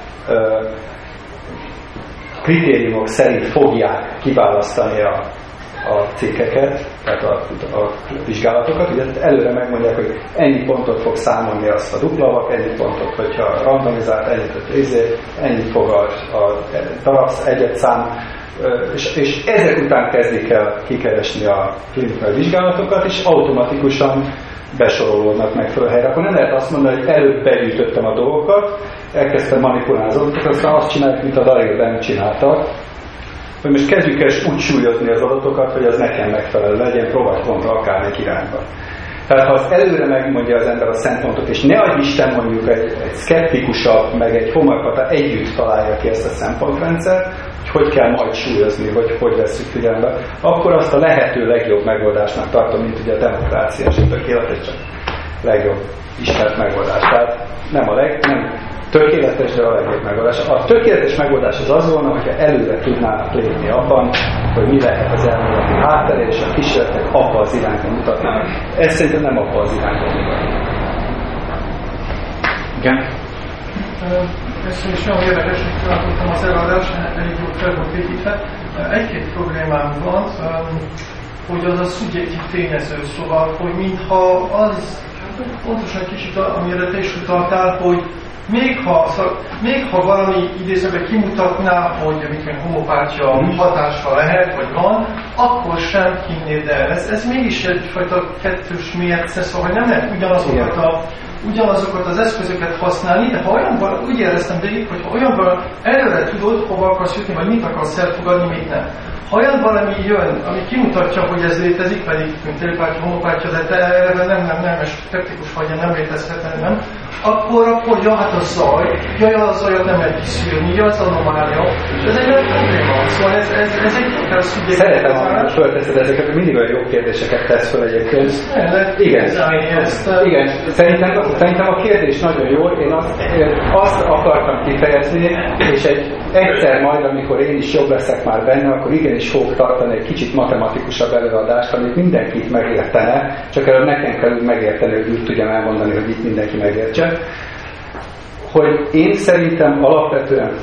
kritériumok szerint fogják kiválasztani a cikkeket, tehát a vizsgálatokat, ugye előre megmondják, hogy ennyi pontot fog számolni azt a duplavak, ennyi pontot, hogyha randomizált, ennyit fog a darabsz egyet szám, és ezek után kezdik el kikeresni a klinikai vizsgálatokat, és automatikusan besorolódnak megfelelő helyre. Akkor nem lehet azt mondani, hogy előbb begyűjtöttem a dolgokat, elkezdtem manipulálni az adatokat, aztán azt csináljuk, mint a Darélben csináltak, hogy most kezdjük el úgy súlyozni az adatokat, hogy az nekem megfelelő legyen, próbálj kontra akármelyik irányba. Tehát ha az előre megmondja az ember a szempontot, és ne adj Isten mondjuk egy szkeptikusabb, meg egy homeopata együtt találja ki ezt a szempontrendszert, hogy kell majd súlyozni, hogy vesszük figyelembe, akkor azt a lehető legjobb megoldásnak tartom, mint ugye a demokrácia és a tökéletes, csak legjobb ismert megoldás. Tehát nem tökéletes, de a legjobb megoldás. A tökéletes megoldás az volna, hogyha előre tudnának lépni abban, hogy mi lehet az elméleti háttere, és a kísérletek abba az irányba mutatnának. Ez szerintem nem abba az irányba mutatnak. Igen? Ezt is nagyon érdekes, hogy látottam az előadást, elég jól fel volt építve. Egy-két problémám van, hogy az a szubjektív tényező, szóval, hogy mintha az, pontosan kicsit, amire te is utaltál, hogy még ha valami idézőben kimutatná, hogy amikor homopátia hatása lehet, vagy van, akkor sem hinnéd el. Ez mégis egyfajta kettős mérce, szóval nem lehet ugyanazokat az eszközöket használni, de ha olyanban, úgy éreztem végig, hogy ha olyanban előre tudod, hova akarsz jutni, vagy mit akarsz elfogadni, mit nem. Ha olyan valami jön, ami kimutatja, hogy ez létezik, pedig mint telepátia, homopátia, de te erre nem, és skeptikus vagy, nem létezhet, nem, akkor ja, hát a zaj, a zajat nem lehet kiszűrni, az anomália, ez egy olyan probléma, szóval ez egy akár szubjektív. Szeretem, amikor fölteszed ezeket, mindig olyan jó kérdéseket tesz föl egyébként. Igen, szerintem a kérdés nagyon jó, én azt akartam kifejezni, és egyszer majd, amikor én is jobb leszek már benne, akkor igenis fogok tartani egy kicsit matematikusabb előadást, amit mindenkit megértene, csak előbb nekem kell úgy megérteni, hogy úgy tudjam elmondani, hogy itt mindenki megértse. Hogy én szerintem alapvetően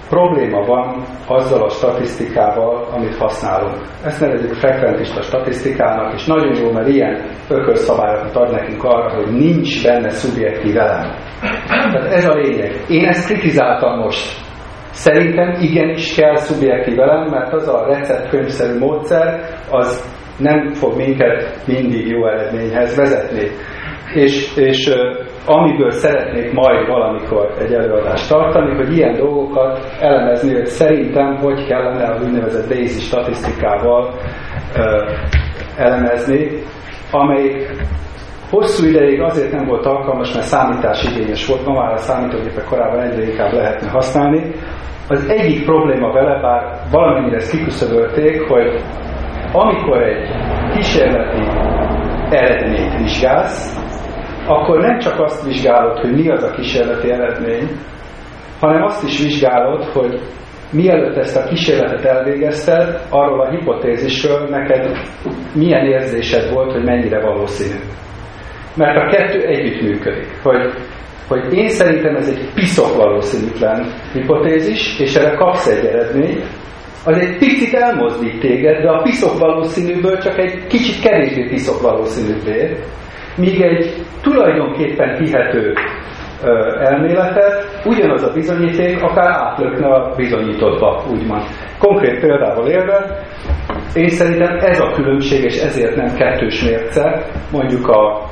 probléma van azzal a statisztikával, amit használunk. Ezt nevezzük frekventista statisztikának, és nagyon jó, mert ilyen ökölszabályokat ad nekünk arra, hogy nincs benne szubjektív elem. Tehát ez a lényeg. Én ezt kritizáltam most. Szerintem igenis kell szubjektív elem, mert az a receptkönyvszerű módszer, az nem fog minket mindig jó eredményhez vezetni. És amiből szeretnék majd valamikor egy előadást tartani, hogy ilyen dolgokat elemezni, hogy szerintem hogy kellene az úgynevezett Bayes statisztikával elemezni, amelyik hosszú ideig azért nem volt alkalmas, mert számításigényes volt, ma már a számítógépek korábban egyre inkább lehetne használni. Az egyik probléma vele, bár valamennyire ezt kiküszöbölték, hogy amikor egy kísérleti eredményt vizsgálsz, akkor nem csak azt vizsgálod, hogy mi az a kísérleti eredmény, hanem azt is vizsgálod, hogy mielőtt ezt a kísérletet elvégezted, arról a hipotézisről neked milyen érzésed volt, hogy mennyire valószínű. Mert a kettő együtt működik. Hogy én szerintem ez egy piszok valószínűtlen hipotézis, és erre kapsz egy eredményt, az egy picit elmozdít téged, de a piszok valószínűből csak egy kicsit kevésbé piszok valószínűbbé, míg egy tulajdonképpen hihető elméletet ugyanaz a bizonyíték akár átlökne a bizonyítottba, úgymond. Konkrét példával élve, én szerintem ez a különbség, és ezért nem kettős mérce, mondjuk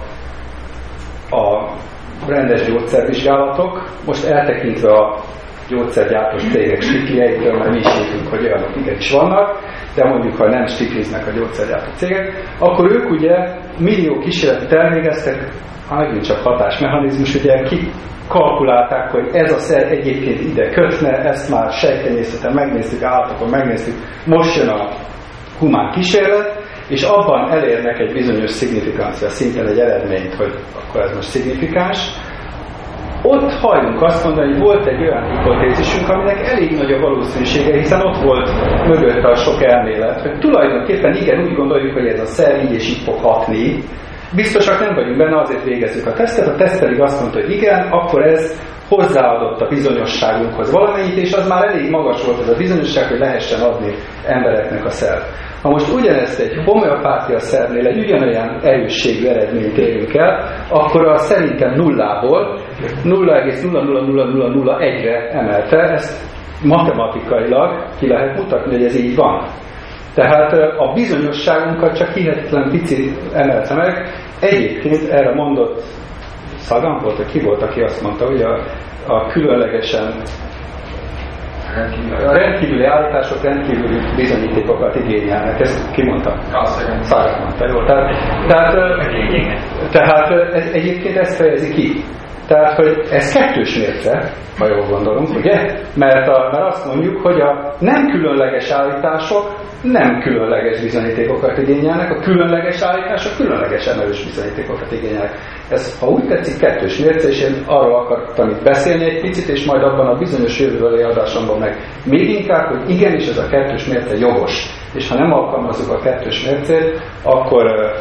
a rendes gyógyszervizsgálatok, most eltekintve a gyógyszergyártós cégek stiklijeitől, mert mi is tudunk, hogy olyanok igenis vannak, de mondjuk, ha nem stikliznek a gyógyszergyártó cégek, akkor ők ugye millió kísérletet elvégeztek, megint csak hatásmechanizmus, ugye kikalkulálták, hogy ez a szer egyébként ide kötne, ezt már sejttenyészeten megnéztük, állatokon megnéztük, most jön a humán kísérlet, és abban elérnek egy bizonyos szignifikáncia szinten egy eredményt, hogy akkor ez most szignifikáns. Ott hajlunk azt mondani, hogy volt egy olyan hipotézisünk, aminek elég nagy a valószínűsége, hiszen ott volt mögötte a sok elmélet, hogy tulajdonképpen igen, úgy gondoljuk, hogy ez a szer így és így fog hatni. Biztosak nem vagyunk benne, azért végezzük a tesztet, a teszt pedig azt mondta, hogy igen, akkor ez hozzáadott a bizonyosságunkhoz valamennyit, és az már elég magas volt ez a bizonyosság, hogy lehessen adni embereknek a szert. Ha most ugyanezt egy homeopátia szernél egy ugyanolyan erősségű eredményt érünk el, akkor a szerintem nullából 0,00001-re emelte, ezt matematikailag ki lehet mutatni, hogy ez így van. Tehát a bizonyosságunkat csak hihetetlen picit emelte meg. Egyébként erre mondott Sagan volt, hogy ki volt, aki azt mondta, hogy a különlegesen a rendkívüli állítások rendkívüli bizonyítékokat igényelnek. Ezt ki mondta? Sagan mondta, jó. Tehát egyébként ezt fejezi ki. Tehát, hogy ez kettős mérce, ha jól gondolunk, ugye? Mert azt mondjuk, hogy a nem különleges állítások nem különleges bizonyítékokat igényelnek, a különleges állítások különlegesen erős bizonyítékokat igényelnek. Ez, ha úgy tetszik, kettős mérce, és én arról akartam itt beszélni egy picit, és majd abban a bizonyos jövőbeli adásomban meg még inkább, hogy igenis ez a kettős mérce jogos. És ha nem alkalmazzuk a kettős mércét, akkor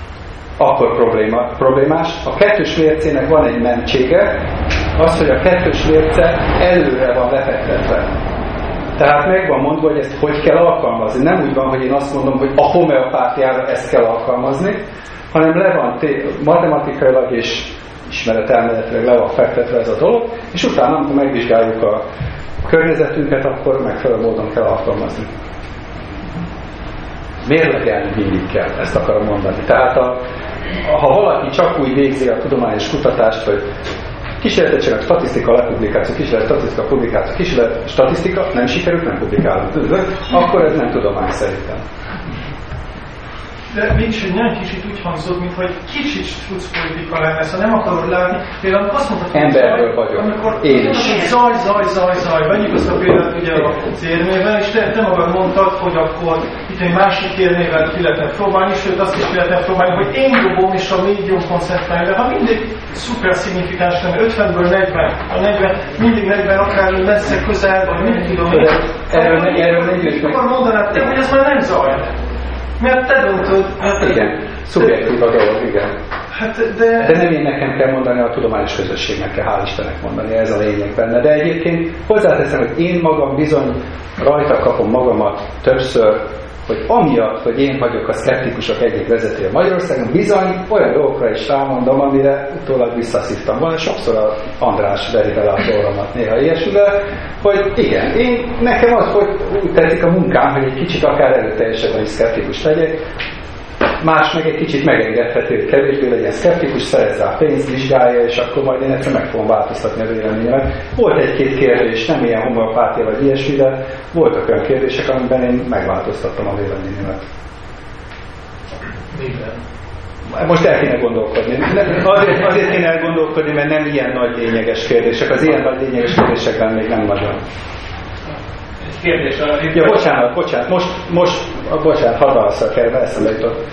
problémás. A kettős mércének van egy mentsége, az, hogy a kettős mérce előre van lefektetve. Tehát meg van mondva, hogy ezt hogy kell alkalmazni. Nem úgy van, hogy én azt mondom, hogy a homeopátiára ezt kell alkalmazni, hanem le van matematikailag és ismeretelméletileg le van fektetve ez a dolog, és utána, amikor megvizsgáljuk a környezetünket, akkor megfelelő módon kell alkalmazni. Mérlegelni mindig kell, ezt akarom mondani. Tehát ha valaki csak úgy végzi a tudományos kutatást, hogy kísérletet csinálnak, statisztika, lepublikáció, kísérlet, statisztika, publikáció, kísérlet, statisztika, nem sikerült, nem publikálunk. Akkor ez nem tudomány szerintem. De mégis egy nagyon kicsit úgy hangzott, mintha egy kicsit struccpolitika lenne, szóval nem akarod látni. Például azt mondtad, emberről vagyok. Amikor én is. Zaj. Vegyük azt a példát ugye az érmével, és te magad mondtad, hogy akkor itt egy másik érmével ki lehetne próbálni, sőt azt is ki lehetne próbálni, hogy én dobom és a médium koncentrálni, de ha mindig szuper szignifikáns lenne, 50-ből 40, a 40, mindig 40, akár messze közel, vagy mit tudom én. Akkor mondanád, hogy ez már nem zaj. Mert te döntöd. Igen, szubjektív a dolog, igen. Hát de nem én nekem kell mondani, a tudományos közösségnek kell, hál' Istennek mondani, ez a lényeg benne. De egyébként hozzáteszem, hogy én magam bizony rajta kapom magamat többször, hogy amiatt, hogy én vagyok a szkeptikusok egyik vezetője Magyarországon, bizony olyan dolgokra is rámondom, amire utólag visszaszívtam volna. Sokszor a András veri bele a dolgomat néha ilyesmivel, hogy igen, nekem az, hogy úgy tetszik a munkám, hogy egy kicsit akár erőteljesebben is szkeptikus legyek, más meg egy kicsit megengedhető, hogy kevésbé legyen szkeptikus, szerez rá pénzt, vizsgálja, és akkor majd én egyszer meg fogom változtatni a véleményemet. Volt egy-két kérdés, nem ilyen homeopátia vagy ilyesmi, de voltak olyan kérdések, amiben én megváltoztattam a véleményemet. Most el kéne gondolkodni. Azért kéne elgondolkodni, mert nem ilyen nagy lényeges kérdések. Az ilyen nagy lényeges kérdésekben még nem nagyon. Kérdés, ja, bocsánat, bocsánat, hadd válaszolok erre, eszembe jutott.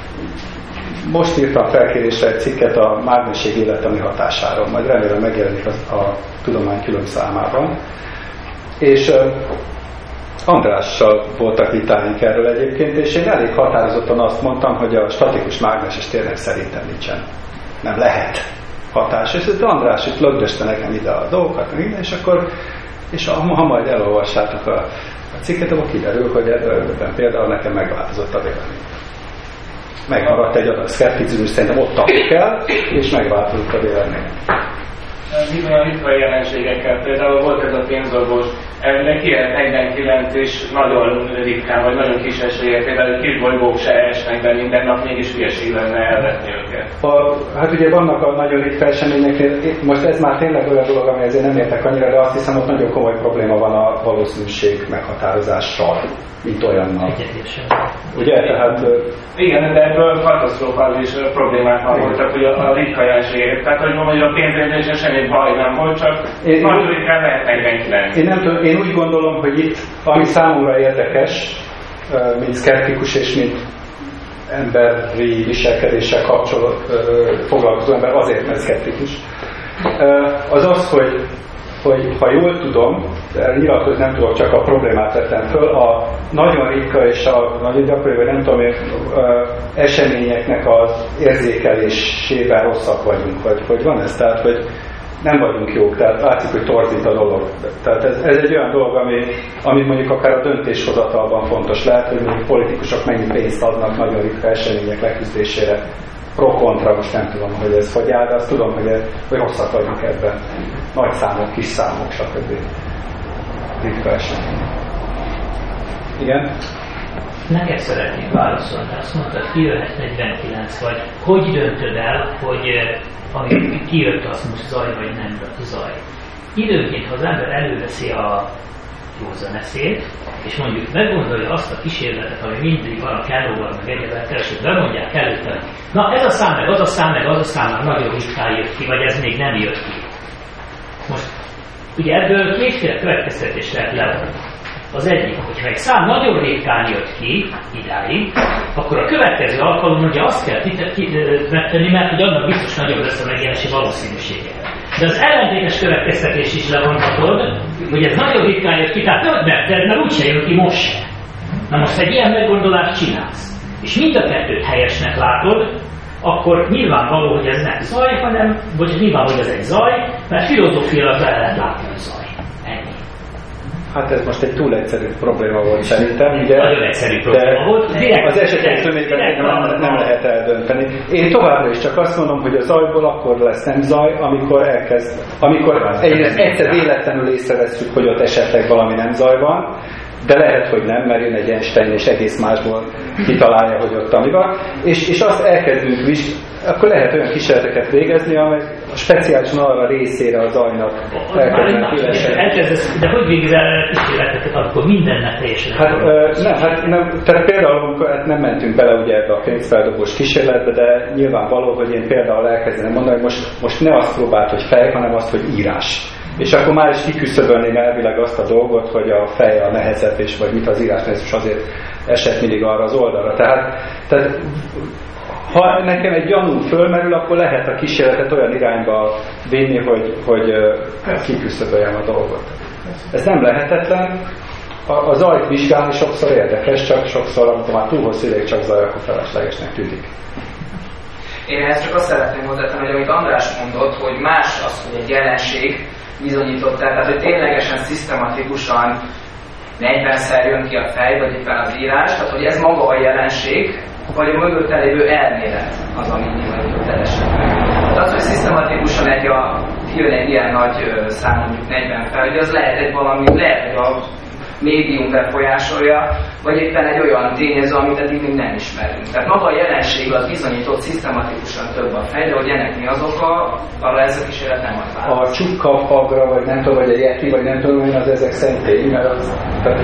Most írtam felkérésre egy cikket a mágneség élettani hatásáról, majd remélem megjelenik a tudomány külön számában. És Andrással voltak vitáink erről egyébként, és én elég határozottan azt mondtam, hogy a statikus mágneses térnek szerintem nincsen. Nem lehet hatás. És András itt lögdöste nekem ide a dolgokat, minden, és ha majd elolvassátok a cikket, akkor kiderül, hogy ebben például nekem megváltozott a vélemény. Megmaradt egy adag szkepticizmus, szerintem ott ahol kell, és megváltozott a vélemény. Mi olyan ritka jelenségekkel? Például volt ez a pénzolvos, neki 49 és nagyon ritkán, vagy nagyon kis esélyek, például kisbolygók se esnek be minden nap, mégis hülyeség lenne elvetni őket. Hát ugye vannak a nagyon ritka események, most ez már tényleg olyan dolog, ami ezért nem értek annyira, de azt hiszem, ott nagyon komoly probléma van a valószínűség meghatározással, mint olyannal. Ugye? Tehát... Igen, de ebből katasztrofális problémák már voltak, hogy a ritka jelenségek. Tehát, hogy a pénzérzésen semmi baj nem volt, csak nagyon ritkán lehet 49. Én nem tudom, én úgy gondolom, hogy itt, ami számomra érdekes, mint szkeptikus és mint emberi viselkedéssel foglalkozó ember, azért, mert szkeptikus, az az, hogy ha jól tudom, nyilatkozni nem tudok, csak a problémát tettem föl, a nagyon ritka és a nagyon gyakori, vagy nem tudom, eseményeknek az érzékelésében rosszak vagyunk, vagy van ez, tehát, hogy nem vagyunk jók, tehát látszik, hogy torzít a dolog. Tehát ez egy olyan dolog, ami mondjuk akár a döntéshozatalban fontos lehet, hogy mondjuk politikusok mennyi pénzt adnak nagyon ritka események leküzdésére, pro-kontra, most nem tudom, hogy ez hogy áll, de azt tudom, hogy rosszak vagyunk ebben. Nagy számok, kis számok, stb. Ritka események. Igen? Neked szeretnék válaszolni, azt mondtad, kijöhet 49, vagy hogy döntöd el, hogy ami kijött, az most zaj, vagy nem zaj. Időnként, ha az ember előveszi a józan eszét, és mondjuk meggondolja azt a kísérletet, ami mindig van a Kenóval, meg egyébként, és bemondják előtte, hogy na ez a szám, meg az a szám, meg az a szám már nagyon ritkán jött ki, vagy ez még nem jött ki. Most ugye ebből kétféle következtetés lehet levonni. Az egyik, hogyha egy szám nagyon ritkán jött ki idáig, akkor a következő alkalommal ugye azt kell megtenni, mert hogy annak biztos nagyobb lesz a megjelenési valószínűsége. De az ellentétes következtetés is levonhatod, hogy ez nagyon ritkán jött ki, tehát nem vetted, mert úgyse jön ki most se. Na most egy ilyen meggondolást csinálsz, és mind a kettőt helyesnek látod, akkor nyilvánvaló, hogy ez nem zaj, hanem, vagy nyilvánvaló, hogy ez egy zaj, mert filozófiailag le lehet látni a zaj. Ennyi. Hát ez most egy túl egyszerű probléma volt szerintem, ugye? Nagyon egyszerű probléma volt. Az esetek tömében nem lehet eldönteni. Én továbbra is csak azt mondom, hogy a zajból akkor lesz nem zaj, amikor egyszer véletlenül észrevesszük, hogy ott esetleg valami nem zaj van, de lehet, hogy nem, mert jön egy Einstein és egész másból kitalálja, hogy ott ami van, és azt elkezdünk akkor lehet olyan kísérleteket végezni, amely speciálisan arra a részére az zajnak elkezdenek elkezdesz, de hogy végezel kísérleteket, akkor mindennek teljesen tehát például nem mentünk bele ugye ebbe a pénzfeldobós kísérletbe, de nyilvánvaló, hogy én például elkezdenem mondani, hogy most ne azt próbált, hogy fej, hanem azt, hogy írás. És akkor már is kiküszöbölném elvileg azt a dolgot, hogy a fej a nehezebb, és vagy mit az írás nehezebb, és azért esett mindig arra az oldalra. Tehát ha nekem egy gyanú fölmerül, akkor lehet a kísérletet olyan irányba vinni, hogy kiküszöböljem a dolgot. Ez nem lehetetlen. A zajt vizsgálni sokszor érdekes, csak sokszor, amikor már túl hosszú ideig csak zaj, akkor feleslegesnek tűnik. Én ehhez csak azt szeretném hozzátenni, hogy amit András mondott, hogy más az, hogy egy jelenség bizonyított, tehát hogy ténylegesen, szisztematikusan 40-szer jön ki a fej, vagy éppen az írás, tehát hogy ez maga a jelenség, vagy a mögötte lévő elmélet az, ami nyilvánított esetleg. Tehát az, hogy szisztematikusan jön egy ilyen nagy szám, mondjuk 40 fel, hogy az lehet egy valami, lehet, hogy a médium befolyásolja, vagy éppen egy olyan tényező, amit eddig még nem ismerünk. Tehát maga a jelenség az bizonyított szisztematikusan több a fej, de hogy ennek mi az oka, arra ez a kísérlet nem ad választ. A csukkapagra, vagy nem tudom, vagy egy yeti, vagy nem tudom, hogy az ezek szentély, mert az...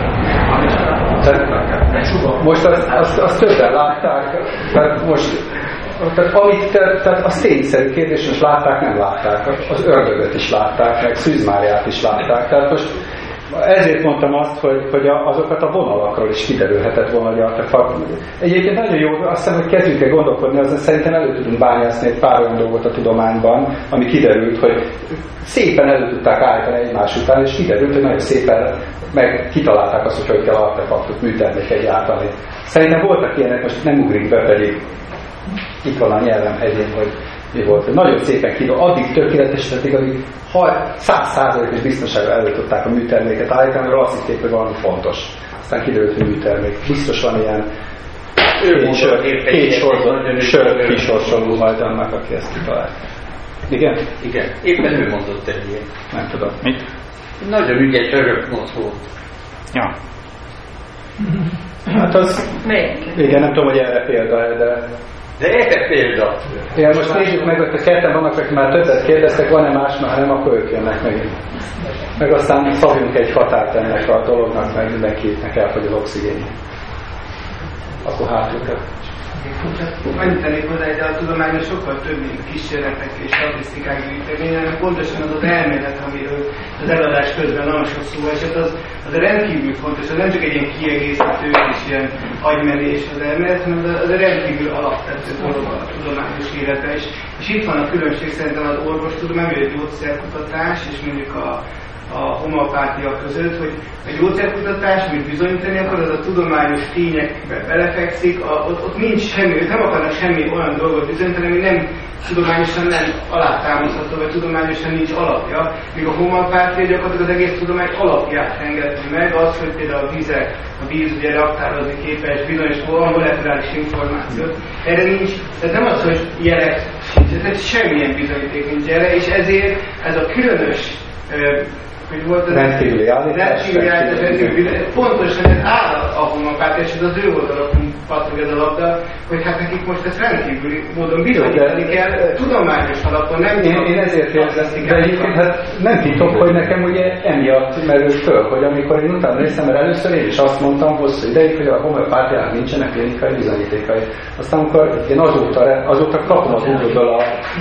Most azt többen látták, tehát most... Tehát az tényszerű kérdés, most látták, nem látták, az ördögöt is látták, meg Szűz Máriát is látták, tehát most ezért mondtam azt, hogy azokat a vonalakról is kiderülhetett volna, hogy artefakt. Egyébként nagyon jó, azt hiszem, hogy kezdjünk el gondolkodni, azon szerintem elő tudunk bányászni egy pár olyan dolgot a tudományban, ami kiderült, hogy szépen elő tudták állítani egymás után, és kiderült, hogy nagyon szépen meg kitalálták azt, hogy kell artefaktot, műterméket gyártani. Szerintem voltak ilyenek, most nem ugrik be, pedig itt van a nyelvem helyén, hogy mi volt, hogy nagyon szépen addig tökéletesítették, addig 100%-os biztonságra elő tudták a műterméket állítani, mert azt hitték, hogy valami fontos. Aztán kiderült, hogy műtermék. Biztos van ilyen két sor kisorsoló majd annak, aki ezt kitalált. Igen? Igen. Éppen ő mondott egy ilyen. Nem tudom. Mit? Nagyon ügyes öröknot volt. Ja. Hát az... Igen, nem tudom, hogy erre példa, de... De erre példa. Igen, most nézzük meg, hogy a ketten vannak, akik már többet kérdeztek, van-e más, ha nem, akkor ők jönnek megint. Meg aztán szabjunk egy határt ennek a dolognak, mert mindenkinek elfogy az oxigén. Akkor hátul. Annyit tennék hozzá, hogy a tudományos sokkal több, mint kísérletek és statisztikák gyűjtemény, hanem pontosan az az elmélet, amiről az eladás közben nagyon sok szó esett, az rendkívül fontos, az nem csak egy ilyen kiegészítő és ilyen agymenés az elmélet, hanem az a rendkívül alapvető dolog a tudományos életben. És itt van a különbség szerintem az orvostudomány, vagy a gyógyszerkutatás, és mondjuk a homeopátia között, hogy a gyógyszerkutatás, amit bizonyítani akar, az a tudományos tényekbe belefekszik, ott nincs semmi, ők nem akarnak semmi olyan dolgot bizonyítani, ami nem tudományosan nem alátámasztható, vagy tudományosan nincs alapja, míg a homeopátia gyakorlatilag az egész tudomány alapját engedni meg, az, hogy például a víz ugye raktározni képes bizonyos molekuláris információt. Erre nincs, tehát nem az, hogy jelek sincs, tehát semmilyen bizonyíték nincs erre, és ezért ez a különös hogy volt az rendkívüli állítás, pontosan ez áll a homeopátia, és ez az ő oldalakon pattog ez a labda, hogy hát nekik most ezt rendkívüli módon bizonyítani kell, tudományos alapon, nem én ezért érzem, de egyébként hát nem titok, hogy nekem ugye emiatt merült föl, hogy amikor én utána néztem, mert először én is azt mondtam hosszú ideig, hogy a homeopátiának nincsenek klinikai bizonyítékai. Aztán amikor én azóta kapom a Google-ből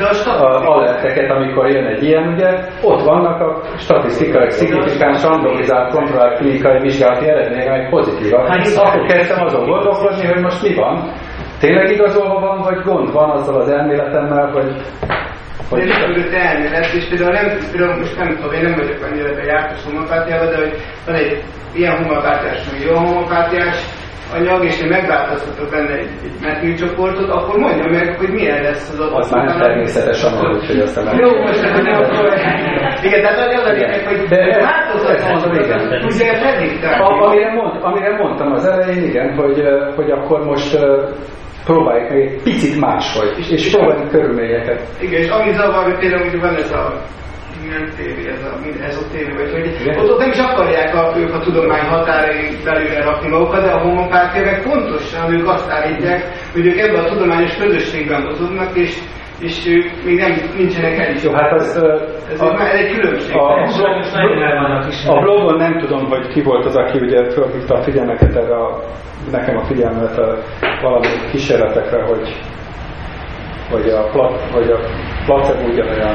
a alerteket, amikor jön egy ilyen, ugye ott vannak a statisztikai szignifikáns, randomizált, kontrollált klinikai vizsgálati eredmények, meg pozitívak. Akkor kezdtem azon gondolkodni, hogy most mi van. Tényleg igazolva van, vagy gond van azzal az elméletemmel, hogy... De nem elmélet, és például most nem tudom, én nem vagyok annyira bejártos homopátiával, de hogy van egy ilyen homopátiás, meg jó homopátiás anyag, és én megváltoztatok benne egy metműcsoportot, akkor mondja meg, hogy milyen lesz az adat. Az már nem természetes anyag, úgyhogy azt nem... Jó, most nem tudom. Igen, tehát az a lényeg, hogy változtatás, ugye prediktált. Amire mondtam az elején, igen, hogy akkor most próbáljuk meg egy picit máshogy, és próbáljuk körülményeket. Igen, és ami zavar, hogy például hogy van ez a milyen tévé, ez a tévé, vagy hogy ott nem is akarják ők a tudomány határai belőle rakni magukat, de a homopátia meg pontosan ők azt állítják, hogy ők ebben a tudományos közösségben mozognak, és ők még nincsenek el is. Jó, hát ez egy különbség. A blogon nem tudom, hogy ki volt az, aki ugye fölhívta a figyelmeket erre nekem a figyelmet valami kísérletekre, hogy a placebo ugyanolyan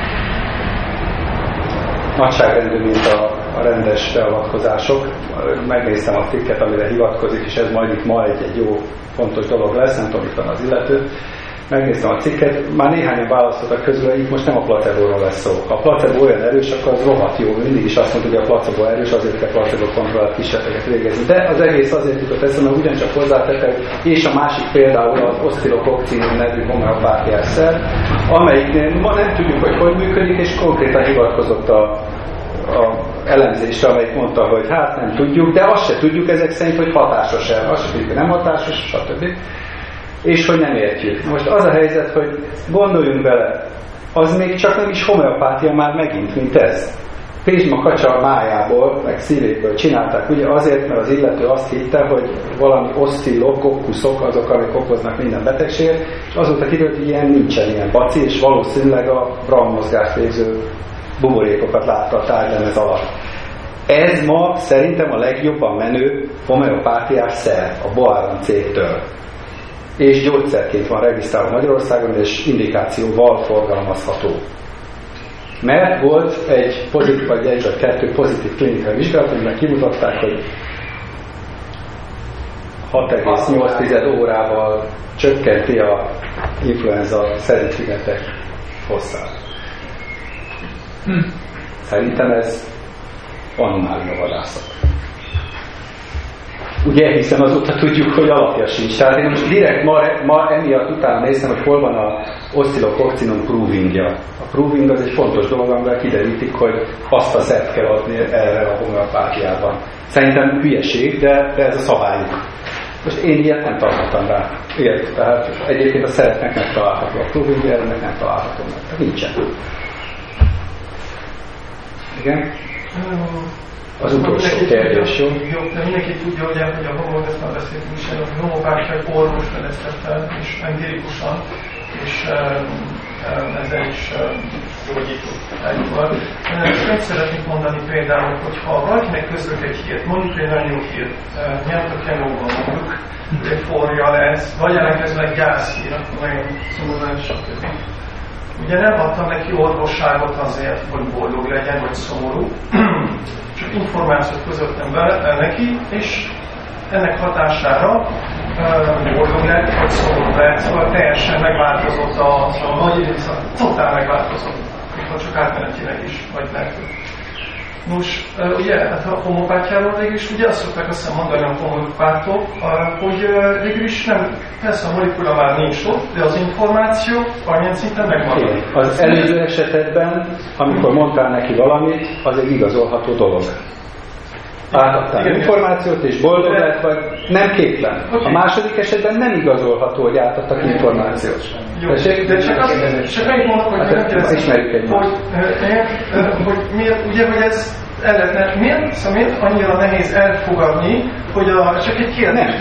nagyságrendű, mint a rendes beavatkozások. Megnéztem a cikket, amire hivatkozik, és ez majd itt ma egy jó fontos dolog lesz, nem tudom, itt van az illető. megnéztem a cikket, már néhányan választottak közül, hogy itt most nem a placebóról lesz szó. Ha a placebo olyan erős, akkor az rohadt jó. Mindig is azt mondta, hogy a placebo erős, azért kell placebo kontrollált kísérleteket végezni. De az egész azért jutott eszembe, mert ugyancsak hozzátette, és a másik például az osztilokoccin nevű homeopátiás szer, amelyiknél ma nem tudjuk, hogy működik, és konkrétan hivatkozott a elemzésre, amelyik mondta, hogy hát nem tudjuk, de azt se tudjuk ezek szerint, hogy hatásos-e. Azt se tudjuk, hogy nem hatásos, stb. És hogy nem értjük. Most az a helyzet, hogy gondoljunk bele, az még csak nem is homeopátia már megint, mint ez. Pézsma kacsa májából, meg szívéből csinálták, ugye azért, mert az illető azt hitte, hogy valami osztillokokkuszok azok, amik okoznak minden betegséget, és azóta kiderült, hogy ilyen baci, és valószínűleg a Brown mozgást végző buborékokat látta a tárgylemez alatt. Ez ma szerintem a legjobban menő homeopátiás szer a Boaran cégtől. És gyógyszerként van regisztrálva Magyarországon, és indikációval forgalmazható. Mert volt egy pozitív, vagy egy vagy kettő pozitív klinikai vizsgálat, amiben kimutatták, hogy 6,8 órával csökkenti a influenza szerintinetek hosszát. Szerintem ez animália vadászat. Ugye, hiszen azóta tudjuk, hogy alapja sincs. Tehát én most direkt ma emiatt utána néztem, hogy hol van a osztilokokcinon provingja. A proving az egy fontos dolog, amivel kiderítik, hogy azt a szert kell adni erre a homeopátiában. Szerintem hülyeség, de ez a szabályuk. Most én ilyet nem találtam rá. Ilyet, tehát egyébként a szeretnek megtalálható, a provingja ennek nem található meg. Tehát nincsen. Igen? Az utolsó kérdés, jó? Jó, de mindenki tudja, hogy a homológ, ezt már beszéltünk is, hogy a homopátia egy orvos fedezte és empirikusan, és ezzel is gyógyított egyúval. Meg szeretnék mondani például, hogy ha valakinek közlök egy hírt, mondjuk egy nagyon jó hírt, nyert a kenóban mondjuk, hogy forja lesz, vagy ellenkezőleg gyászhír, akkor nagyon szomorúan, stb. Ugye nem adtam neki orvosságot azért, hogy boldog legyen, vagy szomorú, csak információt közöttem vele neki, és ennek hatására boldog lett, vagy szomorú lett, szóval teljesen megváltozott a nagy része, totál megváltozott, mikor csak átmenetileg is, vagy lehet. Nos, ugye, hát a homopátiáról végül is ugye azt szokták azt hiszem mondani a homopátok, hogy végül is nem, persze a molekula már nincs ott, de az információ valamilyen szinten megmarad. Az előző esetben, amikor mondtál neki valamit, az egy igazolható dolog. Átadtál információt és boldog lett, vagy nem képlen. Okay. A második esetben nem igazolható, hogy átadtak információt. Jó, de csak megint mondok, hogy nem kérdezem, hogy miért, ugye, hogy ez miért annyira nehéz elfogadni, hogy csak egy kérdés,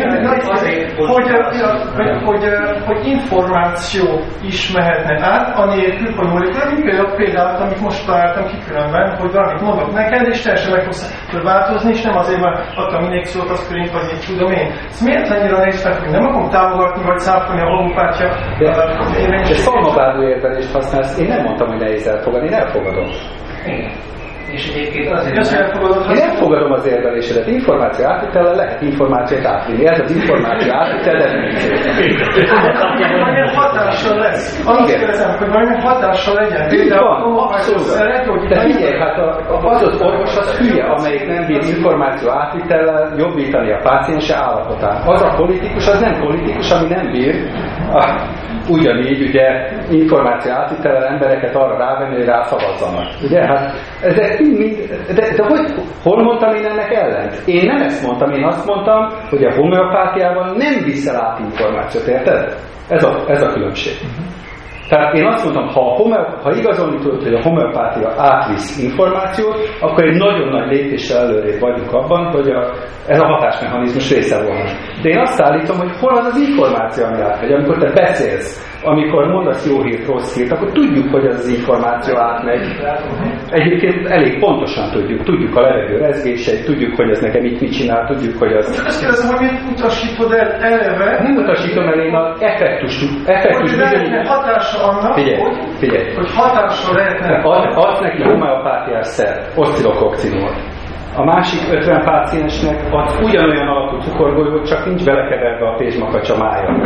hogy információ is mehetne át, anélkül, hogy molekula, például, amit most találtam ki különben, hogy valamit mondok neked, és teljesen meg fogsz változni, és nem azért, mert adtam injekciót, azt körint, vagy mit tudom én. Ez miért annyira nehéz felfogni? Nem akarom támogatni, vagy száfolni a homopátia. De szalmabádó érvelést használsz, én nem mondtam, hogy nehéz elfogadni, én elfogadom. És egyébként azért én elfogadom az érvelésedet. Információ átvitellel lehet információt átvinni. Ez az információ átvitel definíció. Valamilyen hatással lesz. Azt kérdezem, hogy valamilyen hatással legyen. Így van, abszolút. De figyelj, hát az orvos az hülye, amelyik nem bír információ átvitellel jobbítani a páciense állapotán. Az a politikus, az nem politikus, ami nem bír ugyanígy ugye információ átvitellel embereket arra rávenni, hogy rászavazzanak. Ugye? Hát ezek de hol mondtam én ennek ellent? Én nem ezt mondtam, én azt mondtam, hogy a homeopátiával nem viszel át információt, érted? Ez a különbség. Tehát én azt mondtam, ha igazolni tudod, hogy a homeopátia átvisz információt, akkor egy nagyon nagy lépéssel előrébb vagyunk abban, hogy ez a hatásmechanizmus része volna. De én azt állítom, hogy hol az az információ, ami átmegy. Amikor te beszélsz, amikor mondasz jó hírt, rossz hírt, akkor tudjuk, hogy az információ átmegy. Egyébként elég pontosan tudjuk a levegő rezgéseit, tudjuk, hogy ez nekem mit csinál, tudjuk, hogy az... Azt kérdezem, hogy mit utasítod el eleve? Nem utasítom el, én az effektus lehetne hatása annak, figyelj. hogy hatása lehetne... Adsz neki homeopátiás szert, osztilokokcinol. a másik 50 páciensnek ad ugyanolyan alapú cukorgolyót, csak nincs belekeverve a pézsmakacsa mája.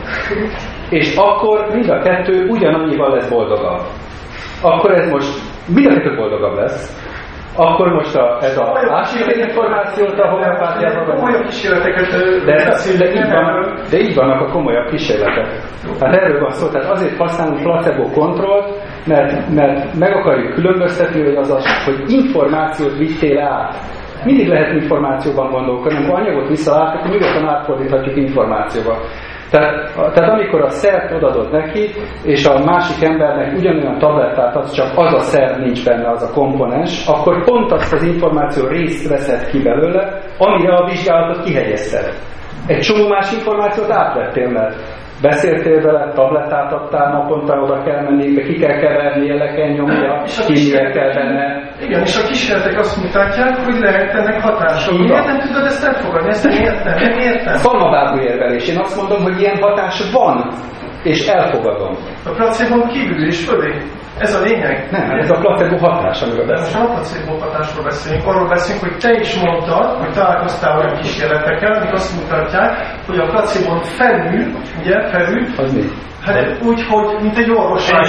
És akkor mind a kettő ugyanannyival lesz boldogabb. Akkor ez most mind a kettő boldogabb lesz. Akkor most ez a másik információt a homeopátiában... Komolyabb kísérleteket... De így vannak a komolyabb kísérletek. Hát erről van szó, tehát azért használunk placebo kontrollt, mert meg akarjuk különböztetni, hogy információt vittél át. Mindig lehet információban gondolkodni, amikor anyagot visszaálltak, akkor nyugodtan átfordíthatjuk információba. Tehát amikor a szert odadod neki, és a másik embernek ugyanolyan tablettát ad, csak az a szer nincs benne, az a komponens, akkor pont azt az információ részt veszed ki belőle, amire a vizsgálatot kihegyezted. Egy csomó más információt átvettél, mert beszéltél vele, tablettát adtál, naponta oda kell menni, ki kell keverni, le kell nyomja, kímia kell benne. Igen, és a kísérletek azt mutatják, hogy lehet ennek hatása. Miért nem tudod ezt elfogadni? Ezt nem értem. Szalmabábú érvelés. Én azt mondom, hogy ilyen hatás van, és elfogadom. A placebon kívül is fölé. Ez a lényeg? Nem, ez a placebo hatás, amiről beszélünk. Most a placebo hatásról beszélünk. Arról beszélünk, hogy te is mondtad, hogy találkoztál olyan kísérletekkel, amik azt mutatják, hogy a placebon felül, az mi? Hát úgy, hogy mint egy orvosság.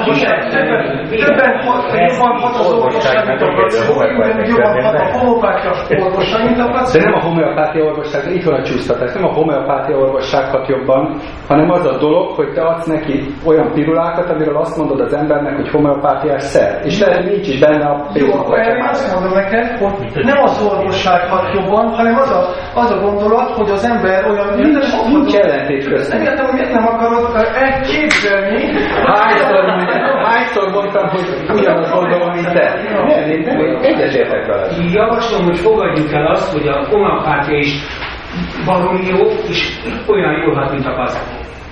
Többen jobban hat az orvosság, mint a placebo, jobban hat a homeopátia orvosság, mint a placebo. De nem a homeopátia orvosság, itt van a csúsztatás, nem a homeopátia orvosság hat jobban, hanem az a dolog, hogy te adsz neki olyan pirulákat, amiről azt mondod az embernek, hogy homeopátiás szer. És lehet, hogy nincs is benne a jó, erre azt mondom neked, hogy nem az orvosság hat jobban, hanem az a gondolat, hogy az ember olyan... Nincs ellentét köztünk. Nem értem, hogy miért nem akarod elképzelni. Hányszor mondtam, hogy ugyanaz gondolom, mint te. Egyetértek vele. Javaslom, hogy fogadjuk el azt, hogy a homeopátia is baromi jó, és olyan jól hat, mint a placebo.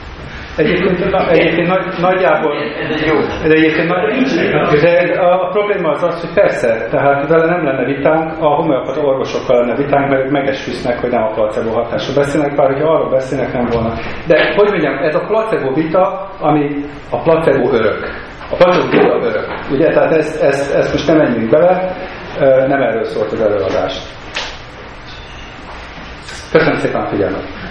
Egyébként nagyjából jó. De a probléma az, hogy persze, tehát vele nem lenne vitánk, a homeopata orvosokkal lenne vitánk, mert ők megesküsznek, hogy nem a placebo hatásról beszélnek, bár hogyha arról beszélnek, nem volna. De hogy mondjam, ez a placebo vita, ami a placebo örök. A placebo vita örök. Ugye, tehát ezt most nem menjünk bele, nem erről szólt az előadás. Köszönöm szépen a figyelmet.